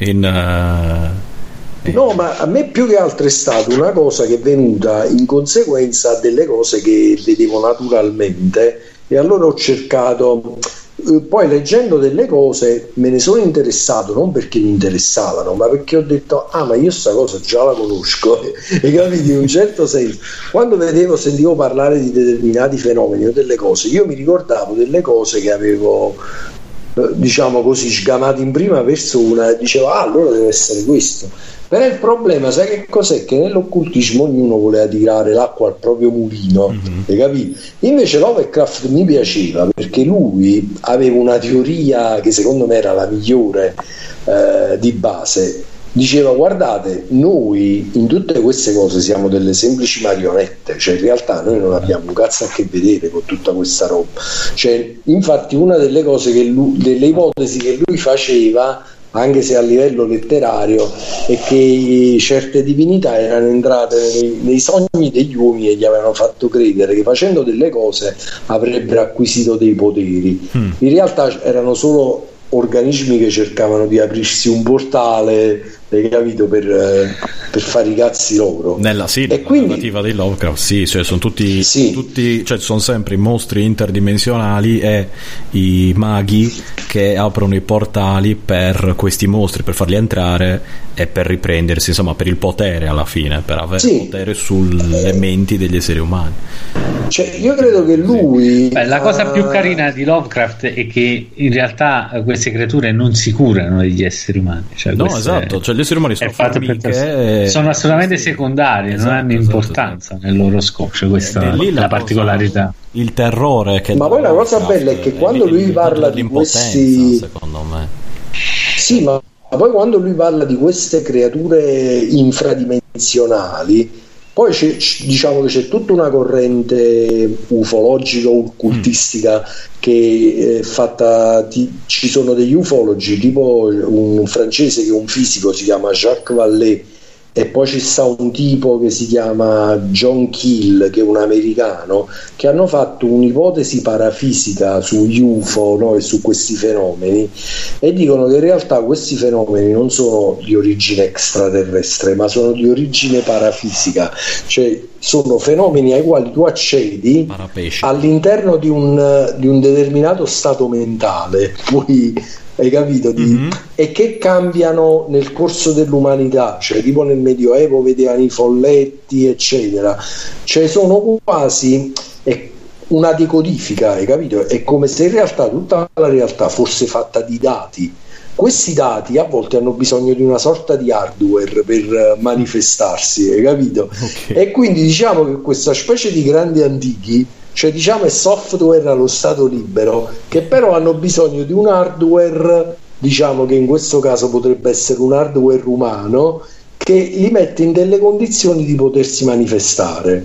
[SPEAKER 1] in uh...
[SPEAKER 2] No, ma a me più che altro è stata una cosa che è venuta in conseguenza delle cose che vedevo naturalmente, e allora ho cercato, poi leggendo delle cose me ne sono interessato, non perché mi interessavano, ma perché ho detto ah, ma io sta cosa già la conosco, e capito, in un certo senso quando vedevo, sentivo parlare di determinati fenomeni o delle cose, io mi ricordavo delle cose che avevo, diciamo così, sgamato in prima persona e dicevo ah, allora deve essere questo. Però il problema, sai che cos'è? Che nell'occultismo ognuno voleva tirare l'acqua al proprio mulino, mm-hmm. hai capito? Invece Lovecraft mi piaceva perché lui aveva una teoria che secondo me era la migliore eh, di base. Diceva guardate, noi in tutte queste cose siamo delle semplici marionette, cioè in realtà noi non abbiamo un cazzo a che vedere con tutta questa roba. Cioè, infatti una delle cose che lui, delle ipotesi che lui faceva, anche se a livello letterario, è che certe divinità erano entrate nei, nei sogni degli uomini e gli avevano fatto credere che facendo delle cose avrebbero acquisito dei poteri. Mm. In realtà erano solo organismi che cercavano di aprirsi un portale, hai capito, per, per fare i cazzi loro.
[SPEAKER 1] Nella sì,
[SPEAKER 2] e quindi,
[SPEAKER 1] narrativa di Lovecraft, sì, cioè sono tutti,
[SPEAKER 2] sì.
[SPEAKER 1] tutti, cioè sono sempre i mostri interdimensionali e i maghi che aprono i portali per questi mostri, per farli entrare e per riprendersi, insomma, per il potere alla fine, per avere sì. potere sulle menti degli esseri umani.
[SPEAKER 2] Cioè, io credo che lui.
[SPEAKER 4] Beh, la cosa più carina di Lovecraft è che in realtà queste creature non si curano degli esseri umani. Cioè,
[SPEAKER 1] no, esatto, è, cioè gli esseri umani sono
[SPEAKER 4] formiche, sono assolutamente secondarie, esatto, non hanno esatto, importanza esatto. nel loro scopo, cioè questa è lì la, la particolarità.
[SPEAKER 1] Il terrore che
[SPEAKER 2] ma poi la cosa bella è che quando lui il, parla di questi,
[SPEAKER 1] secondo me,
[SPEAKER 2] sì, ma poi quando lui parla di queste creature infradimensionali, poi c'è, diciamo che c'è tutta una corrente ufologica occultistica mm. che è fatta, ti, ci sono degli ufologi tipo un francese che è un fisico, si chiama Jacques Vallée, e poi ci sta un tipo che si chiama John Keel, che è un americano, che hanno fatto un'ipotesi parafisica sugli U F O, no, e su questi fenomeni, e dicono che in realtà questi fenomeni non sono di origine extraterrestre, ma sono di origine parafisica, cioè sono fenomeni ai quali tu accedi
[SPEAKER 1] Parapesce.
[SPEAKER 2] all'interno di un, di un determinato stato mentale, poi hai capito? Di, mm-hmm. e che cambiano nel corso dell'umanità, cioè tipo nel Medioevo vedevano i folletti eccetera, cioè sono quasi è una decodifica, hai capito? È come se in realtà tutta la realtà fosse fatta di dati. Questi dati a volte hanno bisogno di una sorta di hardware per manifestarsi, hai capito? Okay. E quindi diciamo che questa specie di grandi antichi, cioè diciamo è software allo stato libero, che però hanno bisogno di un hardware, diciamo che in questo caso potrebbe essere un hardware umano, che li mette in delle condizioni di potersi manifestare,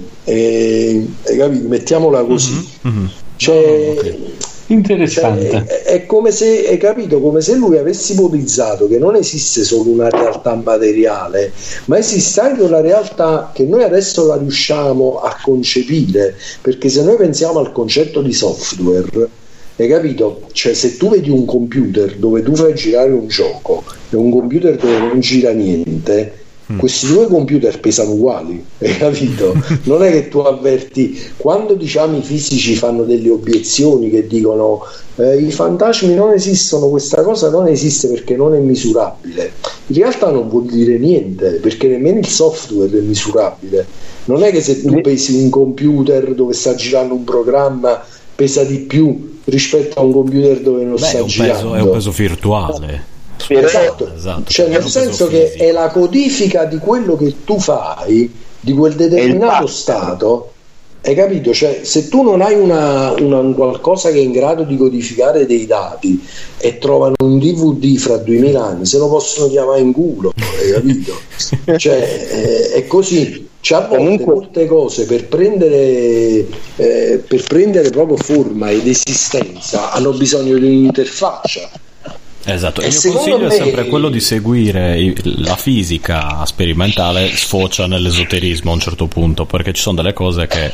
[SPEAKER 2] e, hai capito? Mettiamola così. Mm-hmm. Cioè,
[SPEAKER 4] okay. Interessante.
[SPEAKER 2] Cioè, è, è come se, hai capito, come se lui avesse ipotizzato che non esiste solo una realtà materiale, ma esiste anche una realtà che noi adesso la riusciamo a concepire, perché se noi pensiamo al concetto di software, hai capito? Cioè, se tu vedi un computer dove tu fai girare un gioco e un computer dove non gira niente, Mm. Questi due computer pesano uguali, hai capito? Non è che tu avverti quando, diciamo, i fisici fanno delle obiezioni che dicono eh, i fantasmi non esistono, questa cosa non esiste perché non è misurabile. In realtà non vuol dire niente, perché nemmeno il software è misurabile. Non è che se tu pesi un computer dove sta girando un programma pesa di più rispetto a un computer dove non Beh, sta
[SPEAKER 1] è un
[SPEAKER 2] girando.
[SPEAKER 1] Peso, è un peso virtuale.
[SPEAKER 2] Esatto, esatto, cioè nel senso che è la codifica di quello che tu fai, di quel determinato stato, hai capito? Cioè, se tu non hai una, una un qualcosa che è in grado di codificare dei dati e trovano un D V D fra duemila anni, se lo possono chiamare in culo, hai capito? Cioè, è, è così. C'è a volte molte cose per prendere eh, per prendere proprio forma ed esistenza hanno bisogno di un'interfaccia.
[SPEAKER 1] Esatto, e il mio consiglio me... è sempre quello di seguire la fisica sperimentale, sfocia nell'esoterismo a un certo punto, perché ci sono delle cose che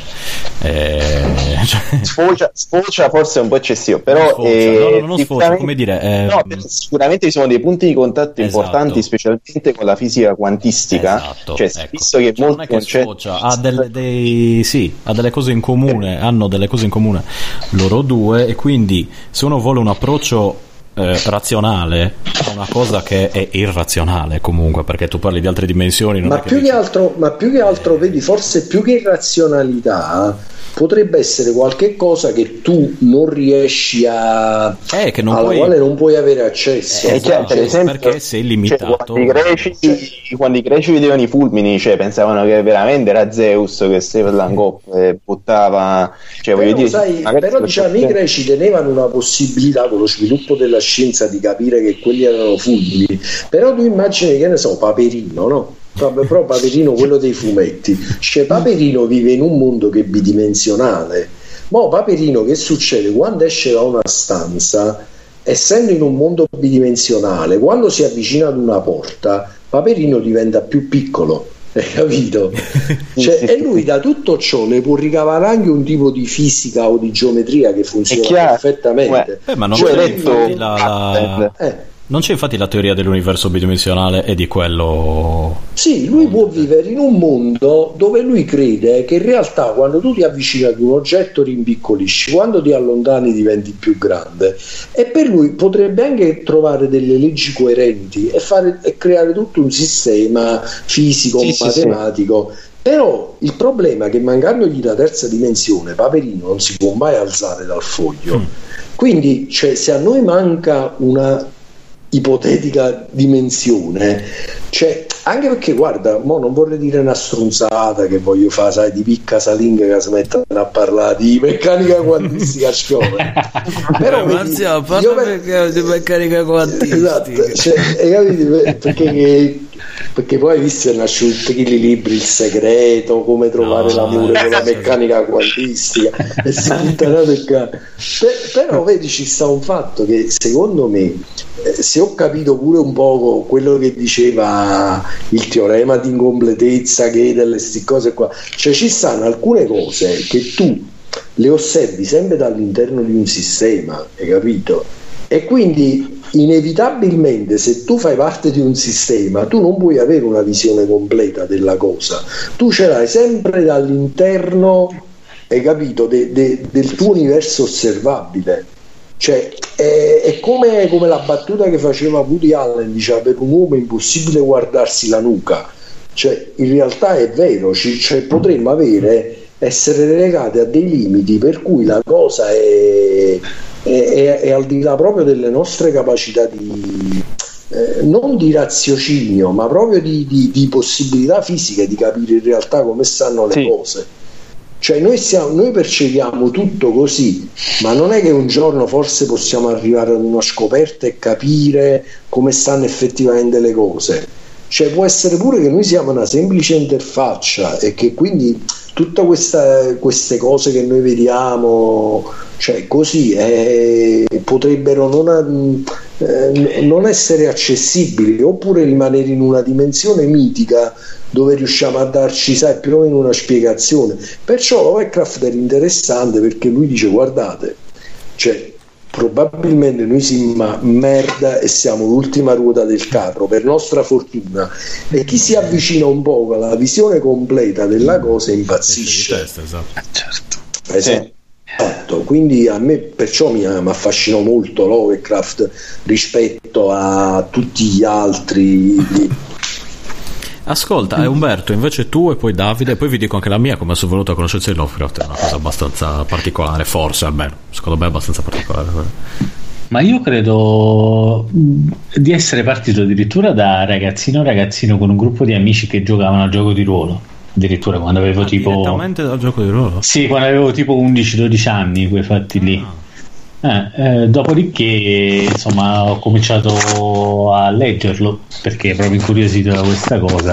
[SPEAKER 1] eh...
[SPEAKER 5] sfocia, sfocia forse è un po' eccessivo, però
[SPEAKER 1] sfocia.
[SPEAKER 5] Eh,
[SPEAKER 1] no, no, non sfocia, come dire eh...
[SPEAKER 5] no, sicuramente ci sono dei punti di contatto esatto. importanti, specialmente con la fisica quantistica,
[SPEAKER 1] esatto,
[SPEAKER 5] cioè,
[SPEAKER 1] ecco.
[SPEAKER 5] visto che
[SPEAKER 1] cioè,
[SPEAKER 5] molti
[SPEAKER 1] non è che sfocia, ha delle, dei, sì, ha delle cose in comune, eh. hanno delle cose in comune loro due, e quindi se uno vuole un approccio Eh, razionale a una cosa che è irrazionale comunque, perché tu parli di altre dimensioni, non
[SPEAKER 2] ma,
[SPEAKER 1] è che
[SPEAKER 2] più
[SPEAKER 1] dici...
[SPEAKER 2] che altro, ma più che altro vedi, forse più che irrazionalità potrebbe essere qualche cosa che tu non riesci a
[SPEAKER 1] eh, che non
[SPEAKER 2] alla
[SPEAKER 1] puoi...
[SPEAKER 2] quale non puoi avere accesso
[SPEAKER 5] eh, cioè, per esempio,
[SPEAKER 1] perché sei limitato.
[SPEAKER 5] Cioè, quando, i greci, cioè... quando i greci vedevano i fulmini, cioè, pensavano che veramente era Zeus che se per l'angop e buttava, cioè,
[SPEAKER 2] però,
[SPEAKER 5] voglio dire,
[SPEAKER 2] sai, però diciamo, i greci tenevano una possibilità con lo sviluppo della scienza di capire che quelli erano fulmini. Però tu immagini, che ne so, Paperino, no? Proprio, però Paperino, quello dei fumetti, cioè Paperino vive in un mondo che è bidimensionale. Ma Paperino, che succede? Quando esce da una stanza, essendo in un mondo bidimensionale, quando si avvicina ad una porta, Paperino diventa più piccolo, hai capito? Cioè, e lui da tutto ciò ne può ricavare anche un tipo di fisica o di geometria che funziona perfettamente.
[SPEAKER 1] Eh, ma non
[SPEAKER 2] cioè,
[SPEAKER 1] c'è infatti la, la... Eh. Non c'è infatti la teoria dell'universo bidimensionale e di quello...
[SPEAKER 2] Sì, lui può vivere in un mondo dove lui crede che in realtà quando tu ti avvicini ad un oggetto rimpiccolisci, quando ti allontani diventi più grande, e per lui potrebbe anche trovare delle leggi coerenti e, fare, e creare tutto un sistema fisico, sì, matematico. Sì, sì. Però il problema è che mancandogli la terza dimensione, Paperino non si può mai alzare dal foglio. Mm. Quindi, cioè, se a noi manca una ipotetica dimensione, cioè, anche perché guarda, mo non vorrei dire una stronzata che voglio fare, sai, di picca salinga che smettono a parlare di meccanica quantistica a scuola. Però
[SPEAKER 1] ma vedi, io per... di meccanica quantistica,
[SPEAKER 2] esatto, cioè, hai capito? Perché che... perché poi hai visto nascono tutti i libri, Il segreto, come trovare no, l'amore con la meccanica quantistica e si buttano per... però vedi, ci sta un fatto che secondo me, eh, se ho capito pure un poco quello che diceva il teorema di incompletezza, che delle sti cose qua, cioè ci stanno alcune cose che tu le osservi sempre dall'interno di un sistema, hai capito? E quindi inevitabilmente, se tu fai parte di un sistema, tu non puoi avere una visione completa della cosa, tu ce l'hai sempre dall'interno, hai capito, de, de, del tuo universo osservabile. Cioè è, è come, come la battuta che faceva Woody Allen, diceva: per un uomo è impossibile guardarsi la nuca. Cioè in realtà è vero, cioè, potremmo avere essere relegati a dei limiti per cui la cosa è È, è al di là proprio delle nostre capacità di eh, non di raziocinio, ma proprio di, di, di possibilità fisiche di capire in realtà come stanno le sì. cose. Cioè noi, siamo, noi percepiamo tutto così, ma non è che un giorno forse possiamo arrivare ad una scoperta e capire come stanno effettivamente le cose. Cioè può essere pure che noi siamo una semplice interfaccia e che quindi tutte questa, queste cose che noi vediamo, cioè così, eh, potrebbero non, eh, non essere accessibili, oppure rimanere in una dimensione mitica dove riusciamo a darci, sai, più o meno una spiegazione. Perciò Lovecraft era interessante, perché lui dice: guardate, cioè probabilmente noi siamo merda e siamo l'ultima ruota del carro, per nostra fortuna, e chi si avvicina un po' alla visione completa della cosa impazzisce.
[SPEAKER 1] Testa, esatto.
[SPEAKER 4] Certo.
[SPEAKER 2] Esatto. Esatto. Quindi a me perciò mi, mi affascinò molto Lovecraft rispetto a tutti gli altri.
[SPEAKER 1] Ascolta, Umberto, invece tu e poi Davide, e poi vi dico anche la mia, come sono venuto a conoscenza di Lovecraft, è una cosa abbastanza particolare, forse, almeno, secondo me è abbastanza particolare.
[SPEAKER 4] Ma io credo di essere partito addirittura da ragazzino ragazzino con un gruppo di amici che giocavano a gioco di ruolo, addirittura quando avevo ah, tipo...
[SPEAKER 1] Direttamente dal gioco di ruolo?
[SPEAKER 4] Sì, quando avevo tipo undici dodici anni, quei fatti lì. Ah. Eh, eh, dopodiché insomma ho cominciato a leggerlo perché proprio incuriosito da questa cosa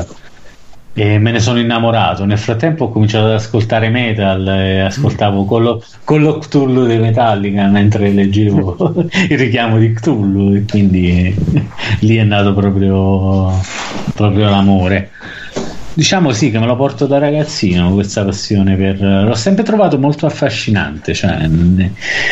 [SPEAKER 4] e me ne sono innamorato. Nel frattempo ho cominciato ad ascoltare metal e ascoltavo mm. con, lo, con lo Cthulhu dei Metallica mentre leggevo il richiamo di Cthulhu, e quindi lì è nato proprio, proprio l'amore. Diciamo sì, che me lo porto da ragazzino questa passione per... l'ho sempre trovato molto affascinante, cioè ne,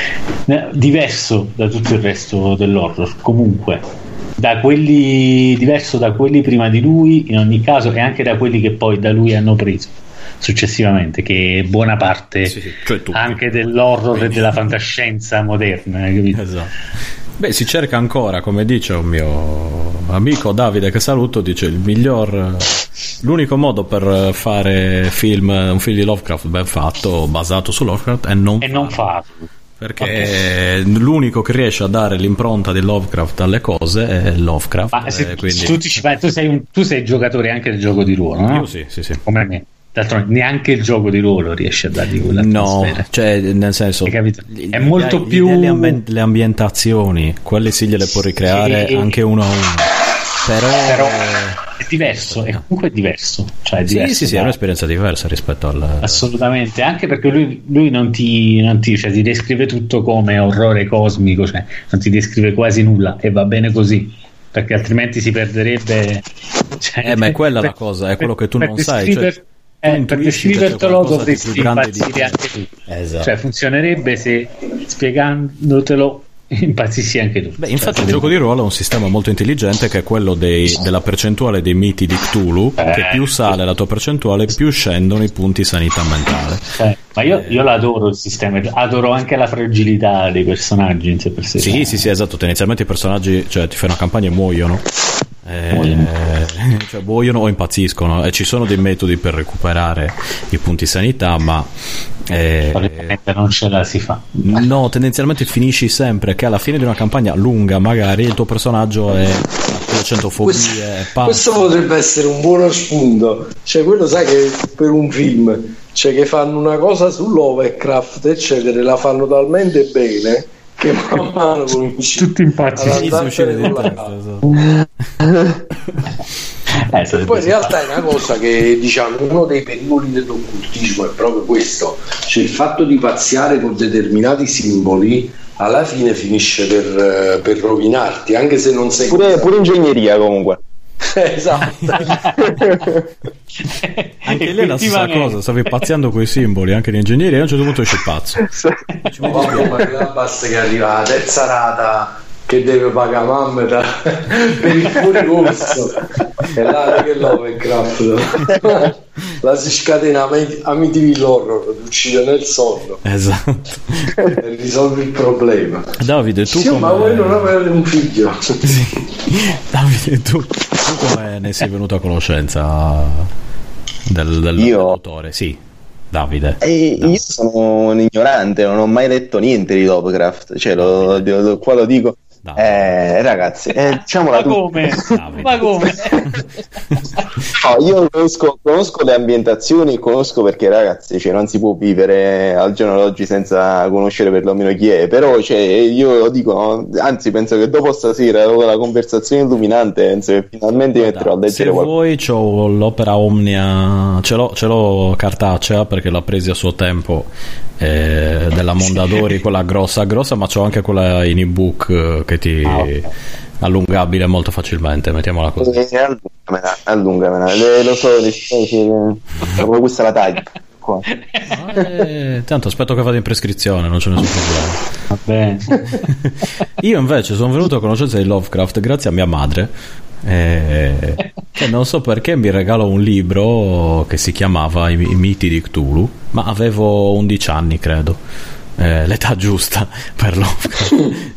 [SPEAKER 4] ne, diverso da tutto il resto dell'horror, comunque da quelli diverso da quelli prima di lui in ogni caso, e anche da quelli che poi da lui hanno preso successivamente, che buona parte sì, sì, cioè anche dell'horror e della fantascienza moderna, capito?
[SPEAKER 1] Esatto. Beh, si cerca ancora, come dice un mio amico Davide, che saluto, dice il miglior, l'unico modo per fare film, un film di Lovecraft ben fatto, basato su Lovecraft, è non
[SPEAKER 4] e non farlo.
[SPEAKER 1] Perché okay. L'unico che riesce a dare l'impronta di Lovecraft alle cose è Lovecraft.
[SPEAKER 4] Ma se
[SPEAKER 1] eh, quindi...
[SPEAKER 4] tu, ti, tu, sei un, tu sei giocatore anche del gioco di ruolo, no?
[SPEAKER 1] Io sì, sì, sì.
[SPEAKER 4] Come me. D'altronde neanche il gioco di ruolo riesce a dargli quell'atmosfera.
[SPEAKER 1] No, cioè nel senso
[SPEAKER 4] è molto
[SPEAKER 1] gli,
[SPEAKER 4] più
[SPEAKER 1] le, ambien- le ambientazioni, quelle sì gliele può ricreare sì. Anche uno a uno. Però,
[SPEAKER 4] Però è diverso, è comunque diverso, cioè è diverso
[SPEAKER 1] sì, sì, sì,
[SPEAKER 4] da...
[SPEAKER 1] è un'esperienza diversa rispetto al...
[SPEAKER 4] Assolutamente, anche perché lui, lui non ti, non ti, cioè, ti descrive tutto come orrore cosmico, cioè non ti descrive quasi nulla, e va bene così, perché altrimenti si perderebbe, cioè,
[SPEAKER 1] eh, ma è quella per, la cosa, è quello che tu non sai, cioè,
[SPEAKER 4] eh, per descrivertelo dovresti impazzire
[SPEAKER 1] di
[SPEAKER 4] anche tu,
[SPEAKER 1] esatto.
[SPEAKER 4] Cioè funzionerebbe se spiegandotelo impazzissi anche tu.
[SPEAKER 1] Beh, infatti il gioco di ruolo è un sistema molto intelligente, che è quello dei, della percentuale dei miti di Cthulhu, eh, che più sale la tua percentuale più scendono i punti sanità mentale.
[SPEAKER 4] Eh, ma io, io l'adoro il sistema, adoro anche la fragilità dei personaggi in sé per sé.
[SPEAKER 1] Sì, sì, sì, esatto. Tendenzialmente i personaggi, cioè ti fai una campagna e muoiono. Eh, cioè muoiono o impazziscono, e ci sono dei metodi per recuperare i punti sanità, ma eh,
[SPEAKER 4] non ce la si fa.
[SPEAKER 1] No, tendenzialmente finisci sempre che alla fine di una campagna lunga magari il tuo personaggio è con centofobie.
[SPEAKER 2] Questo, questo potrebbe essere un buono spunto, cioè quello sai che per un film, cioè che fanno una cosa su Lovecraft eccetera, la fanno talmente bene che man mano cominci
[SPEAKER 4] tutti impazziscono.
[SPEAKER 2] Eh, poi in realtà è una cosa che, diciamo, uno dei pericoli dell'occultismo è proprio questo, cioè il fatto di pazziare con determinati simboli alla fine finisce per, per rovinarti, anche se non sei
[SPEAKER 5] pure, pure ingegneria comunque.
[SPEAKER 2] Esatto.
[SPEAKER 1] Anche lì è la stessa cosa, stavi pazziando coi simboli anche in ingegneria, e a un certo punto esci pazzo.
[SPEAKER 2] No, vabbè, basta che arriva la terza rata che deve pagare mamma da, per il fuori corso, e là che Lovecraft la si scatena Amityville Horror, ti uccide nel sonno,
[SPEAKER 1] esatto,
[SPEAKER 2] e risolvi il problema.
[SPEAKER 1] Davide, tu
[SPEAKER 2] sì,
[SPEAKER 1] come...
[SPEAKER 2] ma vuoi non avere un figlio?
[SPEAKER 1] Sì. Davide, tu, tu come ne sei venuto a conoscenza del, del,
[SPEAKER 5] io...
[SPEAKER 1] dell'autore? Sì, Davide.
[SPEAKER 5] E
[SPEAKER 1] no.
[SPEAKER 5] Io sono un ignorante, non ho mai letto niente di Lovecraft, cioè lo, lo, lo, qua lo dico. Eh, ragazzi, eh, diciamola
[SPEAKER 4] ma come? Ma come?
[SPEAKER 5] No, io conosco, conosco le ambientazioni, conosco perché ragazzi, cioè, non si può vivere al giorno d'oggi senza conoscere perlomeno chi è, però cioè, io lo dico, anzi penso che dopo stasera, dopo la conversazione illuminante, penso che finalmente mi metterò a leggere
[SPEAKER 1] se
[SPEAKER 5] qualcosa.
[SPEAKER 1] Vuoi c'ho l'opera Omnia, ce l'ho, ce l'ho cartacea perché l'ha presa a suo tempo, eh, della Mondadori, quella grossa grossa, ma c'ho anche quella in ebook eh, che ti ah, okay. allungabile molto facilmente, mettiamola così.
[SPEAKER 5] Eh, allungamela, allungamela. Le, lo so, le, le, le, questa la taglio. qua.
[SPEAKER 1] Eh, tanto aspetto che vada in prescrizione, non c'è nessun problema.
[SPEAKER 4] Vabbè.
[SPEAKER 1] Io invece sono venuto a conoscenza di Lovecraft grazie a mia madre, eh, che non so perché mi regalò un libro che si chiamava I, I miti di Cthulhu, ma avevo undici anni credo. Eh, l'età giusta per Lovecraft.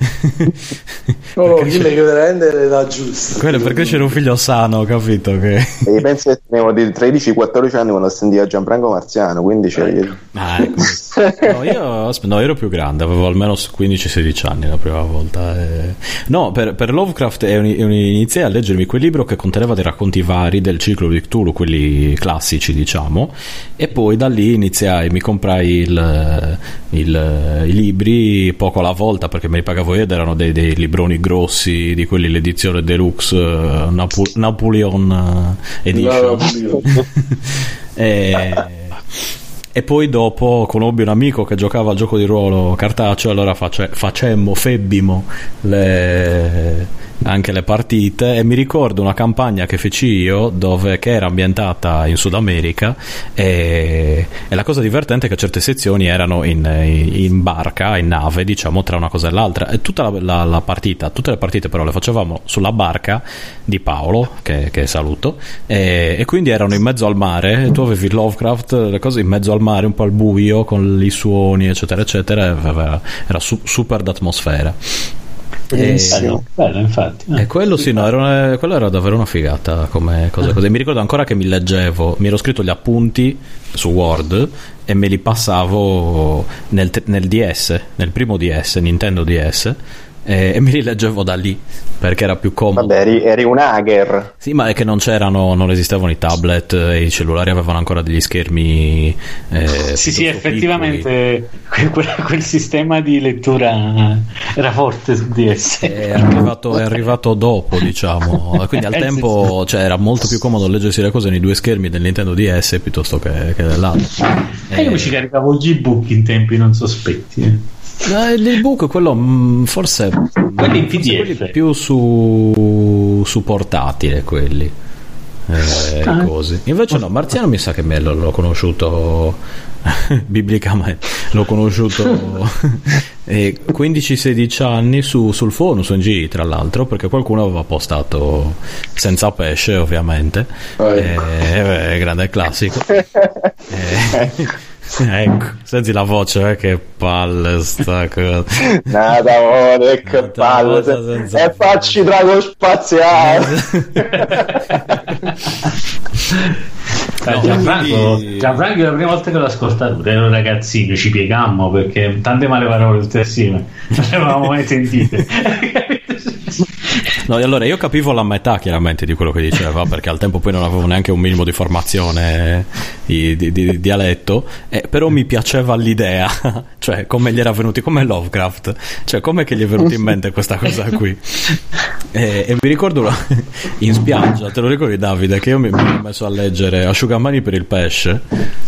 [SPEAKER 2] No, no, dille che veramente è l'età giusta.
[SPEAKER 1] Quello per crescere un figlio sano, capito? Che...
[SPEAKER 5] E io penso che tenevo di tredici quattordici anni quando sentivo Gianfranco Marziano, quindi cioè io...
[SPEAKER 1] Ah, ecco. No, io no, ero più grande, avevo almeno quindici sedici anni la prima volta. Eh. No, per, per Lovecraft è un, è un, iniziai a leggermi quel libro che conteneva dei racconti vari del ciclo di Cthulhu, quelli classici, diciamo, e poi da lì iniziai, mi comprai il, il i libri poco alla volta perché me li pagavo io ed erano dei, dei libroni grossi di quelli, l'edizione deluxe uh, Napo- Napoleon uh, Edition. No, e, e poi dopo conobbi un amico che giocava al gioco di ruolo cartaceo, allora face, facemmo, febbimo le anche le partite, e mi ricordo una campagna che feci io dove che era ambientata in Sud America, e, e la cosa divertente è che certe sezioni erano in, in barca, in nave, diciamo, tra una cosa e l'altra, e tutta la, la, la partita tutte le partite però le facevamo sulla barca di Paolo, che, che saluto, e, e quindi erano in mezzo al mare, e tu avevi Lovecraft, le cose in mezzo al mare, un po' al buio, con i suoni eccetera eccetera, era, era su, super d'atmosfera. E,
[SPEAKER 4] bello, bello, infatti.
[SPEAKER 1] E quello sì, no, era una, quello era davvero una figata come cosa, così. Mi ricordo ancora che mi leggevo, mi ero scritto gli appunti su Word e me li passavo nel, nel D S, nel primo D S, Nintendo D S, e, e me li leggevo da lì perché era più comodo.
[SPEAKER 5] Vabbè, eri, eri un hacker.
[SPEAKER 1] Sì, ma è che non c'erano, non esistevano i tablet, e i cellulari avevano ancora degli schermi. Eh,
[SPEAKER 4] sì, sì, effettivamente quel, quel sistema di lettura era forte su D S.
[SPEAKER 1] È arrivato, è arrivato dopo, diciamo. Quindi al tempo, cioè, era molto più comodo leggersi le cose nei due schermi del Nintendo D S piuttosto che, che dell'altro.
[SPEAKER 4] E io mi ci caricavo gli ebook in tempi non sospetti. Eh.
[SPEAKER 1] No, l'ebook quello mh, forse
[SPEAKER 4] quelli in P D F,
[SPEAKER 1] quelli più su, su portatile, quelli eh, ah. così. Invece no, Marziano mi sa che me l'ho, l'ho conosciuto biblicamente, l'ho conosciuto eh, quindici sedici anni su, sul phone, su N G, tra l'altro, perché qualcuno aveva postato senza pesce, ovviamente. Oh, ecco. eh, eh, grande classico. eh, Ecco, senti la voce, eh, che palle sta cosa.
[SPEAKER 5] Nada amore, che Nada palle senza... E facci drago spaziale.
[SPEAKER 4] No, Gianfranco, quindi... Gianfranco la prima volta che l'ho ascoltato ero ragazzino, ci piegammo perché tante male parole tutte assieme non le avevamo mai sentite.
[SPEAKER 1] No, allora io capivo la metà chiaramente di quello che diceva, perché al tempo poi non avevo neanche un minimo di formazione di, di, di, di dialetto, eh, però mi piaceva l'idea, cioè come gli era venuti, come Lovecraft, cioè come che gli è venuta in mente questa cosa qui. E, e mi ricordo in spiaggia, te lo ricordi Davide, che io mi, mi ero messo a leggere Asciugamani per il pesce.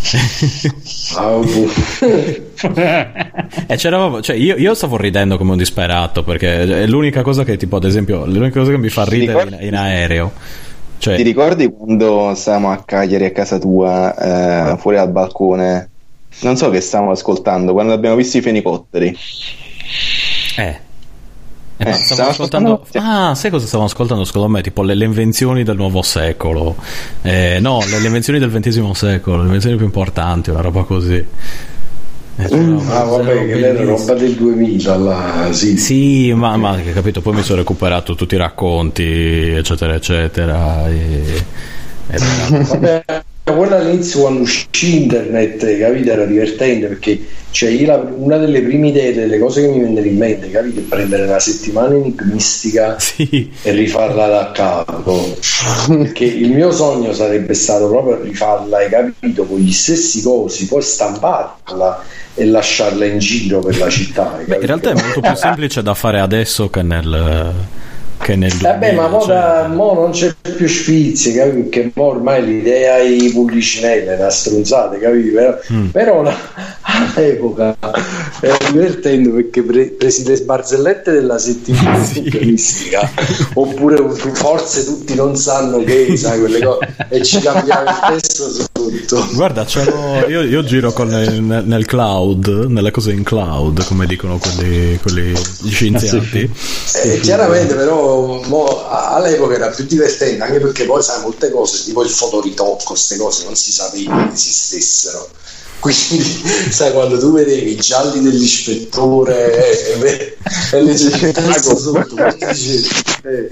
[SPEAKER 1] E c'eravamo, cioè io, io stavo ridendo come un disperato, perché è l'unica cosa che tipo, ad esempio, l'unica cosa che mi fa ridere in, in aereo. Cioè... Ti
[SPEAKER 5] ricordi quando stavamo a Cagliari a casa tua, eh, fuori al balcone? Non so che stavamo ascoltando quando abbiamo visto i fenicotteri.
[SPEAKER 1] Eh. Eh, eh, stavo ascoltando... Ah, sai cosa stavamo ascoltando secondo me? Tipo le, le invenzioni del nuovo secolo, eh, no, le, le invenzioni del ventesimo secolo, le invenzioni più importanti, una roba così.
[SPEAKER 2] Eh, mm, ah vabbè, che era roba del duemila là, sì,
[SPEAKER 1] sì, ma, ma capito, poi mi sono recuperato tutti i racconti eccetera eccetera e, e
[SPEAKER 2] vabbè, quello all'inizio quando uscì internet, capito, era divertente perché cioè io la, una delle prime idee, delle cose che mi vennero in mente, capito, è prendere una settimana enigmistica,
[SPEAKER 1] sì,
[SPEAKER 2] e rifarla da capo, perché il mio sogno sarebbe stato proprio rifarla, hai capito, con gli stessi cosi, poi stamparla e lasciarla in giro per la città.
[SPEAKER 1] Beh, in realtà è molto più semplice da fare adesso che nel che nel duemila,
[SPEAKER 2] vabbè, ma mo,
[SPEAKER 1] cioè...
[SPEAKER 2] da, mo non c'è più sfizi, capito? Perché mo ormai l'idea ai pullicinelle è una stronzata, capito? Però, mm. però la, all'epoca era divertente perché pre, presi le barzellette della settimana mistica, sì. Oppure forse tutti non sanno che, sai, quelle cose, e ci cambiava il testo tutto.
[SPEAKER 1] Guarda, ce l'ho, io, io giro con nel, nel cloud, nelle cose in cloud, come dicono quelli, quelli gli scienziati.
[SPEAKER 2] Eh, chiaramente, però mo, all'epoca era più divertente, anche perché poi sai molte cose, tipo il fotoritocco, queste cose non si sapeva che esistessero. Quindi sai, quando tu vedevi i gialli dell'ispettore e, e le certezze sotto, eh,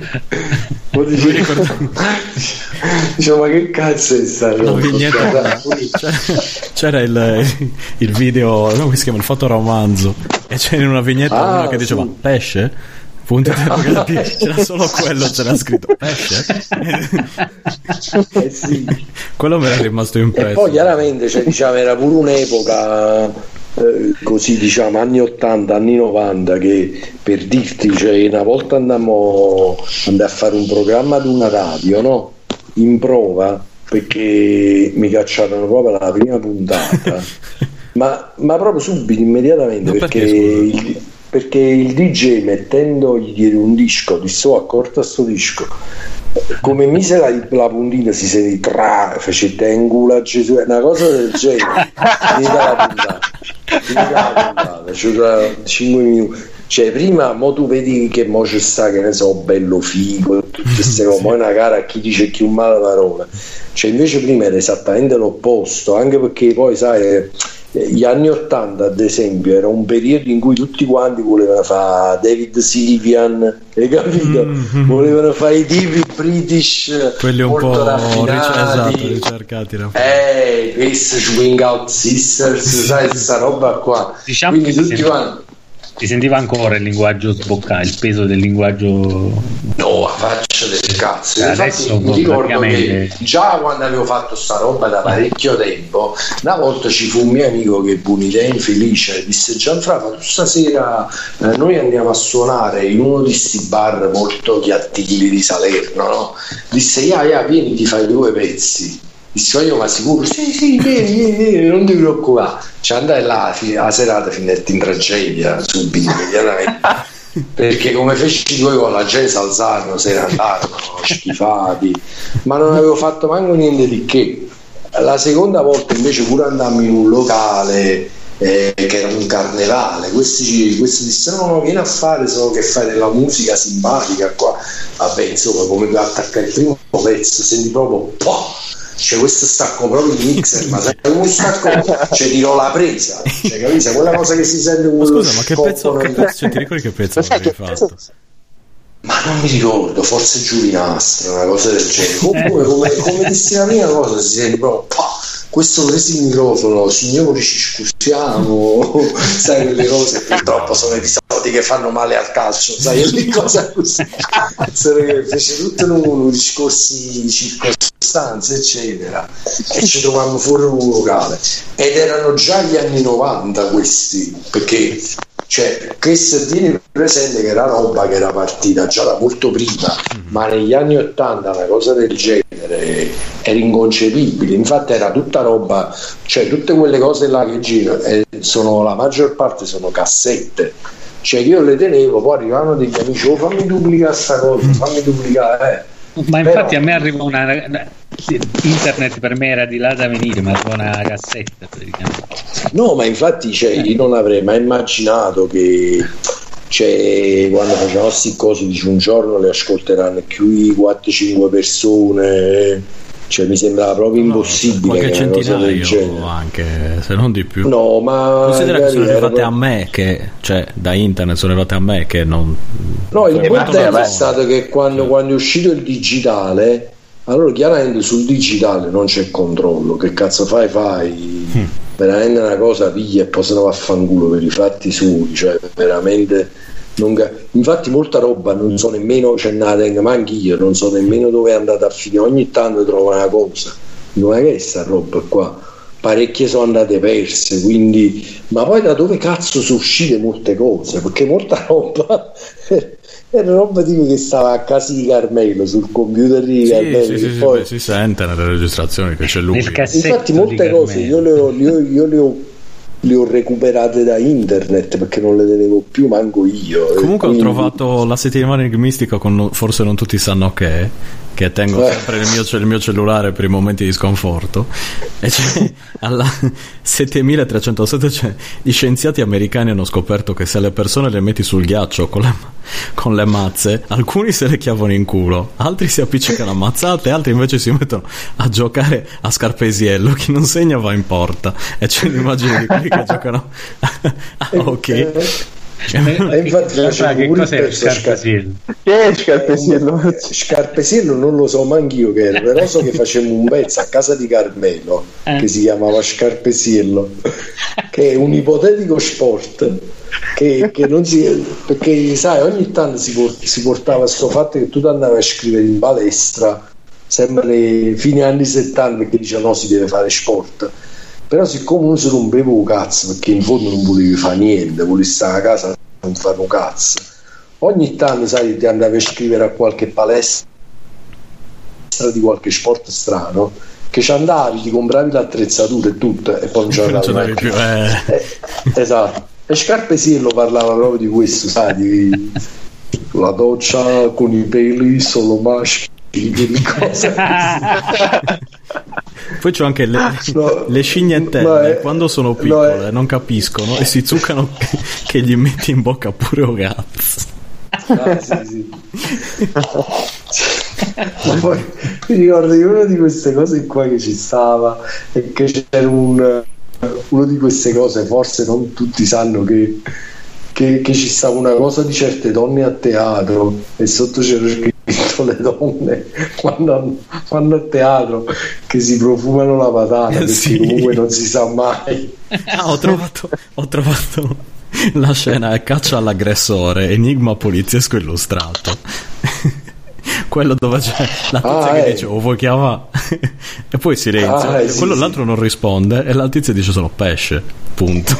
[SPEAKER 2] diciamo, ma che cazzo è stato?
[SPEAKER 1] C'era, c'era il, il video, no, come si chiama, il fotoromanzo, e c'era in una vignetta ah, uno che diceva sì. Pesce? Punto interrogativo, c'era solo quello, c'era scritto pesce.
[SPEAKER 2] Eh sì.
[SPEAKER 1] Quello mi era rimasto impresso.
[SPEAKER 2] E poi chiaramente, cioè, diciamo, era pure un'epoca eh, così, diciamo, anni ottanta, anni novanta, che per dirti, cioè, una volta andammo andai a fare un programma ad una radio, no? In prova, perché mi cacciarono proprio alla prima puntata, ma, ma proprio subito, immediatamente, no, perché, perché il, perché il D J, mettendo, gli diede un disco, disse: oh, accorta sto disco, come mise la, la puntina si sentì tra, fece tengula a Gesù, una cosa del genere. Finita la puntata, finita la puntata, cioè cinque minuti. Cioè, prima mo tu vedi che mo c'è sta, che ne so, bello figo, tutte queste cose, mo è una gara a chi dice più male parola. Cioè, invece prima era esattamente l'opposto, anche perché poi sai, gli anni ottanta ad esempio era un periodo in cui tutti quanti volevano fare David Sylvian, hai capito? Mm-hmm. Volevano fare i tipi british,
[SPEAKER 1] quelli un
[SPEAKER 2] molto
[SPEAKER 1] po'
[SPEAKER 2] raffinati,
[SPEAKER 1] ric- esatto, ricercati,
[SPEAKER 2] eh, questi Swing Out Sisters, sai, questa roba qua.
[SPEAKER 4] Diciamo,
[SPEAKER 2] quindi
[SPEAKER 4] che
[SPEAKER 2] tutti
[SPEAKER 4] si,
[SPEAKER 2] quanti
[SPEAKER 4] si sentiva ancora il linguaggio sboccare, il peso del linguaggio.
[SPEAKER 2] No, a faccia del cazzo.
[SPEAKER 4] Adesso
[SPEAKER 2] infatti mi ricordo che già quando avevo fatto sta roba da parecchio tempo, una volta ci fu un mio amico che fu un'idea infelice, disse: Gianfranco, tu stasera eh, noi andiamo a suonare in uno di sti bar molto chiattilli di Salerno, no? Disse: ya, ya, vieni, ti fai due pezzi. Disse io: ma sicuro? Sì, sì, vieni, vieni, vieni, non ti preoccupare. Ci andai là, la serata finetta in tragedia subito, immediatamente. Perché come feci due con la gente si alzarono, se ne andarono schifati, ma non avevo fatto manco niente di che. La seconda volta invece pure andammo in un locale eh, che era un carnevale, questi, questi dissero: no, no, vieni a fare, so che fai della musica simpatica qua. Vabbè, insomma, come attaccare il primo pezzo senti proprio poh! Cioè, questo stacco proprio il mixer, ma sai come stacco, cioè tirò la presa, cioè, capisci? Quella cosa che si sente.
[SPEAKER 1] Ma scusa, ma che pezzo, che pezzo, cioè, ti ricordi che pezzo avevi fatto?
[SPEAKER 2] Ma non mi ricordo, forse Giulinastra, una cosa del genere. Comunque, come, come dissi la mia cosa, si sente proprio pah, questo presi il microfono, signori ci scusiamo, sai, quelle cose purtroppo sono episodi che fanno male al calcio, sai, ogni cosa così. Fece tutto un discorsi di circostanze eccetera, e ci trovammo fuori un locale, ed erano già gli anni novanta questi, perché cioè questo tieni presente che era roba che era partita già da molto prima, ma negli anni ottanta una cosa del genere era inconcepibile. Infatti era tutta roba, cioè tutte quelle cose là che girano, eh, sono, la maggior parte sono cassette, cioè io le tenevo, poi arrivavano degli amici: oh, fammi duplicare sta cosa, fammi duplicare, eh.
[SPEAKER 4] Ma infatti però a me arriva una, una internet per me era di là da venire, ma arriva una cassetta praticamente.
[SPEAKER 2] No, ma infatti cioè, io non avrei mai immaginato che, cioè, quando facciamo queste cose dice un giorno le ascolteranno più di quattro cinque persone, cioè mi sembrava proprio no, impossibile
[SPEAKER 1] qualche
[SPEAKER 2] che una cosa del genere,
[SPEAKER 1] anche se non di più.
[SPEAKER 2] No, ma
[SPEAKER 1] considera che sono arrivate proprio a me, che cioè da internet sono arrivate a me che non.
[SPEAKER 2] No, il punto è stato che quando, quando è uscito il digitale, allora chiaramente sul digitale non c'è controllo, che cazzo fai fai hmm. veramente una cosa piglia e poi se ne va a fanculo per i fatti suoi, cioè veramente non ca- infatti molta roba non so nemmeno, c'è nata, ma anch'io non so nemmeno dove è andata a finire, ogni tanto trovo una cosa, dico: ma che è sta roba qua? Parecchie sono andate perse, quindi, ma poi da dove cazzo sono uscite molte cose, perché molta roba era roba tipo che stava a casa di Carmelo, sul computer di
[SPEAKER 1] sì,
[SPEAKER 2] Carmelo,
[SPEAKER 1] sì, sì,
[SPEAKER 2] poi...
[SPEAKER 1] sì, si sente nelle registrazioni che c'è lui.
[SPEAKER 2] Infatti molte cose io le ho, io, io le ho le ho recuperate da internet perché non le tenevo più manco io.
[SPEAKER 1] Comunque
[SPEAKER 2] quindi...
[SPEAKER 1] ho trovato la settimana enigmistica con forse non tutti sanno che che tengo sempre nel mio, il mio cellulare per i momenti di sconforto, e c'è alla settemilatrecentosette c'è, gli scienziati americani hanno scoperto che se le persone le metti sul ghiaccio con le, con le mazze, alcuni se le chiavano in culo, altri si appiccicano a mazzate, altri invece si mettono a giocare a scarpesiello, chi non segna va in porta, e c'è l'immagine di quelli che giocano a hockey.
[SPEAKER 2] E infatti
[SPEAKER 4] che cos'è Scarpesiello?
[SPEAKER 5] Che è Scarpesiello?
[SPEAKER 2] Eh, Scarpesiello non lo so manch'io che era, però so che facemmo un pezzo a casa di Carmelo eh. che si chiamava Scarpesiello, che è un ipotetico sport che, che non si, perché sai ogni tanto si, port, si portava questo fatto che tu ti andavi a scrivere in palestra sempre fine anni settanta, perché diceva no, si deve fare sport. Però siccome uno si rompeva un cazzo, perché in fondo non volevi fare niente, volevi stare a casa e non fare un cazzo, ogni tanto sai ti andavi a scrivere a qualche palestra di qualche sport strano, che ci andavi, ti compravi l'attrezzatura e tutto, e poi non ce l'avevi più eh. Eh, esatto. E Scarpesiello parlava proprio di questo, sai, di la doccia con i peli solo maschi, cose
[SPEAKER 1] poi c'ho anche le, no, le scignettelle è, quando sono piccole no, è, non capiscono e si zuccano che, che gli metti in bocca pure un cazzo.
[SPEAKER 2] Ah, sì, sì. Ma poi mi ricordo che una di queste cose qua che ci stava e che c'era un una di queste cose, forse non tutti sanno che Che, che ci stava una cosa di certe donne a teatro e sotto c'era scritto le donne quando fanno a teatro che si profumano la patata, perché sì, comunque non si sa mai.
[SPEAKER 1] Ah, ho trovato ho trovato la scena è Caccia all'aggressore, enigma poliziesco illustrato. Quello dove c'è la tizia ah, che eh. dice oh vuoi chiamare e poi silenzio ah, eh, sì, quello sì. L'altro non risponde e la tizia dice solo pesce, punto.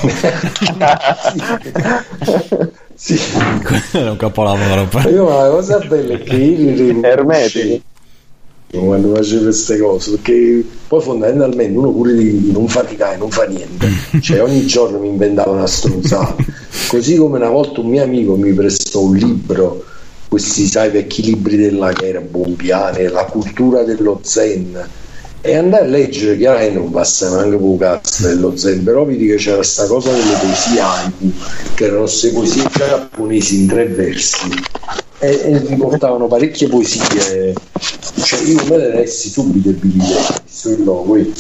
[SPEAKER 2] Sì.
[SPEAKER 1] Quello è un capolavoro per...
[SPEAKER 2] Io, ma la cosa bella è che io ermetico quando facevo queste cose, perché poi fondamentalmente uno pure di non faticare, non fa niente, cioè ogni giorno mi inventava una stronzata, così come una volta un mio amico mi prestò un libro, questi sai vecchi libri della che era Bompiani, la cultura dello zen, e andai a leggere, chiaramente non passa neanche un cazzo dello zen, però vedi che c'era sta cosa delle poesie haiku, che erano queste poesie giapponesi in tre versi e, e mi portavano parecchie poesie, cioè io me le lessi subito e vi direi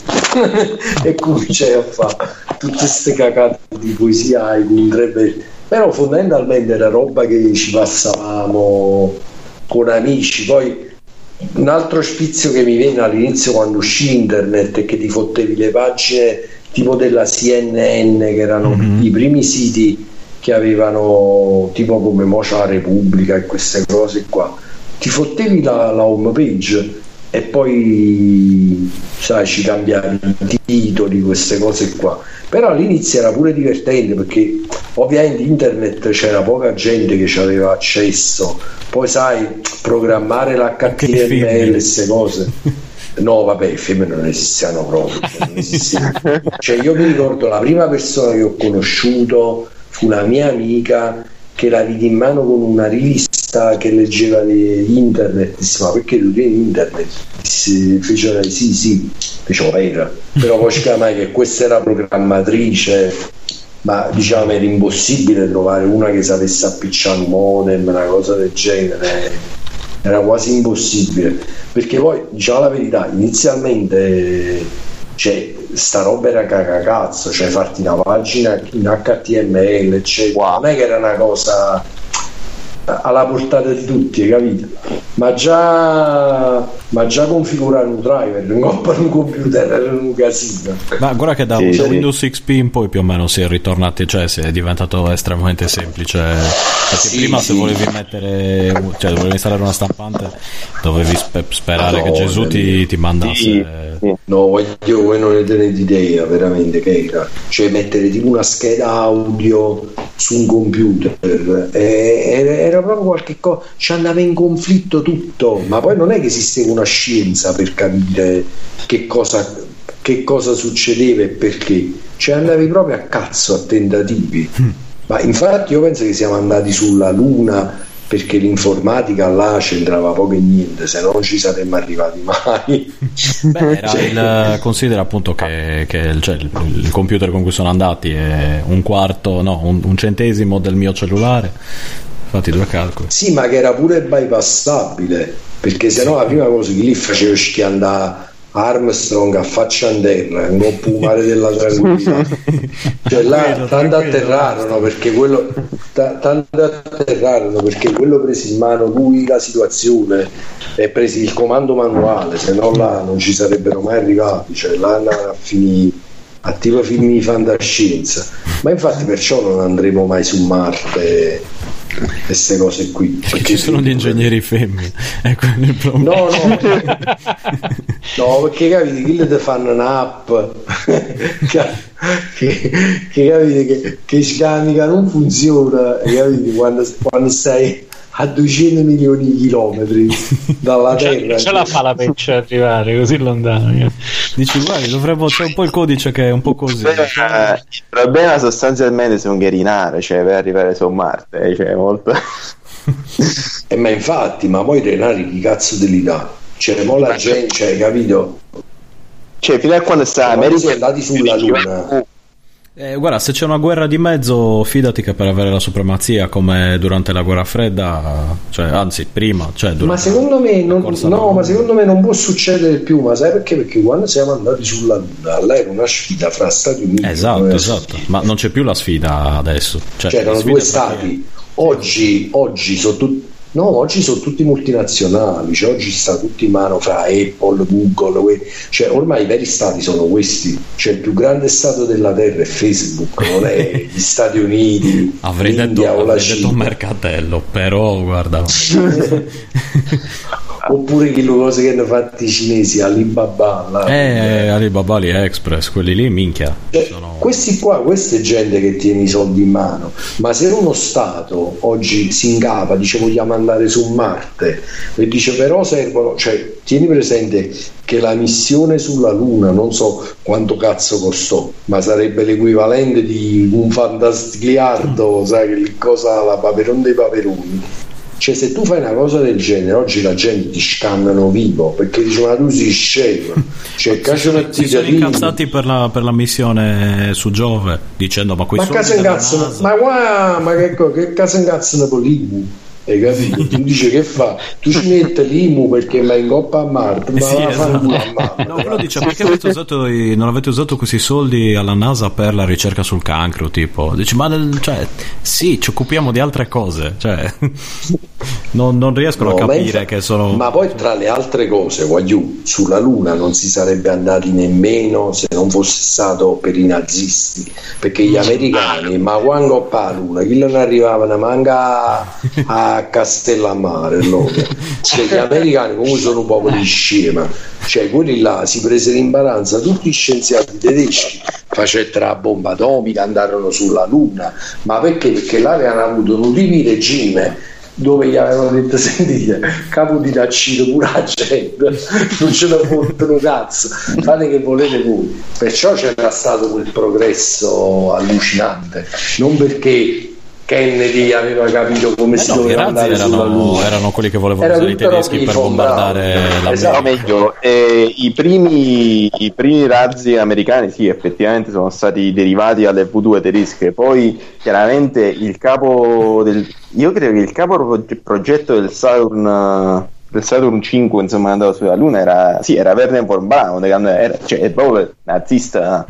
[SPEAKER 2] e cominciai a fare tutte queste cacate di poesie haiku in tre versi, però fondamentalmente era roba che ci passavamo con amici. Poi un altro spizio che mi venne all'inizio quando uscì internet e che ti fottevi le pagine tipo della C N N, che erano mm-hmm. i primi siti che avevano tipo come Mocia Repubblica e queste cose qua, ti fottevi la, la home page e poi sai ci cambiavi i titoli, queste cose qua, però all'inizio era pure divertente perché ovviamente internet c'era poca gente che ci aveva accesso, poi sai programmare l'H T M L e queste cose no vabbè i film non esistevano proprio, cioè, non esistevano. Cioè io mi ricordo la prima persona che ho conosciuto fu una mia amica che la vidi in mano con una rivista che leggeva internet, disse ma perché tu tieni internet? Disse, fecero sì sì, dicevo era, però poi si chiama che questa era programmatrice, ma diciamo era impossibile trovare una che sapesse appicciare un modem, una cosa del genere, era quasi impossibile, perché poi diciamo la verità, inizialmente cioè sta roba era cagacazzo, cioè farti una pagina in H T M L eccetera, wow. Non è che era una cosa alla portata di tutti, hai capito? Ma già ma già configurare un driver per un computer era un casino.
[SPEAKER 1] Ma guarda che da,
[SPEAKER 5] sì,
[SPEAKER 1] da
[SPEAKER 5] sì.
[SPEAKER 1] Windows X P in poi più o meno si è ritornati, cioè si è diventato estremamente semplice, perché sì, prima sì. se volevi mettere, cioè volevi installare una stampante dovevi spe- sperare no, che Gesù ti, ti mandasse
[SPEAKER 2] sì, sì. No, io voi non ne tenete idea veramente che era, cioè mettere tipo una scheda audio su un computer e, era proprio qualche cosa, ci andava in conflitto tutto, ma poi non è che esisteva una scienza per capire che cosa, che cosa succedeva e perché, cioè andavi proprio a cazzo a tentativi. mm. Ma infatti io penso che siamo andati sulla Luna
[SPEAKER 3] perché l'informatica là c'entrava poco e niente, se no non ci saremmo arrivati mai.
[SPEAKER 1] Beh, era cioè, il, considera appunto che, che cioè, il, il computer con cui sono andati è un quarto, no, un, un centesimo del mio cellulare, fatti due calcoli.
[SPEAKER 3] Sì, ma che era pure bypassabile, perché se no la prima cosa che lì facevo schiandare Armstrong a faccia in terra, un po' mare della tranquillità. Cioè là tanto atterrarono perché quello t- tanto atterrarono perché quello prese in mano lui la situazione e presi il comando manuale, se no là non ci sarebbero mai arrivati, cioè là andavano a finire a tipo film di fantascienza. Ma infatti perciò non andremo mai su Marte, queste cose qui,
[SPEAKER 1] perché ci sono gli ingegneri femmine, è quello il problema.
[SPEAKER 3] No, no, no, perché capite che le fanno un'app che, che, che capite che, che scanica non funziona, e capite quando, quando stai a duecento milioni di chilometri dalla Terra,
[SPEAKER 4] ce la fa la peccia arrivare così lontano.
[SPEAKER 1] Dici guarda, dovremmo, c'è un po' il codice che è un po' così.
[SPEAKER 5] Beh, il problema sostanzialmente sono gherinare, cioè per arrivare su Marte, cioè molto.
[SPEAKER 3] E ma infatti, ma poi renari chi cazzo te li dà? Cioè mo la gente, cioè, capito?
[SPEAKER 5] Cioè fino a quando sta
[SPEAKER 3] America sono andati sulla Luna.
[SPEAKER 1] Eh, guarda, se c'è una guerra di mezzo, fidati che per avere la supremazia come durante la guerra fredda, cioè anzi prima, cioè
[SPEAKER 3] ma secondo me non, no, ma secondo me non può succedere più, ma sai perché? Perché quando siamo andati sulla Luna, là era una sfida fra Stati Uniti,
[SPEAKER 1] esatto, esatto, ma non c'è più la sfida adesso, cioè,
[SPEAKER 3] cioè erano due stati. Oggi, oggi sono tutti No, oggi sono tutti multinazionali, cioè oggi sta tutto in mano fra Apple, Google, cioè ormai i veri stati sono questi, cioè il più grande stato della terra è Facebook, non è gli Stati Uniti,
[SPEAKER 1] avrei detto,
[SPEAKER 3] o la
[SPEAKER 1] avrei
[SPEAKER 3] Cina.
[SPEAKER 1] detto un mercatello, però guarda.
[SPEAKER 3] Oppure che le cose che hanno fatto i cinesi, Alibaba, là,
[SPEAKER 1] eh, Alibaba, AliExpress, quelli lì minchia,
[SPEAKER 3] eh,
[SPEAKER 1] sono...
[SPEAKER 3] questi qua, questa è gente che tiene i soldi in mano. Ma se uno stato oggi si incapa, dice vogliamo andare su Marte, e dice però servono, cioè tieni presente che la missione sulla Luna non so quanto cazzo costò, ma sarebbe l'equivalente di un fantasticliardo, sai che cosa, la Paperon dei Paperoni. Cioè se tu fai una cosa del genere oggi la gente ti scannano vivo perché dice ma tu sei scemo, cioè
[SPEAKER 1] si sono incazzati per la, per la missione su Giove dicendo ma quei
[SPEAKER 3] ma
[SPEAKER 1] soldi
[SPEAKER 3] caso incazzo, ma qua ma che, che caso incazzano per l'I M U, hai capito? Tu dici che fa? Tu ci metti l'I M U perché vai in coppa a Marte, ma
[SPEAKER 1] sì,
[SPEAKER 3] la
[SPEAKER 1] esatto.
[SPEAKER 3] fanno a Marte.
[SPEAKER 1] No, quello dice perché avete usato i, non avete usato questi soldi alla NASA per la ricerca sul cancro, tipo dici ma nel, cioè sì, ci occupiamo di altre cose, cioè non, non riescono no, a capire infa- che sono,
[SPEAKER 3] ma poi tra le altre cose voglio, sulla Luna non si sarebbe andati nemmeno se non fosse stato per i nazisti, perché gli americani ma quando pa Luna chi non arrivavano manca a Castellammare loro. Cioè, gli americani comunque sono un popolo di scema, cioè quelli là si presero in balanza tutti gli scienziati tedeschi, facettero la bomba atomica, andarono sulla Luna, ma perché? Perché là avevano avuto un ultimo regime dove gli avevano detto sentite capo di taccino pure la gente non ce ne fotono cazzo, fate che volete voi, perciò c'era stato quel progresso allucinante, non perché Kennedy aveva capito come eh si no, doveva andare
[SPEAKER 1] erano,
[SPEAKER 3] sulla Luna.
[SPEAKER 1] Erano quelli che volevano Era usare i tedeschi per bombardare la
[SPEAKER 5] esatto, meglio, eh, i, primi, i primi razzi americani sì effettivamente sono stati derivati dalle V due tedesche, poi chiaramente il capo del io credo che il capo progetto del Saturn del Saturn cinque insomma andato sulla Luna era sì era Wernher von Braun, era, cioè è proprio nazista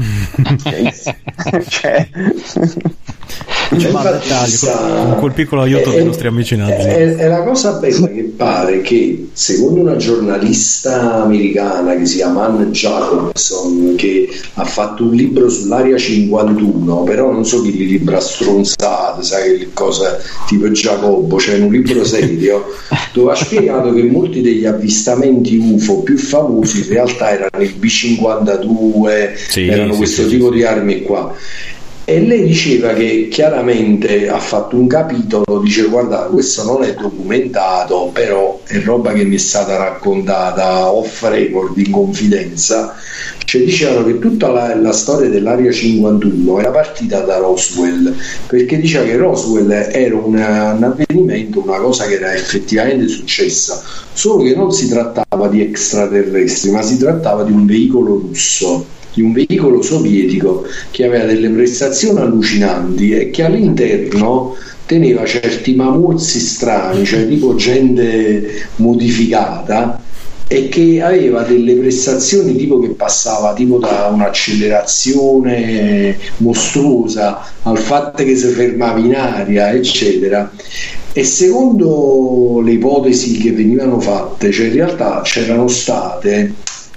[SPEAKER 5] cioè
[SPEAKER 1] Cioè, ma dettagli, con quel piccolo aiuto è, dei nostri amici nazi.
[SPEAKER 3] È, è la cosa bella che pare che secondo una giornalista americana che si chiama Ann Jacobson, che ha fatto un libro sull'area cinquantuno, però non so chi li libra stronzate, sai che cosa tipo Giacobbo, cioè un libro serio dove ha spiegato che molti degli avvistamenti U F O più famosi in realtà erano il B cinquantadue, sì, erano sì, questo sì, tipo sì. di armi qua.
[SPEAKER 2] E lei diceva che chiaramente ha fatto un capitolo, dice guarda questo non è documentato, però è roba che mi è stata raccontata off record, in confidenza. Cioè dicevano che tutta la, la storia dell'Area cinquantuno era partita da Roswell, perché diceva che Roswell era una, un avvenimento, una cosa che era effettivamente successa, solo che non si trattava di extraterrestri, ma si trattava di un veicolo russo, di un veicolo sovietico che aveva delle prestazioni allucinanti e che all'interno teneva certi mamuzzi strani, cioè tipo gente modificata, e che aveva delle prestazioni tipo che passava tipo da un'accelerazione mostruosa al fatto che si fermava in aria, eccetera. E secondo le ipotesi che venivano fatte, cioè in realtà c'erano state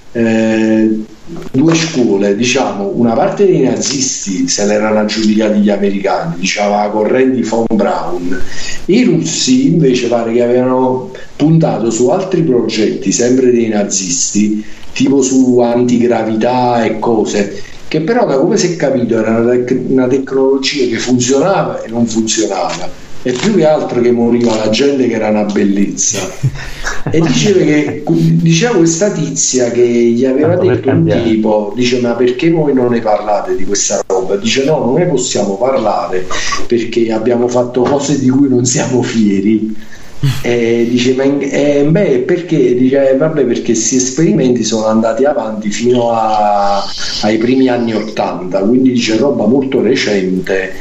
[SPEAKER 2] eh, due scuole, diciamo, una parte dei nazisti se l'erano aggiudicati gli americani, diciamo la corrente von Braun, i russi invece pare che avevano puntato su altri progetti sempre dei nazisti, tipo su antigravità e cose che però da come si è capito era una, tec- una tecnologia che funzionava e non funzionava, e più che altro che moriva la gente che era una bellezza. E diceva che diceva questa tizia che gli aveva detto un tipo, dice ma perché voi non ne parlate di questa roba? Dice no, non ne possiamo parlare perché abbiamo fatto cose di cui non siamo fieri. E dice ma eh, beh perché? Dice eh, vabbè perché questi esperimenti sono andati avanti fino a, ai primi anni ottanta, quindi dice roba molto recente.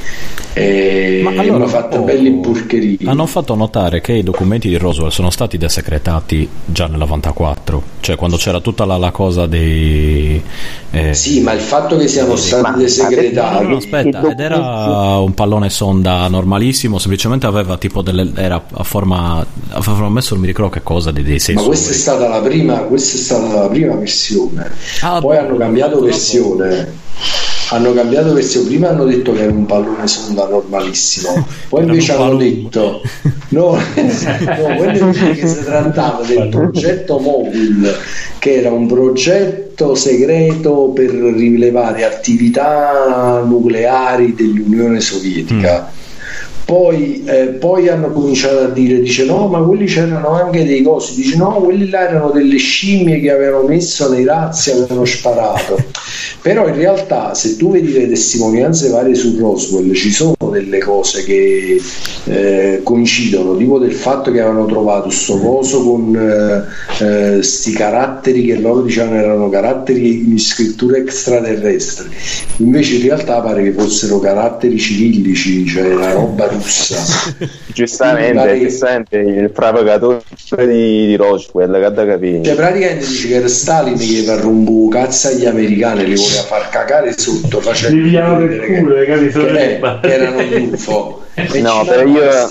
[SPEAKER 2] E
[SPEAKER 1] ma allora,
[SPEAKER 2] hanno fatto
[SPEAKER 1] oh,
[SPEAKER 2] belli porcherie.
[SPEAKER 1] Hanno fatto notare che i documenti di Roswell sono stati desecretati già nel novantaquattro, cioè quando c'era tutta la, la cosa dei eh,
[SPEAKER 2] sì, ma il fatto che siano stati desecretati,
[SPEAKER 1] no, no, aspetta, ed era un pallone sonda normalissimo, semplicemente aveva tipo delle, era a forma, avevano messo non mi ricordo che cosa dei, dei sensori.
[SPEAKER 2] ma questa è stata la prima questa è stata la prima versione, ah, poi hanno cambiato dopo. versione hanno cambiato versione, prima hanno detto che era un pallone sonda normalissimo, poi invece hanno detto no, no, poi invece che si trattava del progetto Mogul, che era un progetto segreto per rilevare attività nucleari dell'Unione Sovietica. mm. Poi, eh, poi hanno cominciato a dire, dice no ma quelli c'erano anche dei cosi, dice no quelli là erano delle scimmie che avevano messo nei razzi e avevano sparato. Però in realtà se tu vedi le testimonianze varie su Roswell ci sono delle cose che eh, coincidono, tipo del fatto che avevano trovato sto coso con eh, eh, sti caratteri che loro dicevano erano caratteri in scrittura extraterrestre, invece in realtà pare che fossero caratteri cirillici, cioè la roba russa.
[SPEAKER 5] Giustamente, giustamente il propagatore di, di Roswell, che da capire.
[SPEAKER 2] Cioè praticamente dice che era Stalin che per rombo cazzo agli americani, li voleva far cagare sotto, facendo vedere che,
[SPEAKER 4] culo,
[SPEAKER 2] che, eh, che erano gli U F O. E
[SPEAKER 5] no, però io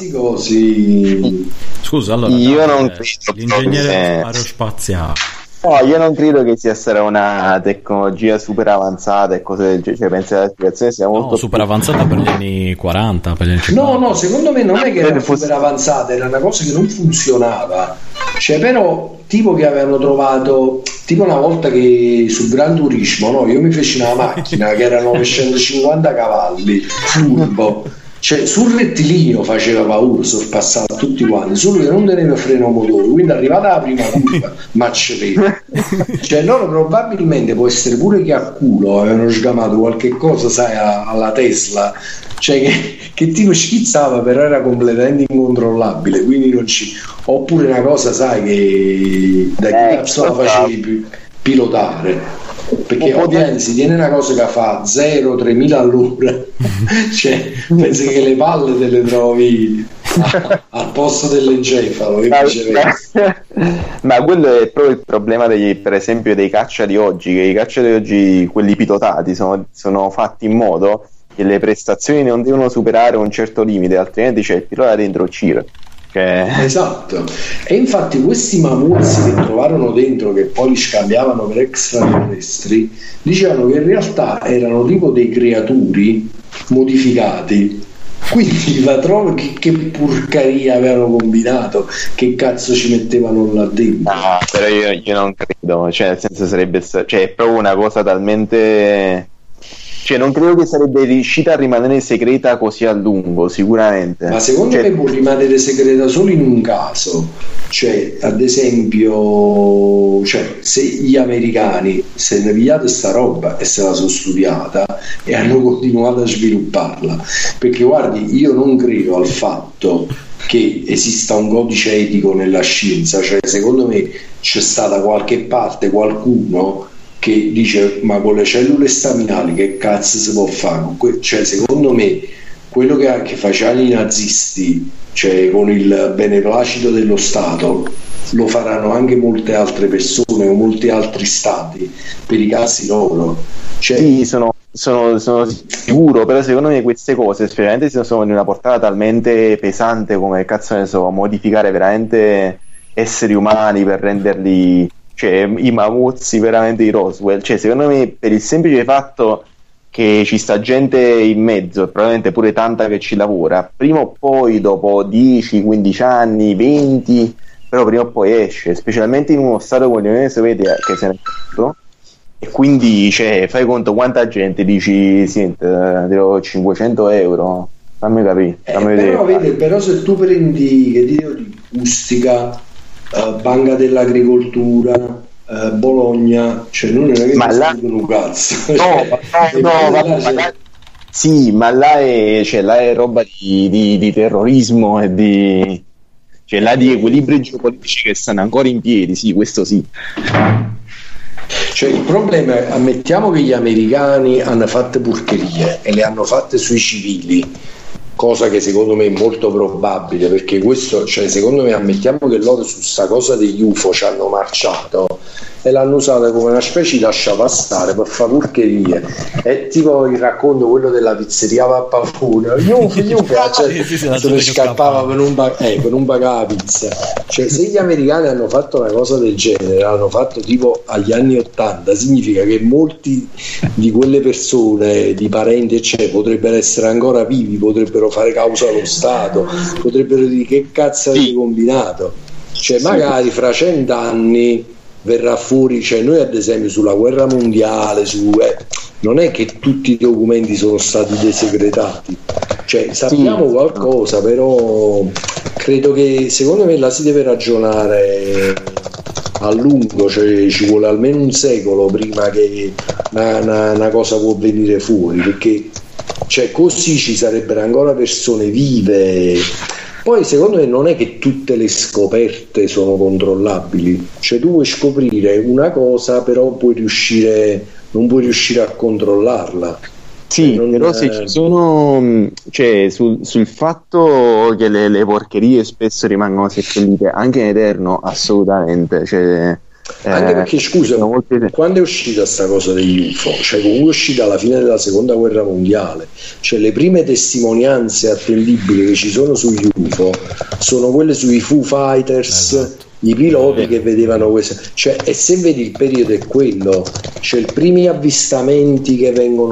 [SPEAKER 2] cosi.
[SPEAKER 1] Scusa, allora
[SPEAKER 5] io
[SPEAKER 1] dai,
[SPEAKER 5] non
[SPEAKER 1] eh, l'ingegnere aerospaziale.
[SPEAKER 5] No, io non credo che sia essere una tecnologia super avanzata e cose del genere, cioè penso che l'applicazione sia molto
[SPEAKER 1] no, super avanzata per gli anni quaranta, per gli anni cinquanta.
[SPEAKER 2] No, no, secondo me non è che era super avanzata, era una cosa che non funzionava. Cioè, però, tipo che avevano trovato, tipo una volta che sul Gran Turismo, no, io mi feci una macchina che era novecentocinquanta cavalli, turbo. Cioè sul rettilineo faceva paura, sorpassava tutti quanti, solo che non teneva freno motore, quindi arrivata la prima curva maccerete. Cioè loro probabilmente può essere pure che a culo avevano sgamato qualche cosa, sai, alla Tesla, cioè che, che tipo schizzava però era completamente incontrollabile, quindi non ci, oppure una cosa, sai, che da chi cazzo la facevi pilotare, perché ovviamente si tiene una cosa che fa zero tremila all'ora, cioè pensi che le palle te le trovi a, al posto dell'encefalo, che
[SPEAKER 5] ma quello è proprio il problema degli, per esempio dei caccia di oggi, che i caccia di oggi, quelli pilotati, sono, sono fatti in modo che le prestazioni non devono superare un certo limite, altrimenti c'è il pilota dentro uccide. Che...
[SPEAKER 2] esatto, e infatti questi mamuzzi che trovarono dentro, che poi li scambiavano per extraterrestri, dicevano che in realtà erano tipo dei creaturi modificati, quindi la trovo che, che porcaria avevano combinato, che cazzo ci mettevano là dentro.
[SPEAKER 5] No, però io, io non credo, cioè nel senso sarebbe, cioè è proprio una cosa talmente, cioè non credo che sarebbe riuscita a rimanere segreta così a lungo, sicuramente.
[SPEAKER 3] Ma secondo
[SPEAKER 5] cioè,
[SPEAKER 3] me può rimanere segreta solo in un caso, cioè ad esempio, cioè, se gli americani se ne pigliate sta roba e se la sono studiata e hanno continuato a svilupparla, perché guardi, io non credo al fatto che esista un codice etico nella scienza, cioè secondo me c'è stata qualche parte, qualcuno che dice ma con le cellule staminali che cazzo si può fare? Cioè secondo me quello che, che facevano i nazisti, cioè con il beneplacito dello Stato, lo faranno anche molte altre persone o molti altri stati per i casi loro. Cioè,
[SPEAKER 5] sì, sono, sono, sono sicuro, però secondo me queste cose, specialmente se sono di una portata talmente pesante come cazzo ne so, modificare veramente esseri umani per renderli, cioè i mamuzzi veramente di Roswell, cioè secondo me per il semplice fatto che ci sta gente in mezzo e probabilmente pure tanta che ci lavora, prima o poi dopo dieci quindici anni, venti, però prima o poi esce, specialmente in uno stato come l'Unione Sovietica che se ne è fatto, e quindi cioè, fai conto quanta gente dici senti, devo cinquecento euro, fammi capire, fammi
[SPEAKER 3] eh, però,
[SPEAKER 5] vedere.
[SPEAKER 3] vede, però se tu prendi che dico di Ustica, uh, Banca dell'Agricoltura, Uh, Bologna, cioè non è che
[SPEAKER 5] ma là
[SPEAKER 3] un cazzo.
[SPEAKER 5] No,
[SPEAKER 3] cioè,
[SPEAKER 5] no, no ma, ma là, sì, ma là è, cioè, là è roba di, di, di terrorismo e di, cioè là di equilibri geopolitici che stanno ancora in piedi, sì, questo sì.
[SPEAKER 3] Cioè il problema è, ammettiamo che gli americani hanno fatto porcherie e le hanno fatte sui civili, cosa che secondo me è molto probabile, perché questo, cioè secondo me ammettiamo che loro su sta cosa degli U F O ci hanno marciato e l'hanno usata come una specie di lasciapassare per fare porcherie. È tipo il racconto quello della pizzeria Pappafune, gli U F O, gli U F O, cioè, sì, sì, se ne scappava per non, pag- eh, per non pagare la pizza. Cioè se gli americani hanno fatto una cosa del genere, l'hanno fatto tipo agli anni ottanta, significa che molti di quelle persone, di parenti eccetera, potrebbero essere ancora vivi, potrebbero fare causa allo Stato, potrebbero dire che cazzo avete combinato. Cioè magari fra cent'anni verrà fuori, cioè noi ad esempio sulla guerra mondiale, su, eh, non è che tutti i documenti sono stati desegretati, cioè sappiamo sì. qualcosa, però credo che secondo me la si deve ragionare a lungo, cioè ci vuole almeno un secolo prima che una, una, una cosa può venire fuori, perché cioè, così ci sarebbero ancora persone vive. Poi secondo me non è che tutte le scoperte sono controllabili, cioè tu vuoi scoprire una cosa però puoi riuscire, non puoi riuscire a controllarla.
[SPEAKER 5] Sì,
[SPEAKER 3] non,
[SPEAKER 5] però se ci sono, cioè sul, sul fatto che le, le porcherie spesso rimangono seppellite anche in eterno, assolutamente, cioè,
[SPEAKER 3] anche perché scusa, molte... quando è uscita sta cosa degli U F O, cioè comunque è uscita alla fine della seconda guerra mondiale, cioè le prime testimonianze attendibili che ci sono sugli U F O sono quelle sui Foo Fighters, esatto. I piloti che vedevano questo, cioè, e se vedi il periodo è quello, cioè i primi avvistamenti che vengono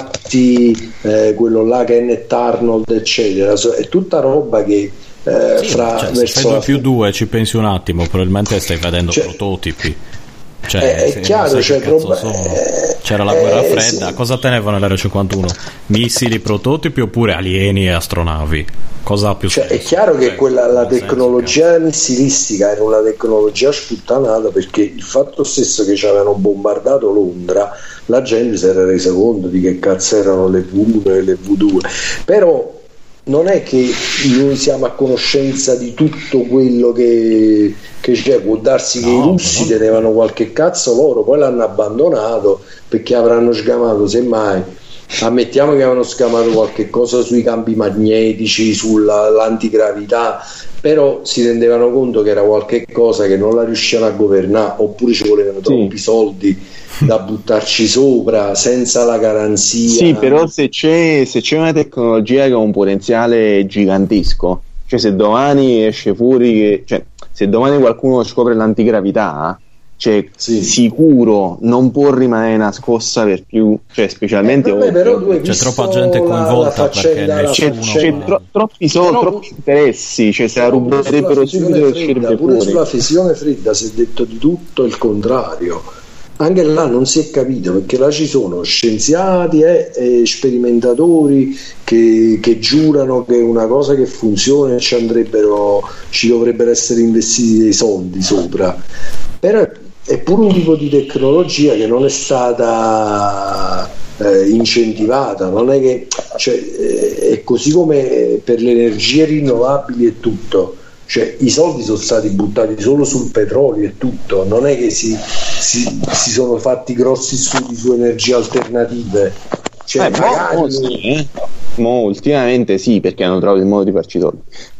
[SPEAKER 3] fatti, eh, quello là che è Kenneth Arnold eccetera, è tutta roba che Eh,
[SPEAKER 1] sì,
[SPEAKER 3] fra
[SPEAKER 1] cioè, se fai due più due ci pensi un attimo, probabilmente stai vedendo cioè, prototipi, cioè,
[SPEAKER 3] è, è chiaro, cioè, prob-
[SPEAKER 1] eh, c'era la guerra eh, fredda, sì. Cosa tenevano nell'Area cinquantuno? Missili prototipi oppure alieni e astronavi? Cosa ha più
[SPEAKER 3] cioè,
[SPEAKER 1] senso?
[SPEAKER 3] è chiaro che
[SPEAKER 1] Beh,
[SPEAKER 3] quella, la tecnologia senso, missilistica era una tecnologia sputtanata, perché il fatto stesso che ci avevano bombardato Londra, la gente si era resa conto di che cazzo erano le V uno e le V due, però non è che noi siamo a conoscenza di tutto quello che, che c'è, può darsi che no, i russi no. tenevano qualche cazzo loro, poi l'hanno abbandonato perché avranno sgamato, semmai ammettiamo che avevano scamato qualche cosa sui campi magnetici, sull'antigravità, però si rendevano conto che era qualche cosa che non la riuscivano a governare, oppure ci volevano troppi sì. soldi da buttarci sopra senza la garanzia.
[SPEAKER 5] Sì, però se c'è, se c'è una tecnologia che ha un potenziale gigantesco, cioè se domani esce fuori che, cioè se domani qualcuno scopre l'antigravità, cioè sì. sicuro non può rimanere nascosta per più, cioè specialmente
[SPEAKER 3] eh, vabbè, però tu hai
[SPEAKER 1] c'è troppa gente coinvolta
[SPEAKER 3] la
[SPEAKER 1] perché
[SPEAKER 5] c'è, c'è tro- troppi soldi, però, troppi interessi, cioè se la ruberebbero subito
[SPEAKER 3] fredda, pure fuori. Sulla fisione fredda si è detto di tutto il contrario,
[SPEAKER 2] anche là non si è capito, perché là ci sono scienziati e, e sperimentatori che, che giurano che è una cosa che funziona e ci andrebbero, ci dovrebbero essere investiti dei soldi sopra, però è pure un tipo di tecnologia che non è stata eh, incentivata, non è che, cioè, è così come per le energie rinnovabili e tutto. Cioè, i soldi sono stati buttati solo sul petrolio e tutto, non è che si, si, si sono fatti grossi studi su energie alternative. Cioè,
[SPEAKER 5] eh,
[SPEAKER 2] magari...
[SPEAKER 5] mo, sì, eh. mo ultimamente sì, perché hanno trovato il modo di farci soldi,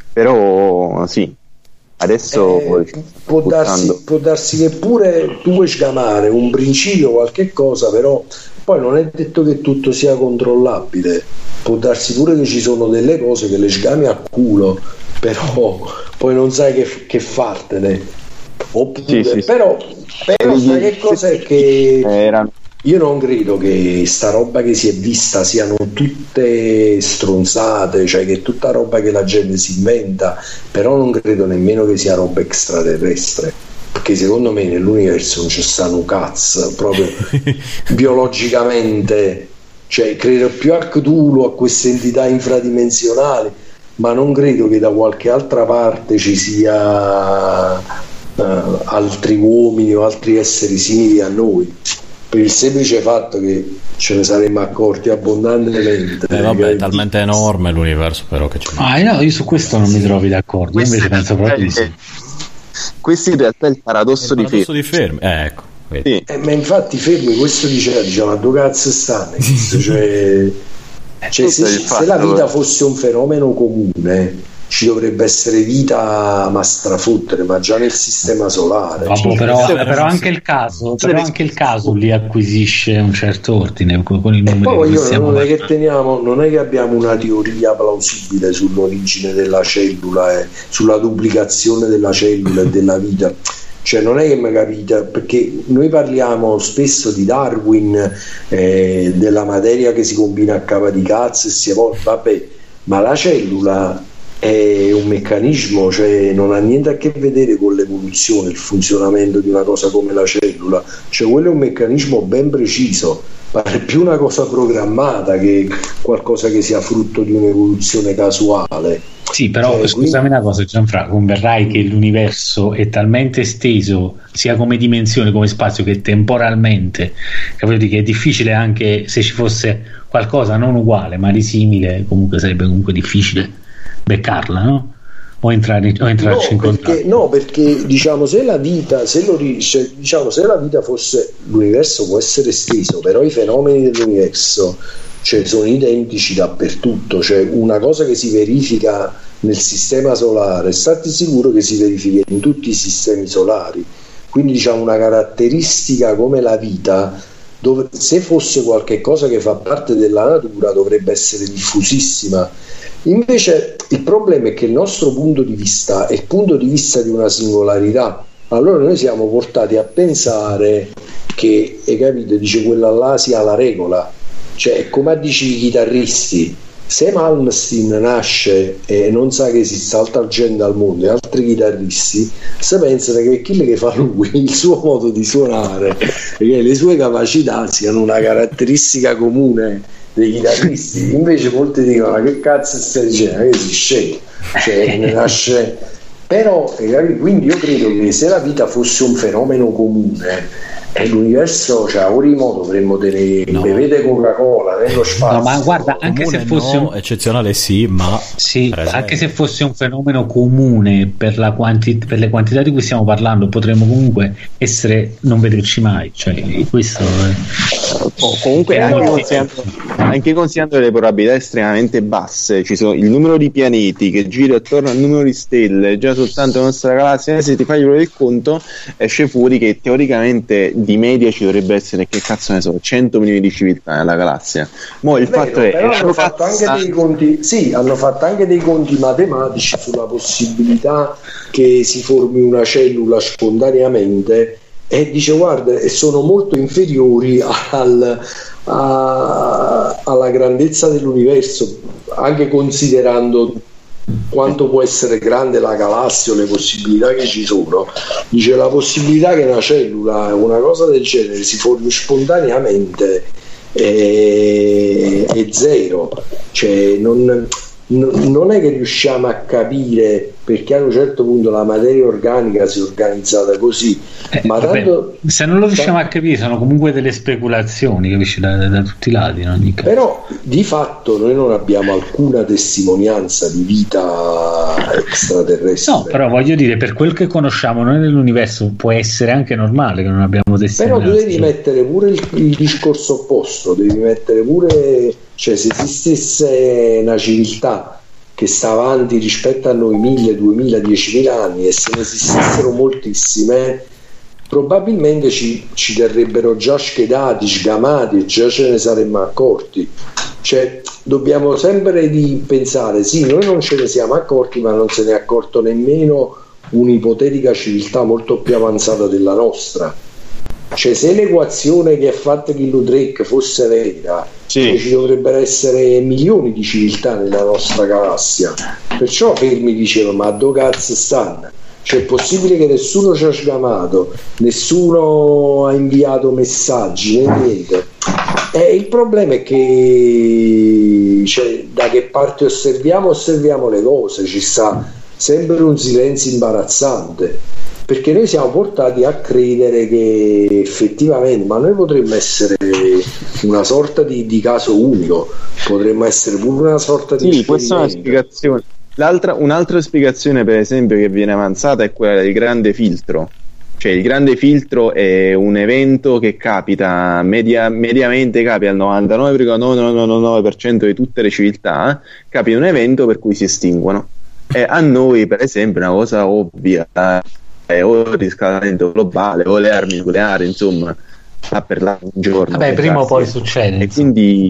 [SPEAKER 5] però sì, adesso
[SPEAKER 2] eh, può, darsi, può darsi che pure tu vuoi sgamare un principio, qualche cosa, però poi non è detto che tutto sia controllabile, può darsi pure che ci sono delle cose che le sgami a culo, però poi non sai che, che fartene, oppure, sì, sì, però, però sai che cos'è che
[SPEAKER 5] era...
[SPEAKER 2] io non credo che sta roba che si è vista siano tutte stronzate, cioè che è tutta roba che la gente si inventa, però non credo nemmeno che sia roba extraterrestre, perché secondo me nell'universo non c'è stanno cazzo proprio biologicamente, cioè credo più a Cthulhu, a queste entità infradimensionali, ma non credo che da qualche altra parte ci sia uh, altri uomini o altri esseri simili a noi, per il semplice fatto che ce ne saremmo accorti abbondantemente.
[SPEAKER 1] Eh, vabbè, è talmente enorme l'universo, però che c'è.
[SPEAKER 4] Ah, no, io su questo non mi trovi d'accordo. Io invece penso proprio di sì.
[SPEAKER 5] Questo in realtà è il paradosso,
[SPEAKER 1] è il paradosso
[SPEAKER 5] di
[SPEAKER 1] Fermi. Eh, ecco.
[SPEAKER 5] Sì.
[SPEAKER 2] Eh, ma infatti Fermi questo diceva, diceva, ma dove cazzo stanno? Cioè, cioè se, se la vita fosse un fenomeno comune ci dovrebbe essere vita ma strafottere, ma già nel sistema solare.
[SPEAKER 4] Vabbè, però, però anche il caso però anche il caso lì acquisisce un certo ordine con, con i numeri.
[SPEAKER 2] E poi io non è che teniamo, non è che abbiamo una teoria plausibile sull'origine della cellula e sulla duplicazione della cellula e della vita. Cioè non è che mi capita, perché noi parliamo spesso di Darwin, eh, della materia che si combina a capa di cazzo e si evolve, vabbè, ma la cellula è un meccanismo, cioè non ha niente a che vedere con l'evoluzione, il funzionamento di una cosa come la cellula, cioè quello è un meccanismo ben preciso, pare più una cosa programmata che qualcosa che sia frutto di un'evoluzione casuale.
[SPEAKER 4] Sì, però eh, scusami quindi... una cosa, Gianfranco, converrai che l'universo è talmente esteso sia come dimensione, come spazio, che temporalmente, capito, che è difficile, anche se ci fosse qualcosa non uguale ma di simile, comunque sarebbe comunque difficile beccarla, no? O entrare, o entrarci
[SPEAKER 2] no,
[SPEAKER 4] in contatto.
[SPEAKER 2] Perché, no, perché diciamo se la vita, se lo cioè, diciamo se la vita fosse, l'universo può essere esteso, però i fenomeni dell'universo, cioè, sono identici dappertutto, cioè una cosa che si verifica nel sistema solare, state sicuro che si verifica in tutti i sistemi solari, quindi diciamo una caratteristica come la vita, dove, se fosse qualche cosa che fa parte della natura, dovrebbe essere diffusissima. Invece il problema è che il nostro punto di vista è il punto di vista di una singolarità, allora noi siamo portati a pensare che, hai capito, dice quella là sia la regola. Cioè, come dici i chitarristi, se Malmsteen nasce e non sa che esiste altra gente al mondo e altri chitarristi, si pensano che quello che fa lui, il suo modo di suonare e le sue capacità siano una caratteristica comune dei chitarristi. Invece molti dicono: ma che cazzo stai dicendo? Che si sceglie, cioè ne nasce. Però quindi io credo che se la vita fosse un fenomeno comune e l'universo, cioè ora modo dovremmo tenere, no, bevete Coca-Cola nello spazio.
[SPEAKER 4] No, ma guarda, anche
[SPEAKER 1] comune
[SPEAKER 4] se fosse
[SPEAKER 1] no,
[SPEAKER 4] un...
[SPEAKER 1] eccezionale sì, ma
[SPEAKER 4] sì, anche se fosse un fenomeno comune per, la quanti... per le quantità di cui stiamo parlando, potremmo comunque essere non vederci mai, cioè questo è...
[SPEAKER 5] oh, comunque anche considerando, anche considerando le probabilità estremamente basse, ci sono il numero di pianeti che gira attorno al numero di stelle, già soltanto la nostra galassia, se ti fai il conto esce fuori che teoricamente di media ci dovrebbe essere, che cazzo ne so, cento milioni di civiltà nella galassia. Mo il
[SPEAKER 2] vero,
[SPEAKER 5] fatto è
[SPEAKER 2] però hanno fatto anche dei conti, sì, hanno fatto anche dei conti matematici sulla possibilità che si formi una cellula spontaneamente, e dice guarda, sono molto inferiori al, a, alla grandezza dell'universo, anche considerando
[SPEAKER 3] quanto può essere grande la galassia o le possibilità che ci sono, dice la possibilità che una cellula, una cosa del genere, si formi spontaneamente è, è zero, cioè non, non è che riusciamo a capire perché a un certo punto la materia organica si è organizzata così,
[SPEAKER 4] eh,
[SPEAKER 3] ma
[SPEAKER 4] vabbè,
[SPEAKER 3] tanto,
[SPEAKER 4] se non lo riusciamo a capire sono comunque delle speculazioni, capisci, da, da, da tutti i lati in ogni caso.
[SPEAKER 3] Però di fatto noi non abbiamo alcuna testimonianza di vita extraterrestre.
[SPEAKER 4] No, però voglio dire, per quel che conosciamo noi nell'universo può essere anche normale che non abbiamo testimonianza.
[SPEAKER 3] Però tu devi mettere pure il, il discorso opposto, devi mettere pure, cioè se esistesse una civiltà che sta avanti rispetto a noi mille, duemila, diecimila anni, e se ne esistessero moltissime, probabilmente ci, ci terrebbero già schedati, sgamati, e già ce ne saremmo accorti. Cioè dobbiamo sempre di pensare, sì, noi non ce ne siamo accorti, ma non se ne è accorto nemmeno un'ipotetica civiltà molto più avanzata della nostra. Cioè se l'equazione che ha fatto Killutrek fosse vera, sì, ci dovrebbero essere milioni di civiltà nella nostra galassia. Perciò Fermi diceva, ma dove cazzo stanno? Cioè è possibile che nessuno ci ha sgamato, nessuno ha inviato messaggi né niente. E il problema è che, cioè, da che parte osserviamo osserviamo le cose, ci sta sempre un silenzio imbarazzante, perché noi siamo portati a credere che effettivamente, ma noi potremmo essere una sorta di, di caso unico, potremmo essere pure una sorta di
[SPEAKER 5] sì, questa è una spiegazione. L'altra, un'altra spiegazione per esempio che viene avanzata è quella del grande filtro. Cioè il grande filtro è un evento che capita media, mediamente capita al novantanove virgola nove per cento di tutte le civiltà, eh? Capita un evento per cui si estinguono, e a noi per esempio una cosa ovvia è o il riscaldamento globale o le armi nucleari, insomma, a per là un giorno.
[SPEAKER 4] Vabbè, prima o poi succede,
[SPEAKER 5] e quindi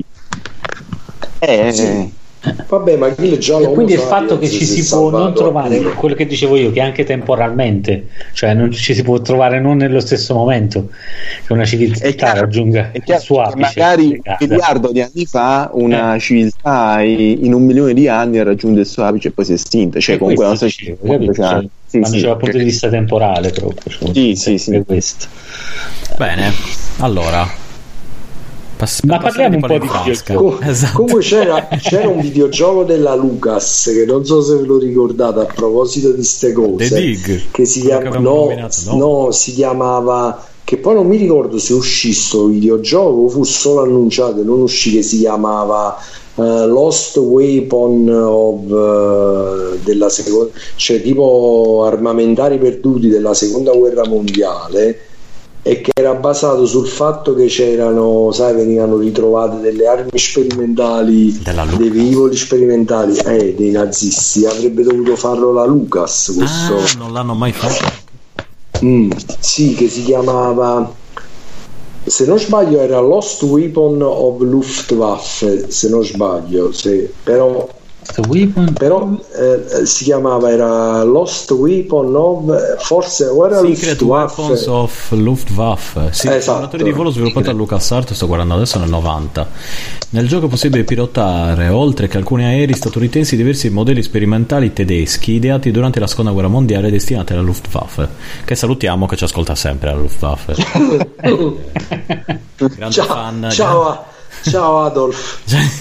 [SPEAKER 5] eh,
[SPEAKER 3] sì. Vabbè, ma già
[SPEAKER 4] e quindi il fatto che ci si può non trovare, quello che dicevo io, che anche temporalmente, cioè non ci si può trovare non nello stesso momento che una civiltà raggiunga il suo apice,
[SPEAKER 5] magari un miliardo di anni fa una eh. civiltà in un milione di anni ha raggiunto il suo apice e poi si è estinta, cioè e comunque la nostra
[SPEAKER 4] civiltà, cioè, cioè, sì, quando sì, c'è dal punto di vista temporale proprio, cioè,
[SPEAKER 5] sì, sì, sì.
[SPEAKER 4] Questo.
[SPEAKER 1] Bene, allora Pass-
[SPEAKER 4] ma parliamo un po' di
[SPEAKER 3] videogioco. Esatto. Comunque c'era, c'era un videogioco della Lucas che non so se ve lo ricordate, a proposito di ste cose,
[SPEAKER 1] The Dig,
[SPEAKER 3] che si chiama no, no? no, si chiamava, che poi non mi ricordo se uscì sto videogioco o fu solo annunciato, non uscì, che si chiamava uh, Lost Weapon of uh, della seconda, cioè tipo armamentari perduti della seconda guerra mondiale, e che era basato sul fatto che c'erano, sai, venivano ritrovate delle armi sperimentali, dei velivoli sperimentali eh, dei nazisti. Avrebbe dovuto farlo la Lucas questo.
[SPEAKER 1] Ah, non l'hanno mai fatto.
[SPEAKER 3] Mm, sì, che si chiamava, se non sbaglio era Lost Weapon of Luftwaffe, se non sbaglio, sì, però però eh, si chiamava, era Lost Weapon of, forse o era
[SPEAKER 1] Secret Weapons of Luftwaffe, sì,
[SPEAKER 3] esatto.
[SPEAKER 1] Simulatore di volo sviluppato a LucasArts, sto guardando adesso, nel novanta. Nel gioco è possibile pilotare, oltre che alcuni aerei statunitensi, diversi modelli sperimentali tedeschi ideati durante la seconda guerra mondiale destinati alla Luftwaffe, che salutiamo, che ci ascolta sempre la Luftwaffe. Grande
[SPEAKER 3] ciao,
[SPEAKER 1] fan,
[SPEAKER 3] ciao
[SPEAKER 1] grande...
[SPEAKER 3] Ciao Adolf.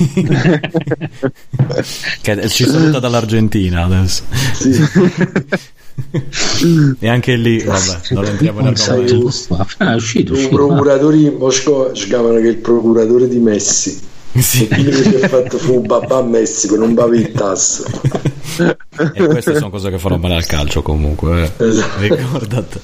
[SPEAKER 1] Che ci saluta dall'Argentina adesso. Sì. E anche lì, vabbè, non entriamo nel
[SPEAKER 3] argomento.
[SPEAKER 4] Ah, è uscito,
[SPEAKER 3] un procuratore in Mosca chiamano che il procuratore di Messi. Sì. E quello che ha fatto fu babà Messi per non bave il tasso.
[SPEAKER 1] E queste sono cose che fanno male al calcio comunque, eh. Esatto. Ricordate.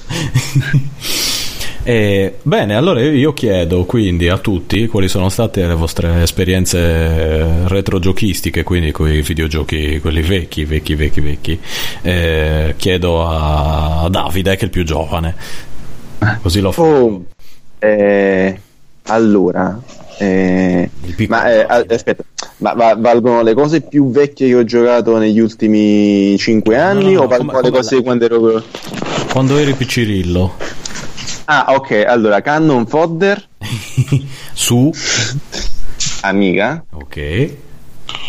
[SPEAKER 1] E, bene, allora io chiedo quindi a tutti quali sono state le vostre esperienze retrogiochistiche, quindi con i videogiochi, quelli vecchi, vecchi, vecchi, vecchi. E chiedo a Davide, che è il più giovane, così lo faccio.
[SPEAKER 5] Oh, eh, allora, eh, ma eh, aspetta, ma va, valgono le cose più vecchie che ho giocato negli ultimi cinque anni, no, no, no, o valgono come, le come cose la... quando ero
[SPEAKER 1] quando eri piccirillo?
[SPEAKER 5] Ah, ok, allora Cannon Fodder
[SPEAKER 1] su
[SPEAKER 5] Amiga,
[SPEAKER 1] ok,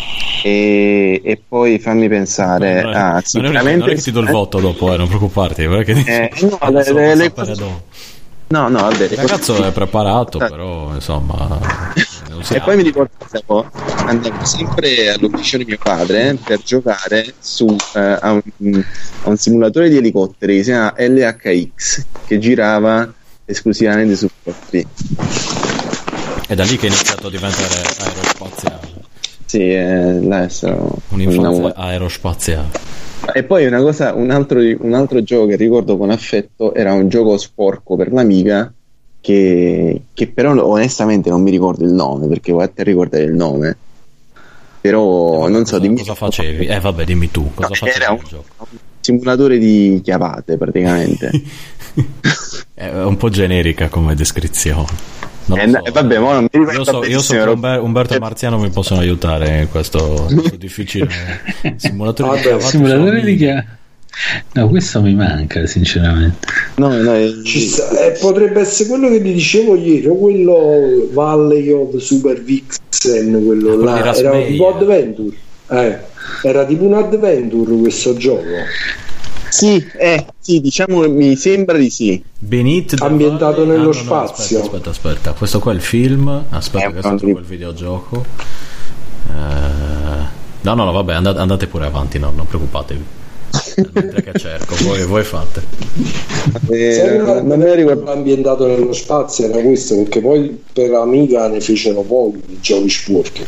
[SPEAKER 5] E, e poi fammi pensare,
[SPEAKER 1] non è,
[SPEAKER 5] ah, sicuramente
[SPEAKER 1] non è che ti do il voto dopo, eh, non preoccuparti, perché
[SPEAKER 5] eh, no, le, le, le cose... no, no, vabbè,
[SPEAKER 1] il ragazzo è preparato, però insomma
[SPEAKER 5] e poi mi ricordo andavo sempre all'ufficio di mio padre per giocare su eh, a, un, a un simulatore di elicotteri che si chiama L H X, che girava esclusivamente su P C.
[SPEAKER 1] È da lì che è iniziato a diventare aerospaziale.
[SPEAKER 5] Sì, eh, là è
[SPEAKER 1] un'infanzia aerospaziale.
[SPEAKER 5] E poi una cosa, un altro, un altro gioco che ricordo con affetto era un gioco sporco per l'Amiga che, che però onestamente non mi ricordo il nome, perché vuoi a te ricordare il nome, però eh, non so,
[SPEAKER 1] cosa,
[SPEAKER 5] dimmi
[SPEAKER 1] cosa facevi? Eh vabbè, dimmi tu cosa
[SPEAKER 5] no,
[SPEAKER 1] facevi
[SPEAKER 5] era un,
[SPEAKER 1] gioco?
[SPEAKER 5] un simulatore di chiavate praticamente.
[SPEAKER 1] È un po' generica come descrizione. Non
[SPEAKER 5] eh,
[SPEAKER 1] so.
[SPEAKER 5] eh, vabbè, ma non mi
[SPEAKER 1] io so, io so che Umber- Umberto e Marziano mi possono aiutare in questo, questo difficile simulatore
[SPEAKER 4] ah,
[SPEAKER 1] di chiavate.
[SPEAKER 4] Simulatore di chiavate. No, questo mi manca sinceramente.
[SPEAKER 5] No, no, è...
[SPEAKER 2] Ci sta, eh, potrebbe essere quello che vi dicevo ieri, o quello Valley of Super Vixen, quello
[SPEAKER 1] ah,
[SPEAKER 2] là, era un po' adventure, eh, era tipo un adventure questo gioco.
[SPEAKER 5] Sì, eh, sì, diciamo, mi sembra di sì.
[SPEAKER 1] Beneath
[SPEAKER 2] ambientato
[SPEAKER 1] Valley.
[SPEAKER 2] nello
[SPEAKER 1] ah, no,
[SPEAKER 2] spazio.
[SPEAKER 1] No, aspetta, aspetta, aspetta, questo qua è il film. Aspetta,
[SPEAKER 5] eh,
[SPEAKER 1] che sto trovo il videogioco. Uh, no, no, no, vabbè, andate, andate pure avanti, no, non preoccupatevi. Mentre che cerco, voi, voi fate.
[SPEAKER 2] Eh, non me ne ricordo. Ambientato nello spazio era questo, perché poi per Amiga ne fecero pochi di giochi sporchi.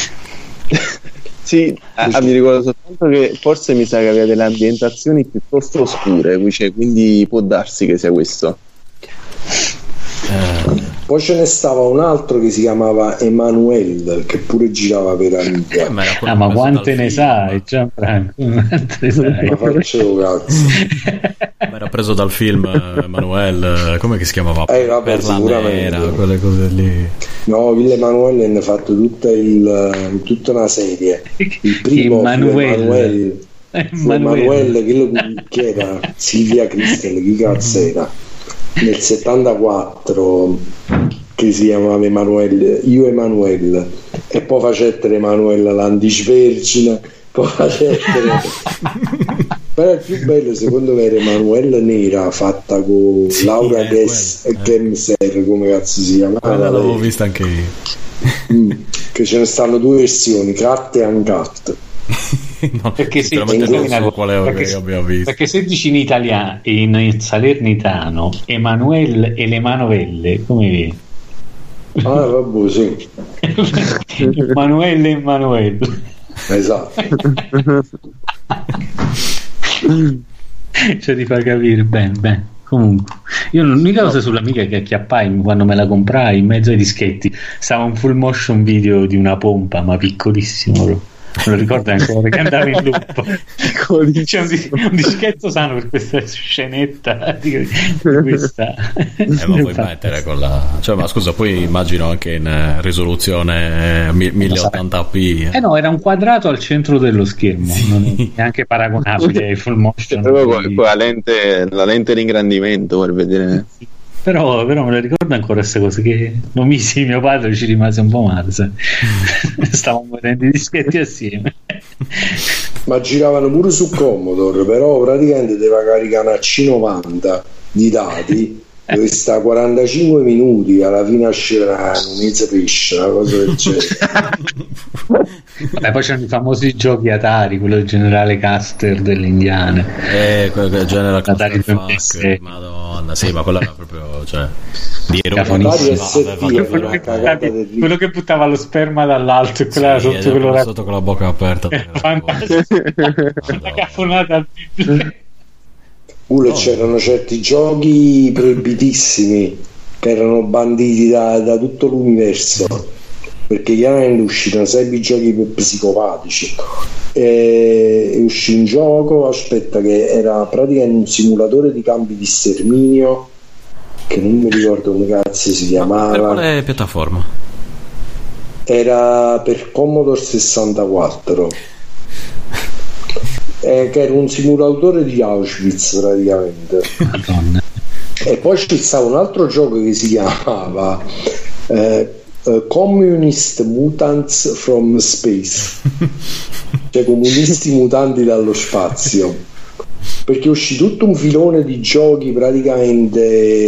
[SPEAKER 5] Sì, ah, mi ricordo soltanto che forse mi sa che aveva delle ambientazioni piuttosto oscure, quindi può darsi che sia questo.
[SPEAKER 2] Eh. Poi ce ne stava un altro che si chiamava Emanuele, che pure girava per Amiga.
[SPEAKER 4] Eh, ah, ma quante ne sai, Gianfranco? Quante ne sai?
[SPEAKER 2] Ma faccio cazzo.
[SPEAKER 1] Ma era preso dal film Emanuele, come si chiamava?
[SPEAKER 2] Eh, vabbè,
[SPEAKER 1] per la nera, quelle cose lì.
[SPEAKER 2] No, il Emanuele ne ha fatto tutta, il, tutta una serie. Il primo Emanuele, Emanuele, quello che era Silvia Cristel, chi cazzo era? Nel settantaquattro, che si chiamava Emanuele, io Emanuele, e poi facette Emanuele l'Antisvergine, poi facette però il più bello secondo me era Emanuele Nera, fatta con sì, Laura eh, Gemser, eh. come cazzo si chiama?
[SPEAKER 1] Quella l'avevo vista anche io.
[SPEAKER 2] Mm, che ce ne stanno due versioni, cat e uncut.
[SPEAKER 1] No,
[SPEAKER 4] perché, se,
[SPEAKER 1] so qual è
[SPEAKER 4] perché,
[SPEAKER 1] che abbiamo visto.
[SPEAKER 4] Perché se dici in italiano, in salernitano, Emanuele e le manovelle, come vedi?
[SPEAKER 2] Ah, vabbè, sì.
[SPEAKER 4] Emanuele e Emanuele.
[SPEAKER 2] Esatto.
[SPEAKER 4] Cioè ti fa capire bene, bene. Comunque, io l'unica cosa sull'Amiga che acchiappai quando me la comprai in mezzo ai dischetti stava un full motion video di una pompa, ma piccolissimo. Me lo ricordo ancora che andava in loop. C'è un, dis- un dischetto sano per questa scenetta di questa.
[SPEAKER 1] Eh, ma puoi mettere con la, cioè, ma scusa, poi immagino anche in risoluzione mille ottanta p.
[SPEAKER 4] Eh no, era un quadrato al centro dello schermo, sì. Non è neanche paragonabile ai full motion.
[SPEAKER 5] Proprio con la lente, la lente di ingrandimento per vedere.
[SPEAKER 4] Sì. Però, però me lo ricordo ancora queste cose che non mi sì, mio padre ci rimase un po' male, sai. Stavamo vedendo i dischetti assieme.
[SPEAKER 2] Ma giravano pure su Commodore, però praticamente doveva caricare una C novanta di dati dove sta quarantacinque minuti, alla fine c'era un mezzo pesce, una cosa del genere.
[SPEAKER 4] Beh, poi c'erano i famosi giochi Atari, quello del generale Custer delle Indiane,
[SPEAKER 1] eh, quello del generale
[SPEAKER 4] Atari
[SPEAKER 1] Custer, madonna, sì, ma quello era proprio, cioè, di
[SPEAKER 2] Atari S T,
[SPEAKER 4] quello, che buttavi, quello che buttava lo sperma dall'alto e quella
[SPEAKER 1] sì,
[SPEAKER 4] sotto, quello
[SPEAKER 1] sotto con la bocca aperta.
[SPEAKER 4] La caffonata al pippo.
[SPEAKER 2] Pure oh. C'erano certi giochi proibitissimi che erano banditi da, da tutto l'universo, perché chiaramente uscirono sempre i giochi più psicopatici. E uscì un gioco, aspetta, che era praticamente un simulatore di campi di sterminio, che non mi ricordo come cazzo si chiamava.
[SPEAKER 1] Per quale piattaforma?
[SPEAKER 2] Era per Commodore sessantaquattro. Eh, che era un simulatore di Auschwitz praticamente.
[SPEAKER 4] Madonna.
[SPEAKER 2] E poi ci stava un altro gioco che si chiamava eh, uh, Communist Mutants from Space, cioè comunisti mutanti dallo spazio, perché uscì tutto un filone di giochi praticamente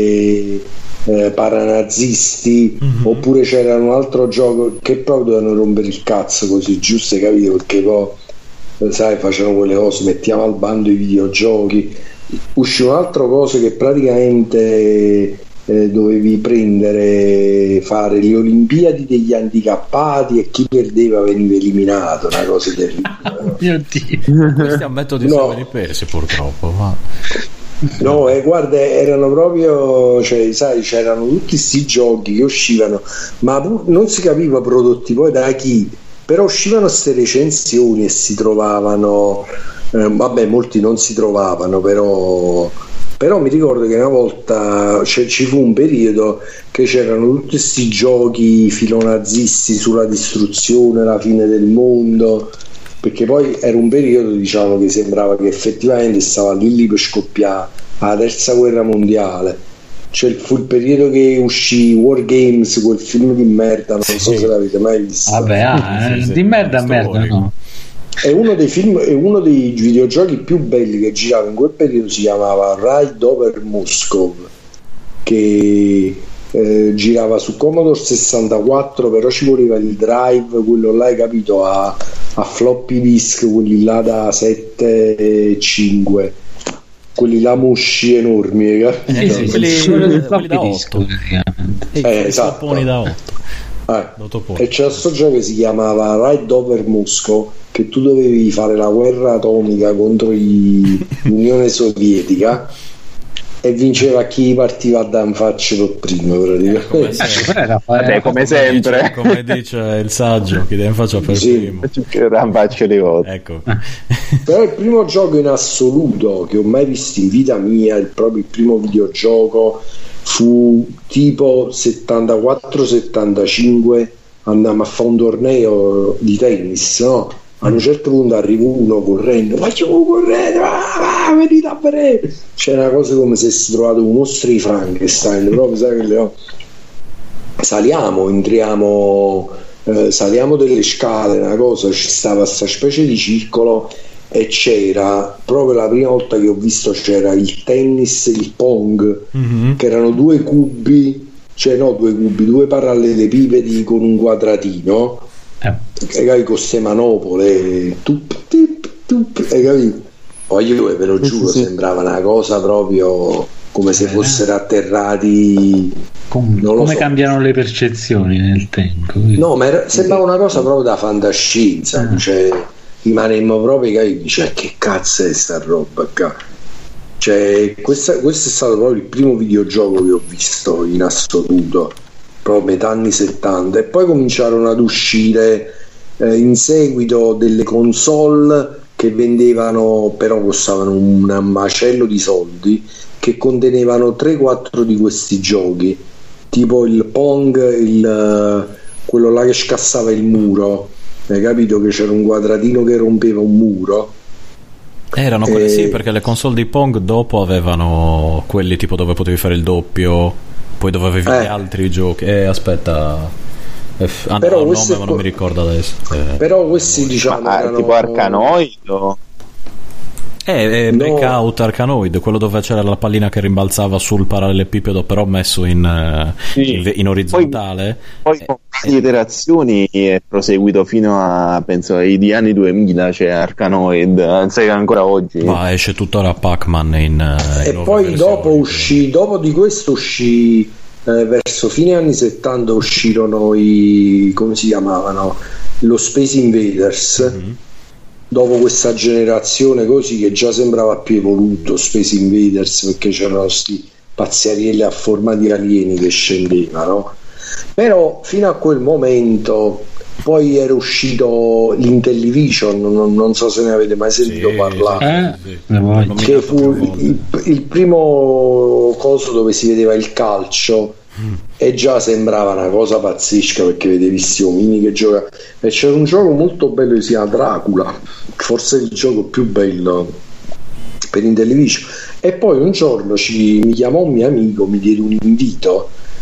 [SPEAKER 2] eh, paranazisti, mm-hmm. oppure c'era un altro gioco che proprio dovevano rompere il cazzo così, giusto, hai capito? Perché poi sai, facevano quelle cose, mettiamo al bando i videogiochi. Uscì un altro cosa che praticamente eh, dovevi prendere, fare le Olimpiadi degli handicappati e chi perdeva veniva eliminato, una cosa terribile.
[SPEAKER 4] Oh mio Dio.
[SPEAKER 1] Questi ammetto di
[SPEAKER 2] no.
[SPEAKER 1] essere persi purtroppo, ma...
[SPEAKER 2] No, eh, guarda, erano proprio, cioè, sai, c'erano tutti questi giochi che uscivano, ma pur, non si capiva prodotti poi da chi. Però uscivano queste recensioni e si trovavano, eh, vabbè, molti non si trovavano, però, però mi ricordo che una volta cioè, ci fu un periodo che c'erano tutti questi giochi filonazisti sulla distruzione, la fine del mondo, perché poi era un periodo, diciamo, che sembrava che effettivamente stava lì lì per scoppiare la terza guerra mondiale. Cioè, fu il periodo che uscì War Games, quel film di merda, non
[SPEAKER 1] sì.
[SPEAKER 2] so se l'avete mai visto.
[SPEAKER 4] Vabbè, ah,
[SPEAKER 1] sì, sì,
[SPEAKER 4] di merda a merda,
[SPEAKER 1] storico.
[SPEAKER 4] no.
[SPEAKER 2] È uno dei film, è uno dei videogiochi più belli che girava in quel periodo, si chiamava Ride Over Moscow, che eh, girava su Commodore sessantaquattro, però ci voleva il drive, quello là, hai capito, a, a floppy disk, quelli là da sette e cinque, quelli là musci enormi, eh,
[SPEAKER 1] Eh, sì, quelli, quelli, quelli da otto,
[SPEAKER 2] eh, esatto.
[SPEAKER 1] da otto.
[SPEAKER 2] Eh. E c'era questo gioco che si chiamava Ride Over Moscow, che tu dovevi fare la guerra atomica contro i, l'Unione Sovietica e vinceva chi partiva a danfacce per primo, praticamente.
[SPEAKER 1] Come sempre,
[SPEAKER 5] Vabbè, come sempre.
[SPEAKER 1] Dice, come dice il saggio, chi deve faccia per
[SPEAKER 2] sì.
[SPEAKER 1] primo.
[SPEAKER 5] Danfacce di volte.
[SPEAKER 1] Ecco.
[SPEAKER 2] Però il primo gioco in assoluto che ho mai visto in vita mia, il proprio il primo videogioco, fu tipo settantaquattro settantacinque, andammo a fare un torneo di tennis, no? A un certo punto arriva uno correndo, facciamo correre, va, va, venite a vedere. C'è una cosa come se si trovato un mostro di Frankenstein, proprio, sai che le... saliamo, entriamo, eh, saliamo delle scale, una cosa, ci stava questa specie di circolo e c'era proprio la prima volta che ho visto, c'era il tennis, il pong, mm-hmm. che erano due cubi, cioè no due cubi, due parallelepipedi con un quadratino, eh. hai capito, con queste manopole, tup, tup, tup, hai capito? Oh, io ve lo giuro, sì, sembrava una cosa proprio come se fossero atterrati.
[SPEAKER 4] Com-
[SPEAKER 2] non lo
[SPEAKER 4] come
[SPEAKER 2] so.
[SPEAKER 4] Cambiano le percezioni nel tempo?
[SPEAKER 2] No, ma era, sembrava una cosa proprio da fantascienza, ah. cioè rimanemmo proprio, capito? Cioè, che cazzo è sta roba qua? Cioè, questa, questo è stato proprio il primo videogioco che ho visto in assoluto, proprio metà anni settanta, e poi cominciarono ad uscire eh, in seguito delle console che vendevano, però costavano un macello di soldi, che contenevano tre quattro di questi giochi, tipo il Pong, il, quello là che scassava il muro, hai capito, che c'era un quadratino che rompeva un muro.
[SPEAKER 1] Erano quelli, e... sì, perché le console di Pong dopo avevano quelli tipo dove potevi fare il doppio, poi dove avevi eh. gli altri giochi. Eh, aspetta, eh, ah, però no, il nome ma non mi ricordo adesso. Eh.
[SPEAKER 2] Però questi, diciamo,
[SPEAKER 5] ma
[SPEAKER 2] erano...
[SPEAKER 5] tipo Arkanoid o...
[SPEAKER 1] Eh, eh, Breakout, no. Arkanoid, quello dove c'era la pallina che rimbalzava sul parallelepipedo, però messo in, sì. in, in orizzontale.
[SPEAKER 5] Poi, poi con varie eh, iterazioni è proseguito fino a, penso, ai anni duemila, c'è Arkanoid, anzi ancora oggi.
[SPEAKER 1] Ma esce tuttora Pac-Man in,
[SPEAKER 2] e
[SPEAKER 1] in
[SPEAKER 2] poi dopo uscì, dopo di questo uscì, eh, verso fine anni settanta uscirono i, come si chiamavano, lo Space Invaders. Mm-hmm. Dopo questa generazione così che già sembrava più evoluto Space Invaders, perché c'erano questi pazzarielli a forma di alieni che scendevano, però fino a quel momento poi era uscito l'Intellivision, non, non so se ne avete mai sentito
[SPEAKER 1] sì,
[SPEAKER 2] parlare,
[SPEAKER 1] sì, sì.
[SPEAKER 2] che fu il, il primo coso dove si vedeva il calcio mm. e già sembrava una cosa pazzesca, perché vedevi questi omini che giocavano, e c'era un gioco molto bello che si chiama Dracula, forse il gioco più bello per Intellivision. E poi un giorno ci, mi chiamò un mio amico, mi diede un invito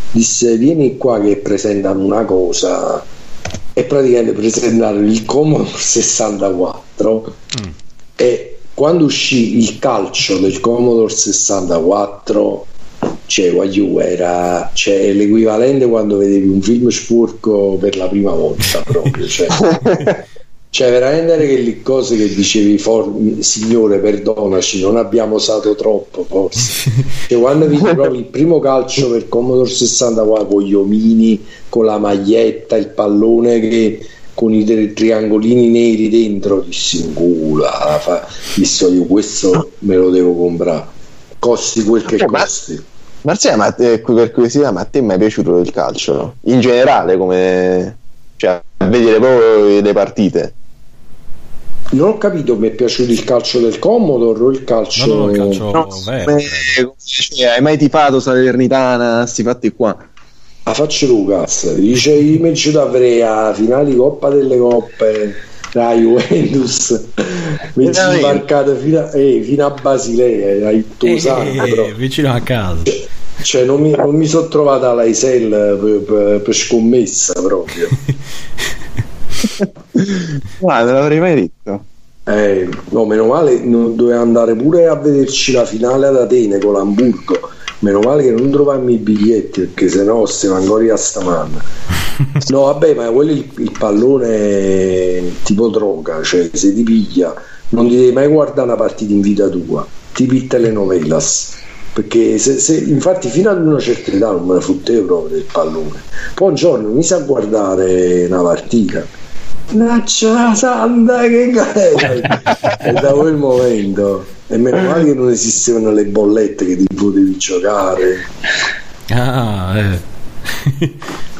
[SPEAKER 2] disse vieni qua che presentano una cosa, e praticamente presentarono il Commodore sessantaquattro mm. e quando uscì il calcio del Commodore sessantaquattro, cioè, voglio, era cioè, l'equivalente quando vedevi un film sporco per la prima volta proprio, cioè, cioè veramente che le cose che dicevi for, signore perdonaci, non abbiamo usato troppo forse, cioè, quando vedi proprio il primo calcio per Commodore sessantaquattro con gli omini, con la maglietta, il pallone che con i tri- triangolini neri dentro, dissi in culo, visto io questo me lo devo comprare, costi quel che costi.
[SPEAKER 5] Marcia, ma eh, per curiosità, ma a te mi è piaciuto il calcio, no? In generale, come, cioè, a vedere proprio le partite?
[SPEAKER 2] Non ho capito, mi è piaciuto il calcio del Commodore o il calcio,
[SPEAKER 1] no, no, il calcio
[SPEAKER 5] no,
[SPEAKER 1] vero,
[SPEAKER 5] eh, cioè, hai mai tifato Salernitana, sti fatti qua?
[SPEAKER 2] La faccio Lucas, dice io mi ci avrei a finali Coppa delle Coppe la Juventus, mi ci marcato fino a, eh, fino a Basilea, hai tutto sangue,
[SPEAKER 1] eh, vicino a casa,
[SPEAKER 2] cioè non mi, non mi sono trovata la Isel per, per, per scommessa proprio.
[SPEAKER 5] Guarda, non l'avrei mai detto.
[SPEAKER 2] Eh, no, meno male, non doveva andare pure a vederci la finale ad Atene con l'Hamburgo. Meno male che non trovammo i biglietti, perché sennò stiamo ancora a stamattina. No, vabbè, ma quello il, il pallone è tipo droga, cioè se ti piglia non ti devi mai guardare una partita in vita tua, tipi telenovelas, perché se, se, infatti fino ad una certa età non me ne fottevo proprio del pallone. Poi un giorno mi sa guardare una partita, Naccia santa che è, e da quel momento, e meno male che non esistevano le bollette che ti potevi giocare.
[SPEAKER 1] Ah, eh.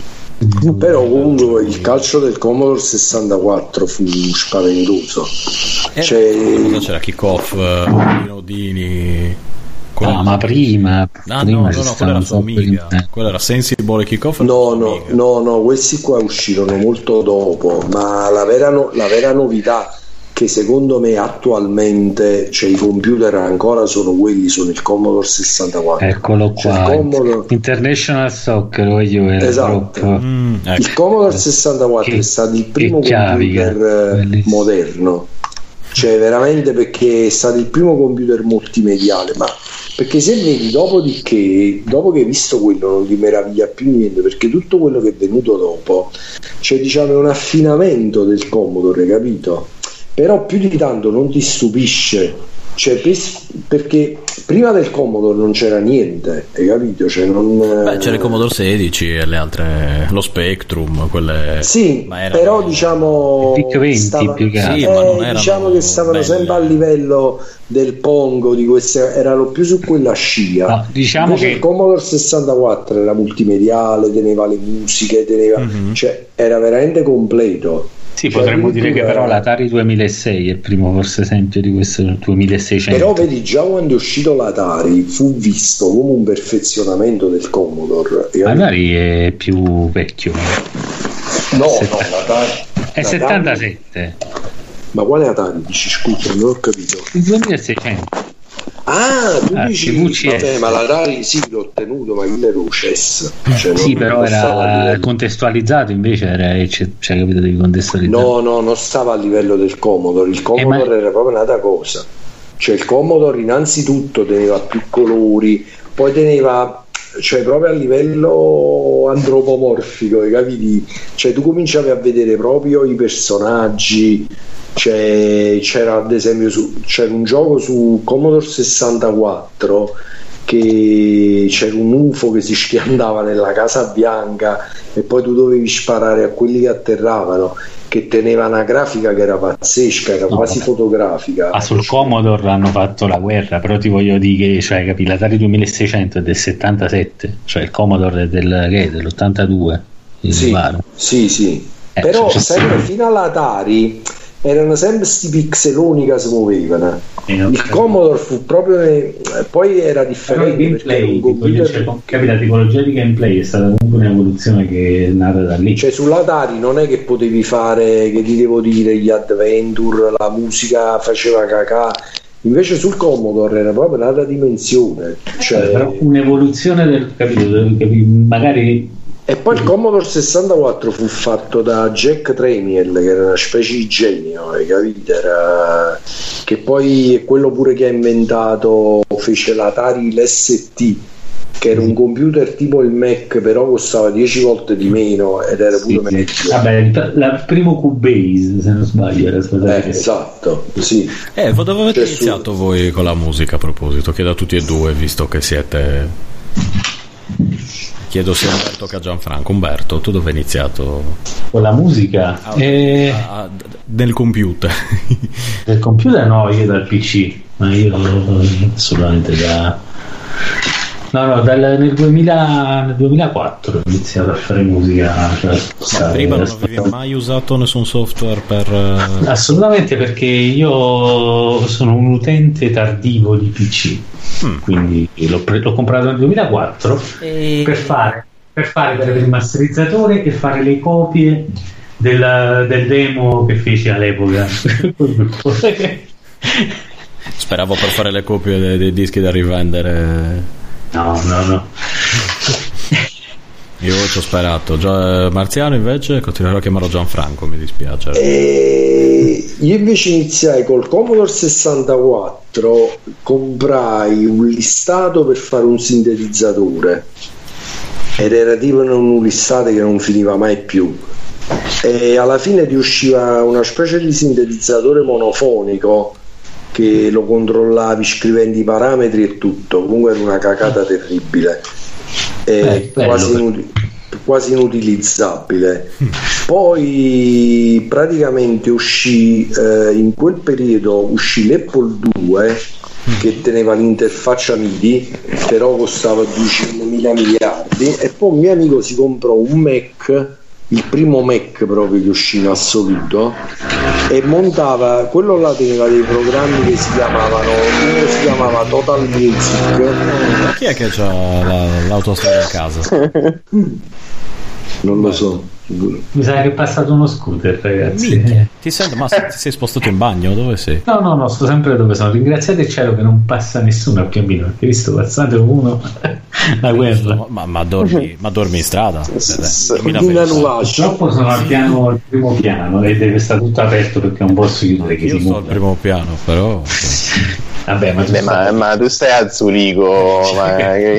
[SPEAKER 2] Però comunque il calcio del Commodore sessantaquattro fu spaventoso.
[SPEAKER 1] Eh,
[SPEAKER 2] cioè,
[SPEAKER 1] c'era Kick-Off, uh, Dini.
[SPEAKER 4] No, ma prima,
[SPEAKER 1] ah,
[SPEAKER 4] prima
[SPEAKER 1] no, no, no, quello era su Amiga, quello era Sensible Kick-Off.
[SPEAKER 2] No, no, no, no, questi qua uscirono molto dopo, ma la vera, no, la vera novità che secondo me attualmente, cioè i computer ancora sono quelli, sono il Commodore sessantaquattro.
[SPEAKER 4] Eccolo qua, cioè, Commodore... International Soccer, voglio
[SPEAKER 2] esatto. Mm, ecco. Il Commodore sessantaquattro che, è stato il primo computer bellissimo. Moderno, cioè veramente, perché è stato il primo computer multimediale, ma perché se vedi dopodiché, dopo che hai visto quello non ti meraviglia più niente, perché tutto quello che è venuto dopo, cioè diciamo è un affinamento del Commodore, capito? Però più di tanto non ti stupisce, cioè, perché prima del Commodore non c'era niente, hai capito? Cioè, non...
[SPEAKER 1] Beh, c'era il Commodore sedici e le altre, lo Spectrum, quelle...
[SPEAKER 2] Sì,
[SPEAKER 1] ma
[SPEAKER 2] però diciamo
[SPEAKER 4] venti
[SPEAKER 2] stava...
[SPEAKER 4] più che
[SPEAKER 1] sì,
[SPEAKER 2] eh,
[SPEAKER 1] ma non
[SPEAKER 2] diciamo che stavano
[SPEAKER 1] belle.
[SPEAKER 2] sempre a livello del Pongo, di queste, erano più su quella scia.
[SPEAKER 4] No, diciamo
[SPEAKER 2] invece
[SPEAKER 4] che
[SPEAKER 2] il Commodore sessantaquattro era multimediale, teneva le musiche, teneva... Mm-hmm. Cioè era veramente completo.
[SPEAKER 4] Sì, cioè, potremmo dire che però l'Atari duemilasei è il primo forse esempio di questo duemilaseicento.
[SPEAKER 2] Però vedi, già quando è uscito l'Atari fu visto come un perfezionamento del Commodore.
[SPEAKER 4] L'Atari è più vecchio.
[SPEAKER 2] No,
[SPEAKER 4] Sett-
[SPEAKER 2] no, l'Atari
[SPEAKER 4] è settantasette.
[SPEAKER 2] Ma quale Atari? Dici, scusa, non ho capito.
[SPEAKER 4] Il duemilaseicento.
[SPEAKER 2] Ah, tu
[SPEAKER 4] ah,
[SPEAKER 2] dici, vabbè, ma l'Atari sì, l'ho tenuto, ma quello era un C E S. Cioè,
[SPEAKER 4] sì,
[SPEAKER 2] non,
[SPEAKER 4] però
[SPEAKER 2] non
[SPEAKER 4] era contestualizzato, invece era, cioè, capito, devi contestualizzare.
[SPEAKER 2] No, no, non stava a livello del Commodore. Il Commodore eh, ma... era proprio un'altra cosa. Cioè il Commodore innanzitutto teneva più colori, poi teneva, cioè proprio a livello antropomorfico, capiti? Cioè tu cominciavi a vedere proprio i personaggi. C'è, c'era ad esempio su, c'era un gioco su Commodore sessantaquattro che c'era un U F O che si schiantava nella Casa Bianca e poi tu dovevi sparare a quelli che atterravano, che teneva una grafica che era pazzesca, era no, quasi vabbè. fotografica.
[SPEAKER 4] Ma sul Commodore hanno fatto la guerra, però ti voglio dire che, cioè, capi, l'Atari duemilaseicento è del settantasette, cioè il Commodore è del, che è dell'ottantadue.
[SPEAKER 2] Sì, sì, sì. Eh, però cioè, sempre fino all'Atari erano sempre sti pixeloni che si muovevano. Eh, il Commodore fu proprio ne... poi era differente
[SPEAKER 4] il gameplay, computer... cioè, capita, la tipologia di gameplay è stata comunque un'evoluzione che è nata da lì.
[SPEAKER 2] Cioè sull'Atari non è che potevi fare, che ti devo dire, gli adventure, la musica faceva cacà, invece sul Commodore era proprio un'altra dimensione, cioè...
[SPEAKER 4] però un'evoluzione del capito, magari.
[SPEAKER 2] E poi il Commodore sessantaquattro fu fatto da Jack Tramiel, che era una specie di genio, hai capito? Era... che poi è quello pure che ha inventato, fece l'Atari l'S T, che era un computer tipo il Mac, però costava dieci volte di meno ed era pure
[SPEAKER 4] sì,
[SPEAKER 2] meglio.
[SPEAKER 4] Vabbè, il, il primo Cubase, se non sbaglio, era stato
[SPEAKER 2] eh, esatto, sì.
[SPEAKER 1] Eh, dove avete
[SPEAKER 2] C'è
[SPEAKER 1] iniziato
[SPEAKER 2] su...
[SPEAKER 1] voi con la musica, a proposito? Chiedo a tutti e due, visto che siete... Chiedo sia a Umberto che a Gianfranco. Umberto, tu dove hai iniziato?
[SPEAKER 4] Con la musica?
[SPEAKER 1] Ah,
[SPEAKER 4] e...
[SPEAKER 1] ah, nel computer.
[SPEAKER 4] Nel computer no, io dal P C, ma io assolutamente da... No, no, dal, nel, duemila, nel duemilaquattro ho iniziato a fare musica. Cioè,
[SPEAKER 1] Ma prima non avevi mai usato nessun software per...
[SPEAKER 4] Assolutamente, perché io sono un utente tardivo di P C, mm. quindi l'ho, pre- l'ho comprato nel duemilaquattro e... per fare per fare per il masterizzatore e fare le copie del, del demo che feci all'epoca.
[SPEAKER 1] Speravo per fare le copie dei, dei dischi da rivendere.
[SPEAKER 4] No, no, no.
[SPEAKER 1] Io ci ho sperato. Gio- Marziano invece continuerò a chiamarlo Gianfranco, mi dispiace.
[SPEAKER 2] E io invece iniziai col Commodore sessantaquattro, comprai un listato per fare un sintetizzatore ed era tipo un listato che non finiva mai più, e alla fine riusciva una specie di sintetizzatore monofonico che lo controllavi scrivendo i parametri e tutto. Comunque era una cacata terribile, e eh, quasi, inuti- quasi inutilizzabile. Poi praticamente uscì eh, in quel periodo uscì l'Apple due che teneva l'interfaccia MIDI, però costava duecentomila miliardi, e poi un mio amico si comprò un Mac, il primo Mac proprio che uscì in assoluto, e montava quello là, teneva dei programmi che si chiamavano, uno si chiamava Total Music.
[SPEAKER 1] Ma chi è che ha la, l'autostrada a casa?
[SPEAKER 2] Non lo so.
[SPEAKER 4] Mi sa che è passato uno scooter, ragazzi.
[SPEAKER 1] Minchia. Ti sento, ma ti sei spostato in bagno? Dove sei?
[SPEAKER 4] No, no, no, sto sempre dove sono. Ringraziate il cielo che non passa nessuno al pianino, perché visto passate uno la guerra.
[SPEAKER 1] Ma, ma, dormi, ma dormi in strada?
[SPEAKER 4] Purtroppo sono al piano, al primo piano, e deve stare tutto aperto perché non posso chiudere. Che
[SPEAKER 1] io
[SPEAKER 4] si
[SPEAKER 1] sto al primo piano, però.
[SPEAKER 5] Vabbè, ma tu, Beh, stai... ma, ma tu stai a Zurigo. ma...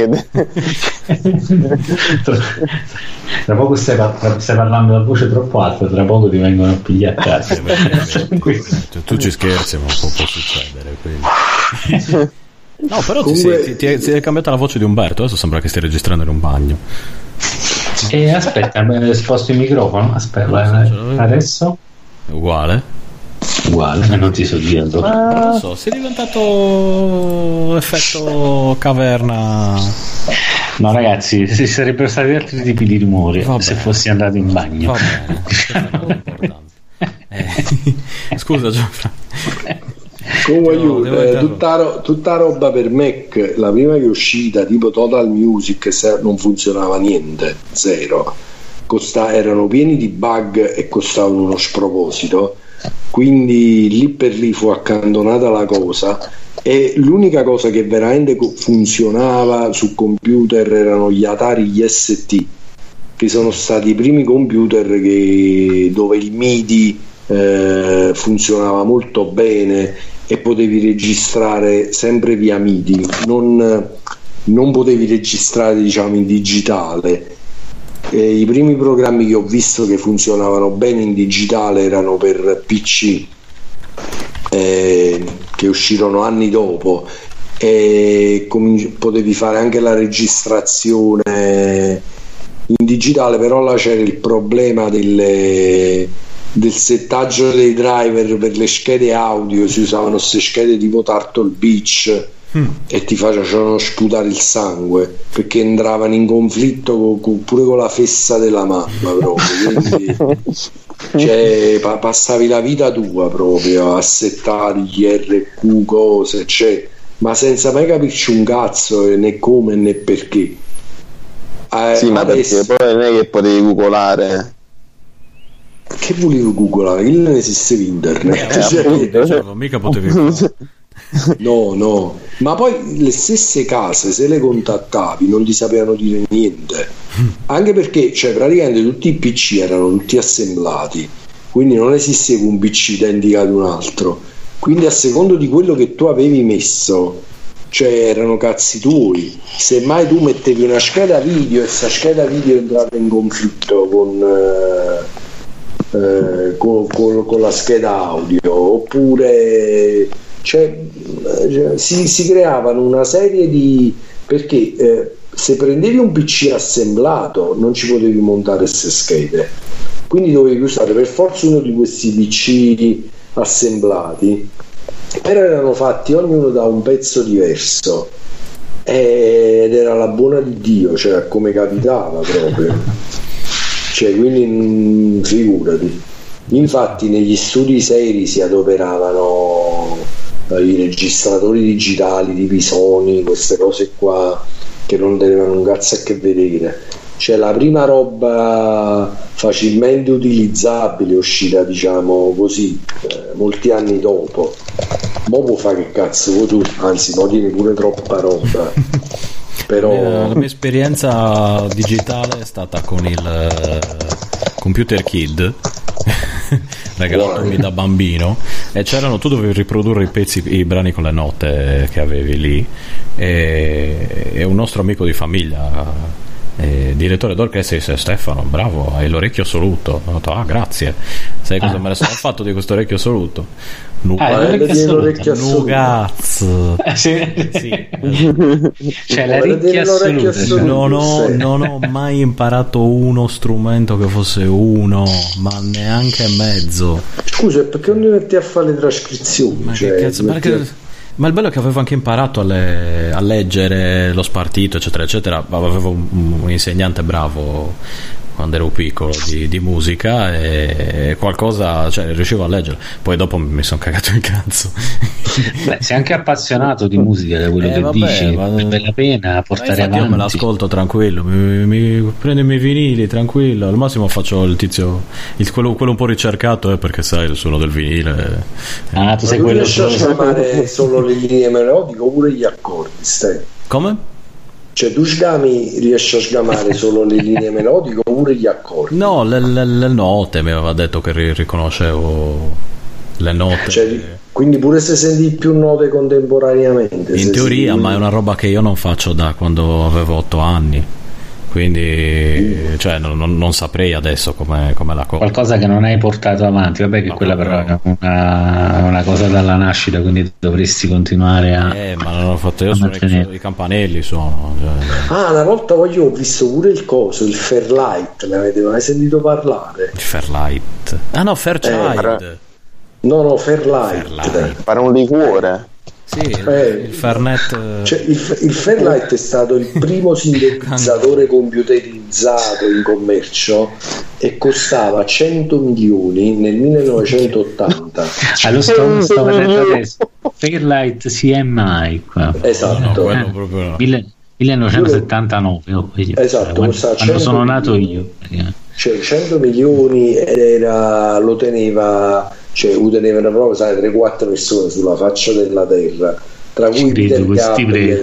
[SPEAKER 1] Tra
[SPEAKER 4] poco stai, stai parlando a voce troppo alta, tra poco ti vengono a pigliare a casa.
[SPEAKER 1] tu, tu ci scherzi, ma può, può succedere. Quindi. No, però Comunque... ti, ti, ti è cambiata la voce di Umberto. Adesso sembra che stai registrando in un bagno.
[SPEAKER 4] E aspetta, sposto il microfono. Aspetta, adesso
[SPEAKER 1] è uguale.
[SPEAKER 4] Uguale, non ti so dire.
[SPEAKER 1] Non lo so, sei diventato effetto caverna.
[SPEAKER 4] No, ragazzi, ci sarebbero stati altri tipi di rumori se fossi andato in bagno.
[SPEAKER 1] Va bene, eh, scusa Gianfranco.
[SPEAKER 2] Comunque io, eh, tutta, ro- tutta roba per Mac, la prima che è uscita tipo Total Music, se non funzionava niente, zero. Costa- erano pieni di bug e costavano uno sproposito, quindi lì per lì fu accantonata la cosa, e l'unica cosa che veramente funzionava su computer erano gli Atari, gli S T, che sono stati i primi computer che, dove il MIDI eh, funzionava molto bene e potevi registrare sempre via MIDI, non, non potevi registrare diciamo in digitale. E i primi programmi che ho visto che funzionavano bene in digitale erano per P C, eh, che uscirono anni dopo, e com- potevi fare anche la registrazione in digitale, però là c'era il problema delle, del settaggio dei driver per le schede audio. Si usavano queste schede tipo Turtle Beach mm. e ti facevano sputare il sangue perché entravano in conflitto con, con, pure con la fessa della mamma proprio. Quindi cioè, pa- passavi la vita tua proprio a settare gli R Q cose, cioè, ma senza mai capirci un cazzo né come né perché. Eh,
[SPEAKER 5] sì, ma
[SPEAKER 2] adesso...
[SPEAKER 5] perché poi non è che potevi googolare.
[SPEAKER 2] Che volevi googolare? Che non esisteva internet,
[SPEAKER 1] eh, cioè, appunto, dicevo, mica potevi
[SPEAKER 3] No, no, ma poi le stesse case, se le contattavi, non ti sapevano dire niente, anche perché, cioè, praticamente tutti i P C erano tutti assemblati, quindi non esisteva un P C identico ad un altro, quindi a secondo di quello che tu avevi messo, cioè erano cazzi tuoi. Semmai tu mettevi una scheda video e sta scheda video entrava in conflitto con, eh, eh, con, con, con la scheda audio, oppure cioè, si, si creavano una serie di, perché eh, se prendevi un P C assemblato non ci potevi montare queste schede, quindi dovevi usare per forza uno di questi P C assemblati, però erano fatti ognuno da un pezzo diverso ed era la buona di Dio, cioè come capitava proprio, cioè, quindi mh, figurati. Infatti negli studi seri si adoperavano eh, i registratori digitali di Pisoni, queste cose qua che non tenevano un cazzo a che vedere, cioè la prima roba facilmente utilizzabile uscita, diciamo così, eh, molti anni dopo. Mo può fare che cazzo vuoi tu, anzi mo tieni pure troppa roba. Però
[SPEAKER 1] la mia, la mia esperienza digitale è stata con il Computer Kid regalatomi da bambino, e c'erano, tu dovevi riprodurre i pezzi, i brani con le note che avevi lì, e, e un nostro amico di famiglia, eh, direttore d'orchestra, disse: Stefano, bravo, hai l'orecchio assoluto. Ho detto: ah, grazie. Sai cosa ah. me ne sono fatto di questo orecchio assoluto?
[SPEAKER 4] Nugazzo.
[SPEAKER 1] Nugazzo.
[SPEAKER 4] Ah, sì.
[SPEAKER 1] Sì.
[SPEAKER 4] Cioè l'orecchio assoluto.
[SPEAKER 1] assoluto. Non ho, non ho mai imparato uno strumento che fosse uno, ma neanche mezzo.
[SPEAKER 3] Scusa, perché non ti metti a fare le trascrizioni?
[SPEAKER 1] Ma
[SPEAKER 3] cioè,
[SPEAKER 1] che cazzo,
[SPEAKER 3] metti...
[SPEAKER 1] perché... Ma il bello è che avevo anche imparato a, le, a leggere lo spartito, eccetera, eccetera. Avevo un, un insegnante bravo quando ero piccolo di, di musica, e qualcosa, cioè, riuscivo a leggere. Poi dopo mi sono cagato il cazzo.
[SPEAKER 4] Beh, sei anche appassionato di musica, da quello
[SPEAKER 1] eh,
[SPEAKER 4] che
[SPEAKER 1] vabbè,
[SPEAKER 4] dici,
[SPEAKER 1] ma...
[SPEAKER 4] vale la pena portare avanti.
[SPEAKER 1] Io me l'ascolto tranquillo, mi, mi prendo i miei vinili tranquillo, al massimo faccio il tizio, il, quello, quello un po' ricercato, eh, perché sai il suono del vinile.
[SPEAKER 4] Ah, tu sei quello
[SPEAKER 3] che chiamare solo le linee melodiche oppure gli accordi, stai?
[SPEAKER 1] Come?
[SPEAKER 3] Cioè tu sgami, riesci a sgamare solo le linee melodiche oppure gli accordi?
[SPEAKER 1] No, le, le, le note, mi aveva detto che ri- riconoscevo le note.
[SPEAKER 3] Cioè, quindi pure se senti più note contemporaneamente?
[SPEAKER 1] In teoria,
[SPEAKER 3] si...
[SPEAKER 1] ma è una roba che io non faccio da quando avevo otto anni. Quindi, mm. cioè, non, non, non saprei adesso com'è, com'è la cosa.
[SPEAKER 4] Qualcosa che non hai portato avanti, vabbè, che ma quella però è una, una cosa dalla nascita, quindi dovresti continuare a.
[SPEAKER 1] Eh, ma non ho fatto io, sono i, i campanelli sono. Cioè.
[SPEAKER 3] Ah, una volta io ho visto pure il coso, il Fairlight, ne avete mai sentito parlare?
[SPEAKER 1] Il Fairlight? Ah no, Fairchild.
[SPEAKER 3] Eh, no, no, Fairlight.
[SPEAKER 1] Fairlight.
[SPEAKER 5] Fare un liquore.
[SPEAKER 1] Sì, eh, il Fernet,
[SPEAKER 3] cioè il, il Fairlight è stato il primo sintetizzatore computerizzato in commercio e costava cento milioni nel millenovecentottanta.
[SPEAKER 4] Ah, lo sto, sto vedendo adesso. Fairlight C M I qua.
[SPEAKER 3] Esatto.
[SPEAKER 1] No, no, proprio no.
[SPEAKER 4] millenovecentosettantanove. Oh,
[SPEAKER 3] esatto,
[SPEAKER 4] quando, quando sono nato io.
[SPEAKER 3] Cioè cento milioni era, lo teneva, cioè lo tenevano proprio, sai, tre quattro persone sulla faccia della terra, tra cui Peter Gabriel,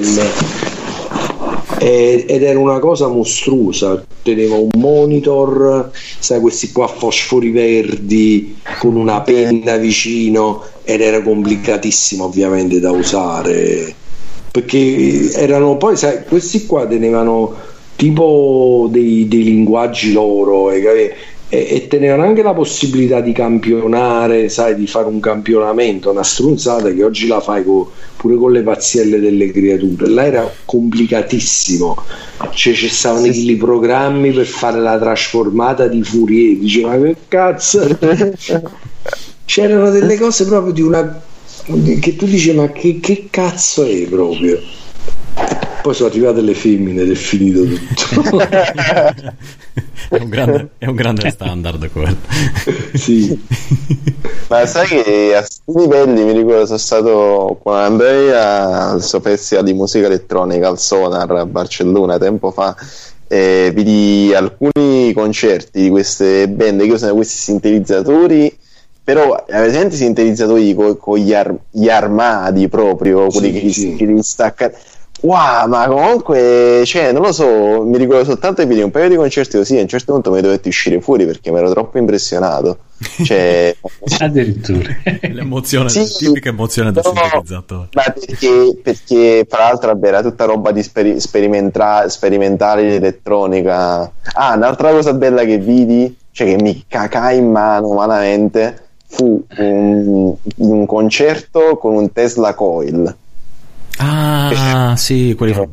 [SPEAKER 3] ed era una cosa mostruosa. Teneva un monitor, sai, questi qua fosfori verdi con una penna vicino, ed era complicatissimo ovviamente da usare, perché erano poi, sai, questi qua tenevano tipo dei, dei linguaggi loro, e, e, e tenevano anche la possibilità di campionare, sai, di fare un campionamento, una strunzata che oggi la fai co, pure con le pazzielle delle creature. Là era complicatissimo, cioè ci stavano sì, i programmi per fare la trasformata di Fourier, diceva che cazzo c'erano delle cose proprio di una che tu dici ma che, che cazzo è proprio. Poi sono arrivate le femmine ed è finito tutto.
[SPEAKER 1] È un grande, è un grande standard quello.
[SPEAKER 3] Sì.
[SPEAKER 5] Ma sai che a questi livelli mi ricordo sono stato con Andrea al suo festival di musica elettronica al Sonar a Barcellona tempo fa, e vidi alcuni concerti di queste band che usano questi sintetizzatori però avete sintetizzatori con, con gli, ar- gli armadi proprio, quelli
[SPEAKER 2] sì,
[SPEAKER 5] che
[SPEAKER 2] sì.
[SPEAKER 5] li staccate. Wow, ma comunque, cioè, non lo so, mi ricordo soltanto i video, un paio di concerti così, a un certo punto mi dovetti uscire fuori perché mi ero troppo impressionato. Cioè,
[SPEAKER 4] addirittura
[SPEAKER 1] l'emozione,
[SPEAKER 5] sì,
[SPEAKER 1] tipica emozione del
[SPEAKER 5] no,
[SPEAKER 1] sintetizzatore.
[SPEAKER 5] Ma perché, perché tra l'altro vabbè, era tutta roba di speri- sperimenta- sperimentale di elettronica. Ah, un'altra cosa bella che vidi, cioè che mi cacai in mano malamente, fu un, un concerto con un Tesla Coil.
[SPEAKER 1] Ah, sì, quelli fa...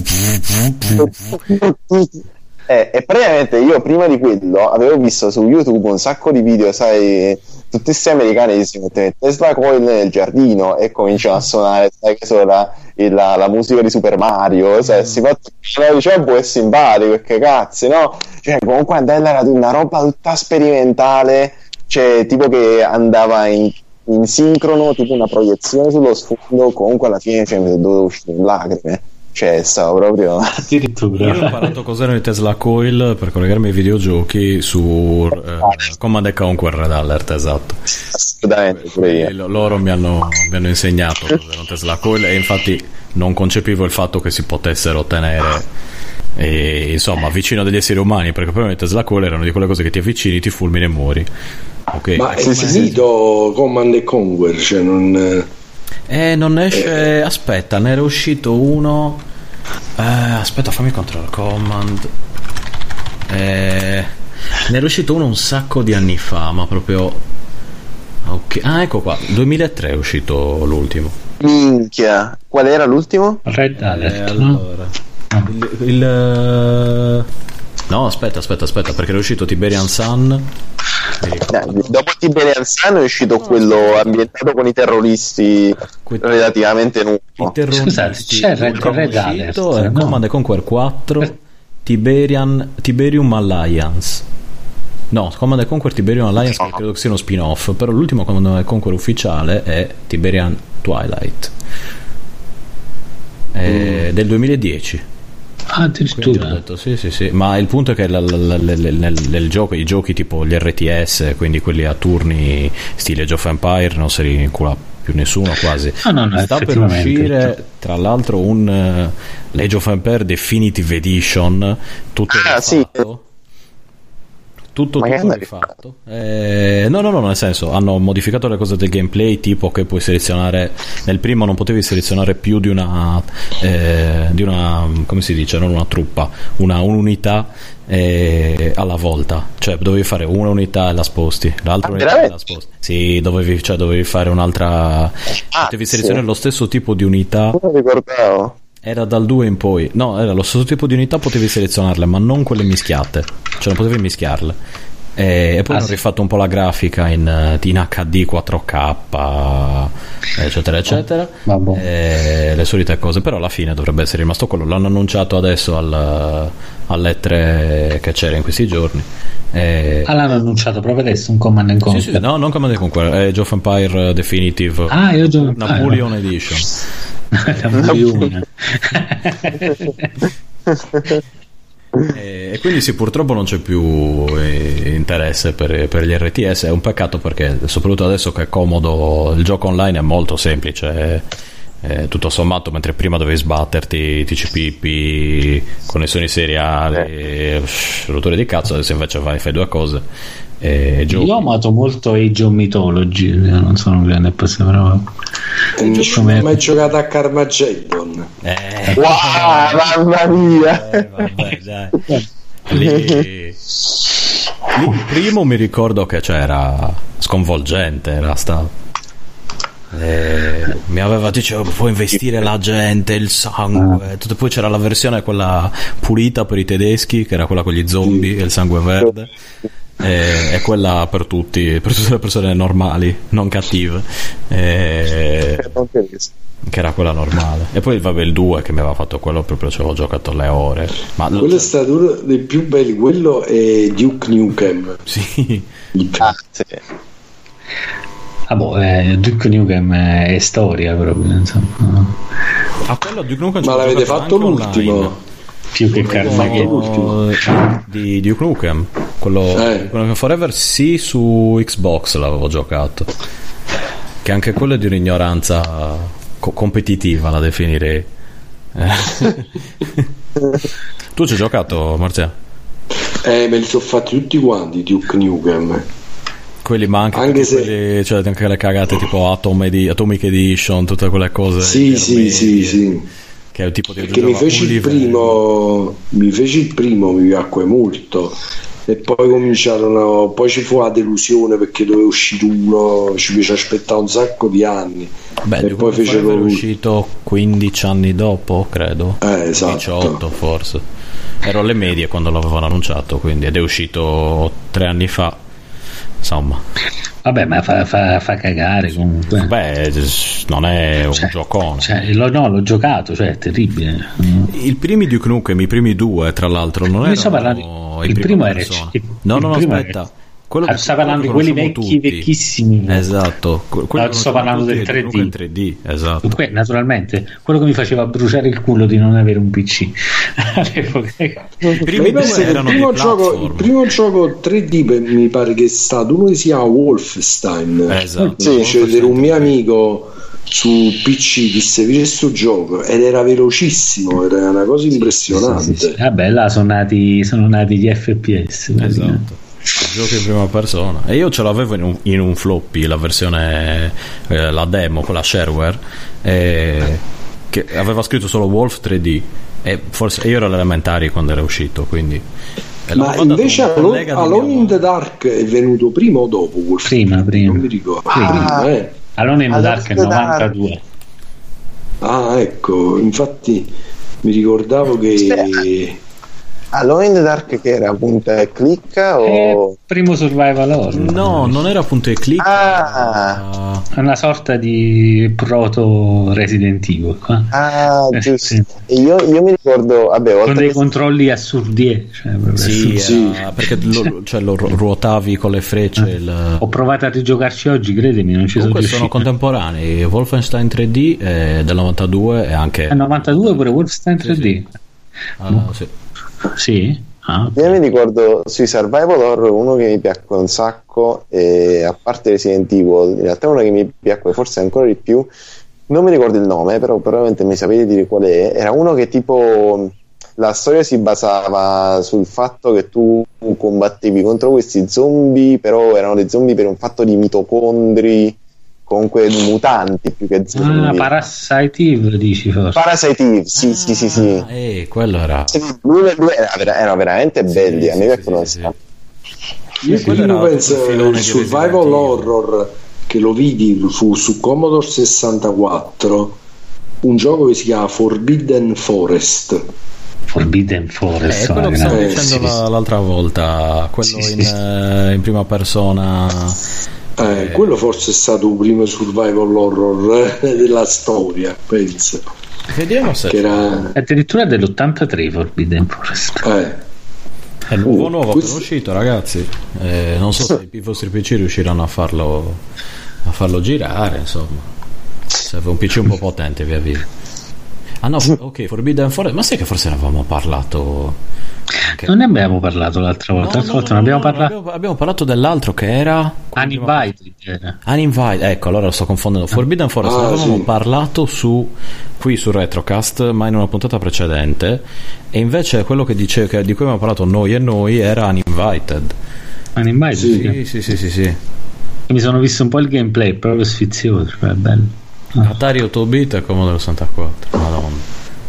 [SPEAKER 5] Eh, e praticamente io prima di quello avevo visto su YouTube un sacco di video, sai, tutti questi americani che si mettono il Tesla Coil nel giardino e cominciano a suonare, sai che so, la, la, la musica di Super Mario, sai, mm. si fa diceva boh, è simpatico, perché cazzo, no? Cioè, comunque andare era una roba tutta sperimentale, cioè, tipo che andava in, in sincrono, tipo una proiezione sullo sfondo, comunque alla fine cioè, mi sono dovuto uscire in lacrime. Cioè, stavo proprio
[SPEAKER 4] addirittura.
[SPEAKER 1] Io ho imparato cos'erano i Tesla Coil per collegarmi ai videogiochi su eh, Command and Conquer Red Alert, esatto.
[SPEAKER 5] Assolutamente, pure io.
[SPEAKER 1] Loro mi hanno, mi hanno insegnato cos'era un Tesla Coil e infatti non concepivo il fatto che si potessero ottenere e, insomma vicino a degli esseri umani, perché poi i Tesla Coil erano di quelle cose che ti avvicini, ti fulmini e muori. Okay.
[SPEAKER 2] Ma è finito Command and Conquer, cioè non...
[SPEAKER 1] Eh, non esce. Eh. Aspetta, ne era uscito uno. Eh, aspetta, fammi controllare. Command. Eh, ne era uscito uno un sacco di anni fa, ma proprio. Ok. Ah, ecco qua. duemilatré è uscito l'ultimo.
[SPEAKER 5] Minchia. Qual era l'ultimo?
[SPEAKER 4] Red Alert.
[SPEAKER 1] Eh, allora. Il. il No, aspetta, aspetta, aspetta, perché era uscito Tiberian Sun.
[SPEAKER 5] Eh, dopo Tiberian Sun è uscito quello ambientato con i terroristi relativamente nuovo.
[SPEAKER 1] I terroristi.
[SPEAKER 4] Scusate, c'è Red, Red Alert,
[SPEAKER 1] no? Command and Conquer quattro, Tiberian, Tiberium Alliance. No, Command and Conquer Tiberium Alliance no. Credo che sia uno spin-off, però l'ultimo Command and Conquer ufficiale è Tiberian Twilight. È mm. del duemiladieci.
[SPEAKER 4] Addirittura.
[SPEAKER 1] Detto, sì, sì, sì. Ma il punto è che la, la, la, la, nel, nel gioco, i giochi tipo gli R T S, quindi quelli a turni stile Age of Empire, non si rincula più nessuno quasi.
[SPEAKER 4] No, no, no,
[SPEAKER 1] sta per uscire tra l'altro un uh, Age of Empire Definitive Edition, tutto
[SPEAKER 5] ah,
[SPEAKER 1] rifatto. Sì. Tutto, tutto rifatto. Eh, no, no, no, nel senso, hanno modificato le cose del gameplay, tipo che puoi selezionare. Nel primo non potevi selezionare più di una, eh, di una, come si dice, non una truppa, una un'unità eh, alla volta. Cioè, dovevi fare una unità e la sposti, l'altra ah, unità veramente? e la sposti. Sì, dovevi, cioè, dovevi fare un'altra. Ah, potevi selezionare sì. lo stesso tipo di unità.
[SPEAKER 5] Non ricordavo.
[SPEAKER 1] Era dal due in poi. No, era lo stesso tipo di unità, potevi selezionarle, ma non quelle mischiate. Cioè non potevi mischiarle. E, e poi ah, hanno sì. rifatto un po' la grafica in, in acca di quattro K, eccetera eccetera. Oh, e le solite cose, però alla fine dovrebbe essere rimasto quello. L'hanno annunciato adesso al, all'E tre che c'era in questi giorni. E...
[SPEAKER 4] Ah, l'hanno annunciato proprio adesso un Command and Conquer.
[SPEAKER 1] Sì, sì, no, non Command and Conquer, è Age of Empire Definitive.
[SPEAKER 4] Ah, io gio...
[SPEAKER 1] Napoleon
[SPEAKER 4] ah,
[SPEAKER 1] Edition.
[SPEAKER 4] Napoleon.
[SPEAKER 1] E quindi sì, purtroppo non c'è più interesse per, per gli R T S. È un peccato, perché soprattutto adesso che è comodo, il gioco online è molto semplice, è, è tutto sommato, mentre prima dovevi sbatterti T C P I P, connessioni seriali, rotture di cazzo, adesso invece vai, fai due cose. E
[SPEAKER 4] io ho amato molto Age of Mythology, non sono un grande appassionato, però
[SPEAKER 2] non ho mai giocato a Carmageddon.
[SPEAKER 1] Eh,
[SPEAKER 5] wow, mamma mia.
[SPEAKER 1] Eh, vabbè, dai. Lì, lì il primo mi ricordo che cioè, era sconvolgente, era sta eh, mi aveva dicevo puoi investire la gente, il sangue, tutto. Poi c'era la versione quella pulita per i tedeschi, che era quella con gli zombie e il sangue verde. E, e quella per tutti, per tutte le persone normali, non cattive, e, che era quella normale. E poi vabbè il due che mi aveva fatto quello, proprio ci avevo giocato le ore. Ma
[SPEAKER 2] quello cioè... è stato uno dei più belli, quello è Duke Nukem.
[SPEAKER 1] Sì.
[SPEAKER 5] Ah, sì.
[SPEAKER 4] Ah, boh, eh, Duke Nukem è storia proprio, insomma.
[SPEAKER 1] Ah, quello Duke Nukem.
[SPEAKER 2] Ma l'avete fatto l'ultimo?
[SPEAKER 4] Più che Carmageddon
[SPEAKER 1] di Duke Nukem quello, eh. quello Forever sì, su Xbox l'avevo giocato, che anche quello è di un'ignoranza co- competitiva, la definirei. Eh. Tu ci hai giocato, Marzia?
[SPEAKER 3] Eh, me li sono fatti tutti quanti Duke Nukem.
[SPEAKER 1] Quelli, ma anche,
[SPEAKER 3] anche se...
[SPEAKER 1] quelli, cioè anche le cagate tipo Atom edi- Atomic Edition, tutte quelle cose.
[SPEAKER 3] Sì, sì, sì, sì.
[SPEAKER 1] Che è un tipo di
[SPEAKER 3] Perché mi feci il primo, mi feci il primo, mi piacque molto. E poi cominciarono, poi ci fu la delusione perché doveva uscire uno, ci fece aspettare un sacco di anni.
[SPEAKER 1] Beh,
[SPEAKER 3] e poi fecero
[SPEAKER 1] è uscito quindici anni dopo, credo.
[SPEAKER 3] Eh, esatto.
[SPEAKER 1] diciotto forse. Ero alle medie quando l'avevano annunciato, quindi, ed è uscito tre anni fa. Insomma.
[SPEAKER 4] Vabbè, ma fa, fa, fa cagare comunque.
[SPEAKER 1] Beh, non è un
[SPEAKER 4] cioè,
[SPEAKER 1] giocone.
[SPEAKER 4] Cioè, lo, no, l'ho giocato, cioè è terribile.
[SPEAKER 1] I primi Duke Nukem, i primi due, tra l'altro, non
[SPEAKER 4] Mi
[SPEAKER 1] erano
[SPEAKER 4] il primo era
[SPEAKER 1] il, no, no, no, aspetta.
[SPEAKER 4] Era...
[SPEAKER 1] Quello
[SPEAKER 4] ah, sto parlando di quelli vecchi, tutti. vecchissimi.
[SPEAKER 1] Esatto.
[SPEAKER 4] No, sto parlando del tre D.
[SPEAKER 1] In tre D, esatto.
[SPEAKER 4] Que- naturalmente, quello che mi faceva bruciare il culo di non avere un P C all'epoca.
[SPEAKER 1] I primi due erano
[SPEAKER 3] il primo, gioco, il primo gioco tre D mi pare che è stato uno che si chiama Wolfenstein.
[SPEAKER 1] Esatto.
[SPEAKER 3] Sì, cioè, era un mio amico su P C disse vi questo gioco ed era velocissimo, era una cosa impressionante. Sì, sì, sì.
[SPEAKER 4] Vabbè, là sono nati, sono nati gli F P S.
[SPEAKER 1] Esatto. Giochi in prima persona, e io ce l'avevo in un, in un floppy, la versione, eh, la demo, quella shareware, eh, che aveva scritto solo Wolf tre D, e forse io ero alle elementari quando era uscito, quindi.
[SPEAKER 3] Ma invece Alone, Alone in the Dark è venuto prima o dopo Wolf?
[SPEAKER 4] Prima, prima.
[SPEAKER 3] Non mi ricordo.
[SPEAKER 4] Prima,
[SPEAKER 3] prima eh.
[SPEAKER 4] Alone in the Dark è novantadue.
[SPEAKER 3] Ah, ecco, infatti mi ricordavo che
[SPEAKER 5] Alone in the Dark che era punta e clicca o
[SPEAKER 4] eh, primo survival horror?
[SPEAKER 1] No, non era punta e clicca.
[SPEAKER 5] Ah,
[SPEAKER 4] è una sorta di proto Resident Evil.
[SPEAKER 5] Ah,
[SPEAKER 4] eh,
[SPEAKER 5] giusto.
[SPEAKER 4] sì.
[SPEAKER 5] E io, io mi ricordo, vabbè,
[SPEAKER 4] con dei
[SPEAKER 5] che...
[SPEAKER 4] controlli assurdi, cioè,
[SPEAKER 1] sì,
[SPEAKER 3] sì.
[SPEAKER 1] Era, perché lo, cioè, lo ruotavi con le frecce.
[SPEAKER 4] Eh.
[SPEAKER 1] Il...
[SPEAKER 4] Ho provato a rigiocarci oggi, credimi, non ci
[SPEAKER 1] Comunque
[SPEAKER 4] sono riuscito.
[SPEAKER 1] Sono contemporanei. Wolfenstein tre D è del novantadue e anche.
[SPEAKER 4] È novantadue pure Wolfenstein tre D.
[SPEAKER 1] Sì, sì. Uh, sì.
[SPEAKER 4] Sì? Ah, okay.
[SPEAKER 5] Io mi ricordo sui survival horror uno che mi piacque un sacco, e a parte Resident Evil in realtà uno che mi piacque forse ancora di più, non mi ricordo il nome, però probabilmente mi sapete dire qual è. Era uno che tipo la storia si basava sul fatto che tu combattevi contro questi zombie, però erano dei zombie per un fatto di mitocondri, comunque mutanti più che zombie.
[SPEAKER 4] Ah, Parasite Eve dici forse.
[SPEAKER 5] Parasite Eve, sì, ah, sì, sì, sì.
[SPEAKER 1] Eh, quello era.
[SPEAKER 5] Due, due era, erano veramente belli, sì, a me piacciono
[SPEAKER 1] sì,
[SPEAKER 3] sì. Io prima penso il survival horror che lo vidi fu su Commodore sessantaquattro, un gioco che si chiama Forbidden Forest.
[SPEAKER 4] Forbidden Forest,
[SPEAKER 1] eh, quello che stavo
[SPEAKER 3] eh,
[SPEAKER 1] dicendo
[SPEAKER 3] sì,
[SPEAKER 1] l'altra volta, quello
[SPEAKER 4] sì,
[SPEAKER 1] in,
[SPEAKER 4] sì.
[SPEAKER 1] Uh, in prima persona.
[SPEAKER 3] Eh, eh, quello forse è stato il primo survival horror eh, della storia, penso.
[SPEAKER 1] Vediamo se
[SPEAKER 3] che era...
[SPEAKER 4] addirittura dell'ottantatré Forbidden Forest.
[SPEAKER 3] Eh.
[SPEAKER 1] È nuovo,
[SPEAKER 3] uh,
[SPEAKER 1] nuovo,
[SPEAKER 3] questo...
[SPEAKER 1] appena uscito, ragazzi. Eh, non so se i vostri P C riusciranno a farlo, a farlo girare, insomma. Serve un P C un po' potente, via via. Ah no, ok, Forbidden Forest, ma sai che forse ne avevamo parlato? Anche...
[SPEAKER 4] Non ne abbiamo parlato l'altra volta,
[SPEAKER 1] no,
[SPEAKER 4] l'altra
[SPEAKER 1] no,
[SPEAKER 4] volta
[SPEAKER 1] no,
[SPEAKER 4] non abbiamo
[SPEAKER 1] no,
[SPEAKER 4] parlato.
[SPEAKER 1] Abbiamo, abbiamo parlato dell'altro che era
[SPEAKER 4] Uninvited era.
[SPEAKER 1] Uninvited, ecco, allora lo sto confondendo. Forbidden Forest,
[SPEAKER 3] ah,
[SPEAKER 1] ne avevamo
[SPEAKER 3] sì.
[SPEAKER 1] parlato su qui su Retrocast, ma in una puntata precedente, e invece quello che dice, che, di cui abbiamo parlato noi e noi era Uninvited.
[SPEAKER 4] Uninvited?
[SPEAKER 1] Sì, sì, sì, sì, sì.
[SPEAKER 4] Mi sono visto un po' il gameplay, proprio sfizioso, cioè bello.
[SPEAKER 1] Ah. Atari otto bit e Commodore sessantaquattro, madonna.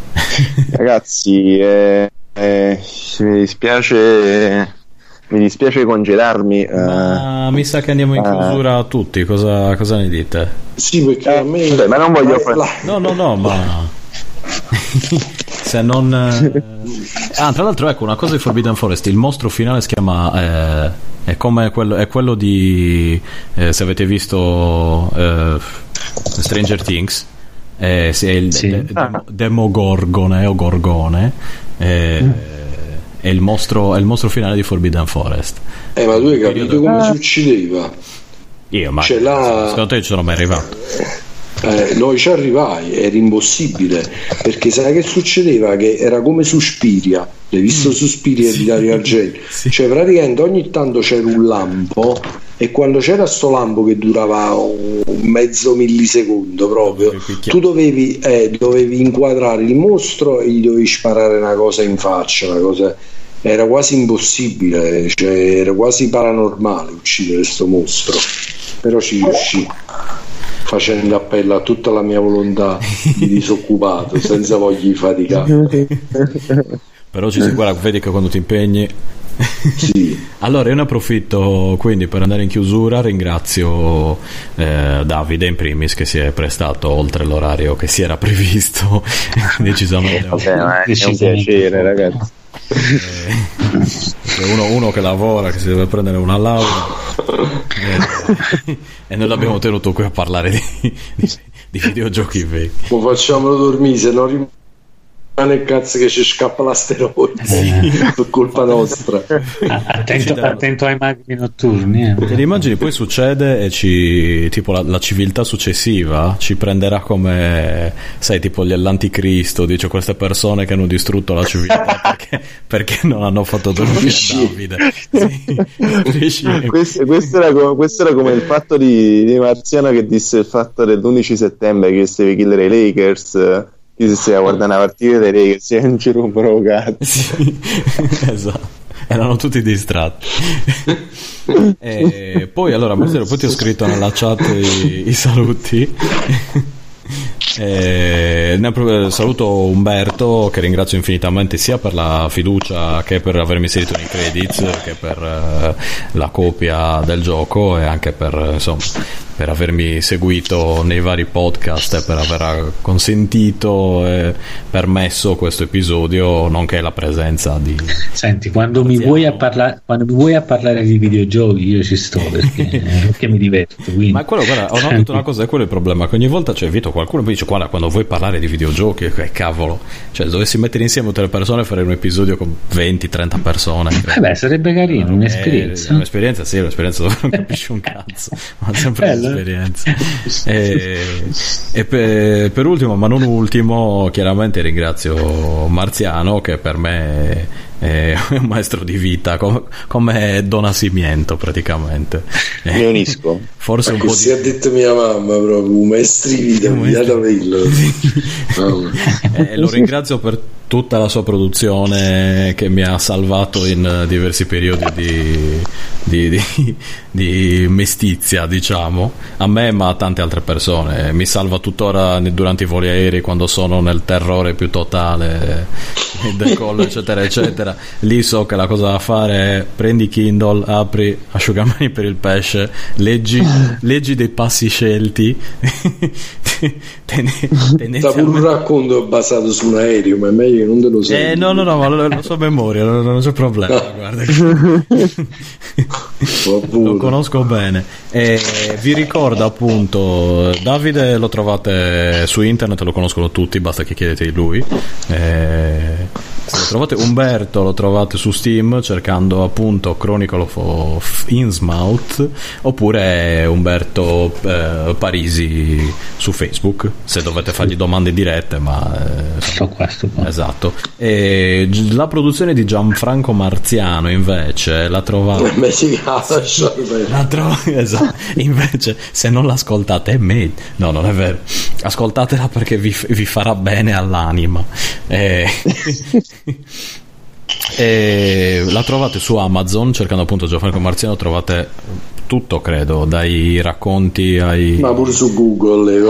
[SPEAKER 5] Ragazzi, eh, eh, mi dispiace mi dispiace congedarmi,
[SPEAKER 1] ma eh, mi sa che andiamo in chiusura uh, tutti, cosa, cosa ne dite?
[SPEAKER 3] Sì, perché
[SPEAKER 5] eh,
[SPEAKER 3] a me
[SPEAKER 5] vabbè, ma non voglio
[SPEAKER 3] fare la...
[SPEAKER 1] no no no ma se non eh... ah, tra l'altro ecco una cosa di Forbidden Forest, il mostro finale si chiama eh, è come quello, è quello di eh, se avete visto eh, Stranger Things, eh, se è il
[SPEAKER 4] sì.
[SPEAKER 1] de- de- Demogorgone o Gorgone, eh, mm. è il mostro, è il mostro finale di Forbidden Forest.
[SPEAKER 3] Eh, ma tu hai capito come ah. succedeva?
[SPEAKER 1] Io, ma
[SPEAKER 3] cioè, là...
[SPEAKER 1] secondo te ci sono mai arrivato?
[SPEAKER 3] Eh, noi ci arrivai, era impossibile, perché sai che succedeva? Che era come Suspiria,
[SPEAKER 2] L'hai visto Suspiria
[SPEAKER 1] sì.
[SPEAKER 2] di Dario Argento?
[SPEAKER 1] Sì.
[SPEAKER 2] Cioè praticamente ogni tanto c'era un lampo e quando c'era sto lampo che durava un mezzo millisecondo proprio, tu dovevi, eh, dovevi inquadrare il mostro e gli dovevi sparare una cosa in faccia, una cosa... era quasi impossibile, cioè era quasi paranormale uccidere sto mostro, però ci riuscì facendo appello a tutta la mia volontà di disoccupato senza voglia di faticare.
[SPEAKER 1] Però ci si guarda, vedi che quando ti impegni.
[SPEAKER 2] Sì.
[SPEAKER 1] Allora io ne approfitto quindi per andare in chiusura. Ringrazio eh, Davide in primis, che si è prestato oltre l'orario che si era previsto decisamente.
[SPEAKER 5] Vabbè, ma è un piacere, ragazzi.
[SPEAKER 1] Eh, uno, uno che lavora, che si deve prendere una laurea, eh, e noi l'abbiamo tenuto qui a parlare di, di, di videogiochi vecchi.
[SPEAKER 2] Lo facciamolo dormire, se no rimane il cazzo che ci scappa l'asteroide, sì. Per colpa nostra.
[SPEAKER 4] Attento, attento ai maghi notturni. Eh.
[SPEAKER 1] Te li immagini, poi succede e ci, tipo la, la civiltà successiva ci prenderà come, sai, tipo l'anticristo, dice queste persone che hanno distrutto la civiltà perché, perché non hanno fatto dormire Davide. Sì.
[SPEAKER 5] questo, questo, era come, questo era come il fatto di, di Marziano che disse il fatto dell'undici settembre che si deve killare i Lakers. Io si stava guardando una partita dei Lakers e non ci rompono cazzo.
[SPEAKER 1] Sì, esatto, erano tutti distratti. E poi allora Marcello, poi ti ho scritto nella chat i, i saluti. E ne saluto Umberto, che ringrazio infinitamente sia per la fiducia che per avermi inserito nei credits, che per uh, la copia del gioco, e anche per, insomma, per avermi seguito nei vari podcast e per aver consentito e permesso questo episodio, nonché la presenza di...
[SPEAKER 4] Senti, quando mi vuoi a parlare quando mi vuoi a parlare di videogiochi io ci sto, perché, perché mi diverto, quindi.
[SPEAKER 1] Ma quello, guarda, ho notato una cosa, è quello il problema, che ogni volta c'è Vito, qualcuno mi dice guarda, quando vuoi parlare di videogiochi, che cavolo, cioè dovessi mettere insieme tutte le persone e fare un episodio con venti trenta persone.
[SPEAKER 4] Eh beh, sarebbe carino, un'esperienza.
[SPEAKER 1] È un'esperienza, sì, un'esperienza dove non capisci un cazzo, ma sempre un'esperienza. E, e per, per ultimo, ma non ultimo, chiaramente ringrazio Marziano, che per me è un maestro di vita, come, come Don Nascimento praticamente.
[SPEAKER 5] Mi unisco.
[SPEAKER 1] Forse un
[SPEAKER 2] ma
[SPEAKER 1] po'
[SPEAKER 2] così
[SPEAKER 1] di...
[SPEAKER 2] ha detto mia mamma, proprio un maestro di vita, mi da averlo. Oh.
[SPEAKER 1] Eh, lo ringrazio per tutta la sua produzione, che mi ha salvato in diversi periodi di, di, di, di mestizia, diciamo, a me ma a tante altre persone. Mi salva tuttora durante i voli aerei, quando sono nel terrore più totale, il decollo eccetera eccetera. Lì so che la cosa da fare è: prendi Kindle, apri asciugamani per il pesce, leggi, leggi dei passi scelti.
[SPEAKER 2] Stavo un racconto basato su un aereo, ma è meglio che non te lo sai.
[SPEAKER 1] Eh, no, no, no, ma lo, lo so a memoria, non, non c'è problema. No. Guarda, lo conosco bene. E vi ricordo appunto, Davide lo trovate su internet, lo conoscono tutti, basta che chiedete di lui. E lo trovate. Umberto lo trovate su Steam cercando appunto Chronicle of Innsmouth, oppure Umberto eh, Parisi su Facebook, se dovete fargli domande dirette, ma eh,
[SPEAKER 4] sto qua, sto qua.
[SPEAKER 1] Esatto. E la produzione di Gianfranco Marziano invece la trovate la tro- esatto. Invece se non l'ascoltate è meglio, no, non è vero, ascoltatela perché vi, vi farà bene all'anima. E... e la trovate su Amazon cercando appunto Gianfranco Marziano, trovate tutto, credo, dai racconti ai...
[SPEAKER 2] ma pure su Google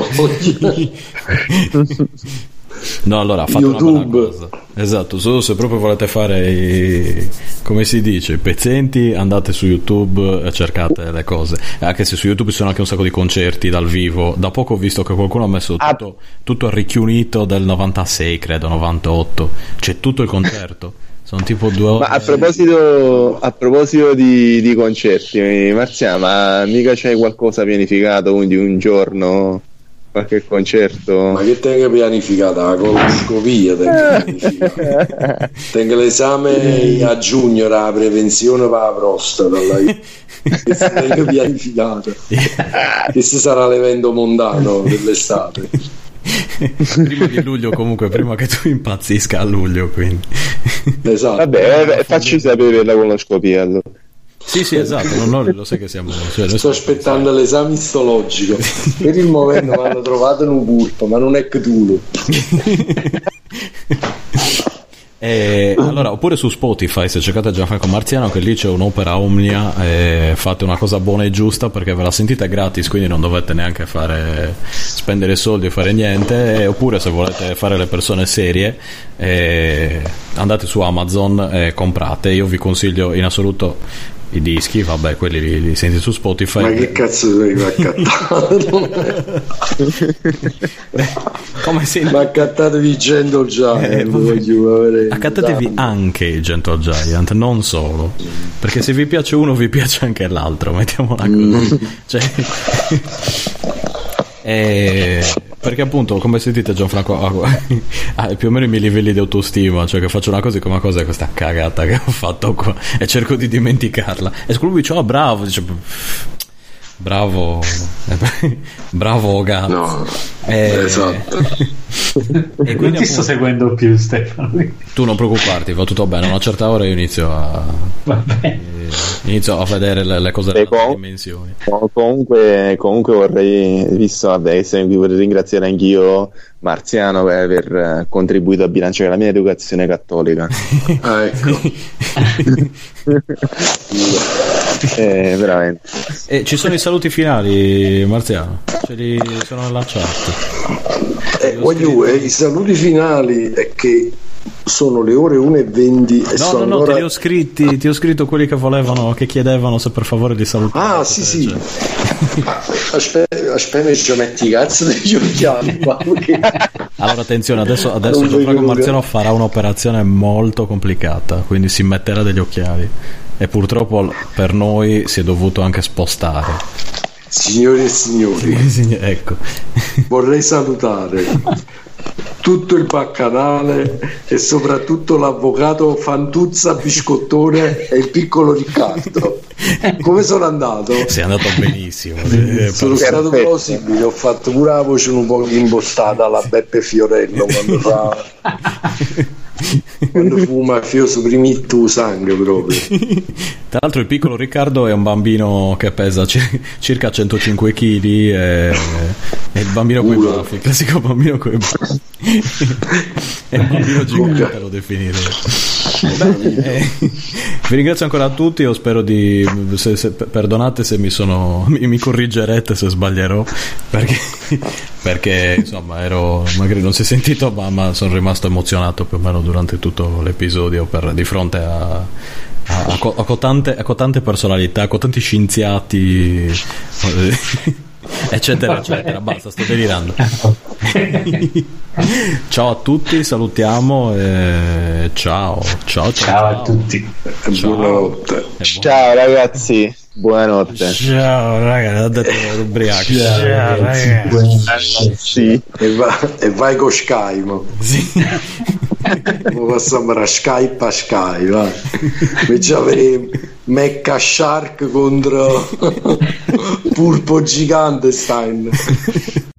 [SPEAKER 1] no, allora fate YouTube. Una buona cosa, esatto, solo se proprio volete fare i, come si dice, i pezzenti, andate su YouTube e cercate le cose, anche se su YouTube ci sono anche un sacco di concerti dal vivo. Da poco ho visto che qualcuno ha messo tutto, tutto il richiunito del novantasei, credo novantotto, c'è tutto il concerto. Sono tipo due ore.
[SPEAKER 5] Ma a proposito, a proposito di, di concerti, Marziano, ma mica c'hai qualcosa pianificato, quindi un giorno qualche concerto?
[SPEAKER 2] Ma che tenga pianificata? La coloscopia tenga pianificata. Tenga l'esame a giugno, la prevenzione per la prostata, che si tenga pianificata. Questo sarà l'evento mondano dell'estate.
[SPEAKER 1] Prima di luglio, comunque, prima che tu impazzisca a luglio, quindi.
[SPEAKER 2] Esatto.
[SPEAKER 5] Vabbè, eh, facci sapere la coloscopia allora.
[SPEAKER 1] Sì, sì, esatto, non, non, lo sai che siamo. Cioè,
[SPEAKER 2] sto aspettando l'esame istologico. Per il momento mi hanno trovato in un pulpo, ma non è Cthulhu.
[SPEAKER 1] E allora, oppure su Spotify, se cercate Gianfranco Marziano, che lì c'è un'opera omnia, e fate una cosa buona e giusta perché ve la sentite gratis, quindi non dovete neanche fare spendere soldi e fare niente. E, oppure se volete fare le persone serie, e andate su Amazon e comprate. Io vi consiglio in assoluto i dischi, vabbè, quelli li, li senti su Spotify.
[SPEAKER 2] Ma che cazzo devi accattare?
[SPEAKER 1] Come si...
[SPEAKER 2] Ma accattatevi Gentle Giant, eh,
[SPEAKER 1] accattatevi anche il Gentle Giant, non solo, perché se vi piace uno vi piace anche l'altro, mettiamola così. Mm. Cioè... E... perché appunto, come sentite, Gianfranco ha più o meno i miei livelli di autostima, cioè che faccio una cosa e come cosa è questa cagata che ho fatto qua e cerco di dimenticarla, e lui dice oh bravo, dice bravo bravo gatto, no, e... esatto.
[SPEAKER 4] E quindi, non ti sto seguendo più, Stefano.
[SPEAKER 1] Tu non preoccuparti, va tutto bene. A una certa ora io inizio a
[SPEAKER 4] Vabbè.
[SPEAKER 1] inizio a vedere le, le cose delle com- dimensioni.
[SPEAKER 5] Comunque, comunque vorrei, visto vabbè, vorrei ringraziare anch'io Marziano per aver contribuito a bilanciare la mia educazione cattolica.
[SPEAKER 2] Ah, ecco.
[SPEAKER 5] eh, veramente.
[SPEAKER 1] E ci sono i saluti finali, Marziano? Ce li sono nella chat.
[SPEAKER 2] Eh, voglio, eh, i saluti finali è che sono le ore uno e venti e
[SPEAKER 1] no
[SPEAKER 2] sono
[SPEAKER 1] no no
[SPEAKER 2] ancora...
[SPEAKER 1] te li ho scritti, ti ho scritto quelli che volevano, che chiedevano se per favore li salutare.
[SPEAKER 2] Ah sì sì, aspetta aspetta ci metti i cazzo degli occhiali qua, perché...
[SPEAKER 1] Allora attenzione, adesso, adesso Gianfranco Marziano farà un'operazione molto complicata, quindi si metterà degli occhiali e purtroppo per noi si è dovuto anche spostare.
[SPEAKER 2] Signori e signori,
[SPEAKER 1] sì, ecco.
[SPEAKER 2] Vorrei salutare tutto il baccanale e soprattutto l'avvocato Fantuzza Biscottone e il piccolo Riccardo. Come sono andato?
[SPEAKER 1] Sei andato benissimo.
[SPEAKER 2] Sono stato plausibile, ho fatto pure la voce un po' impostata alla Beppe Fiorello quando fa quando fu un mafioso primitto sangue proprio.
[SPEAKER 1] Tra l'altro il piccolo Riccardo è un bambino che pesa c- circa centocinque chili e, e il bambino con i baffi, il classico bambino con i baffi. È un bambino gigante, lo definirei. Eh, vi ringrazio ancora a tutti, io spero di se, se, perdonate se mi sono mi, mi corrigerete se sbaglierò, perché perché insomma ero magari non si è sentito, ma, ma sono rimasto emozionato più o meno durante tutto l'episodio per, di fronte a a, a, co, a, cotante, a cotante personalità, a cotanti scienziati eccetera eccetera. Basta, sto delirando. Ciao a tutti, salutiamo e ciao ciao ciao,
[SPEAKER 4] ciao a tutti,
[SPEAKER 2] ciao. Buonanotte.
[SPEAKER 5] Ciao ragazzi, buonanotte.
[SPEAKER 1] Ciao ragazzi, ho detto ubriachi. Ciao, ciao ragazzi.
[SPEAKER 5] Sì.
[SPEAKER 2] E, va, e vai con Skype.
[SPEAKER 1] Sì.
[SPEAKER 2] Passiamo da Skype a Skype, va. Invece avere Mecha Shark contro Pulpo Gigante Stein.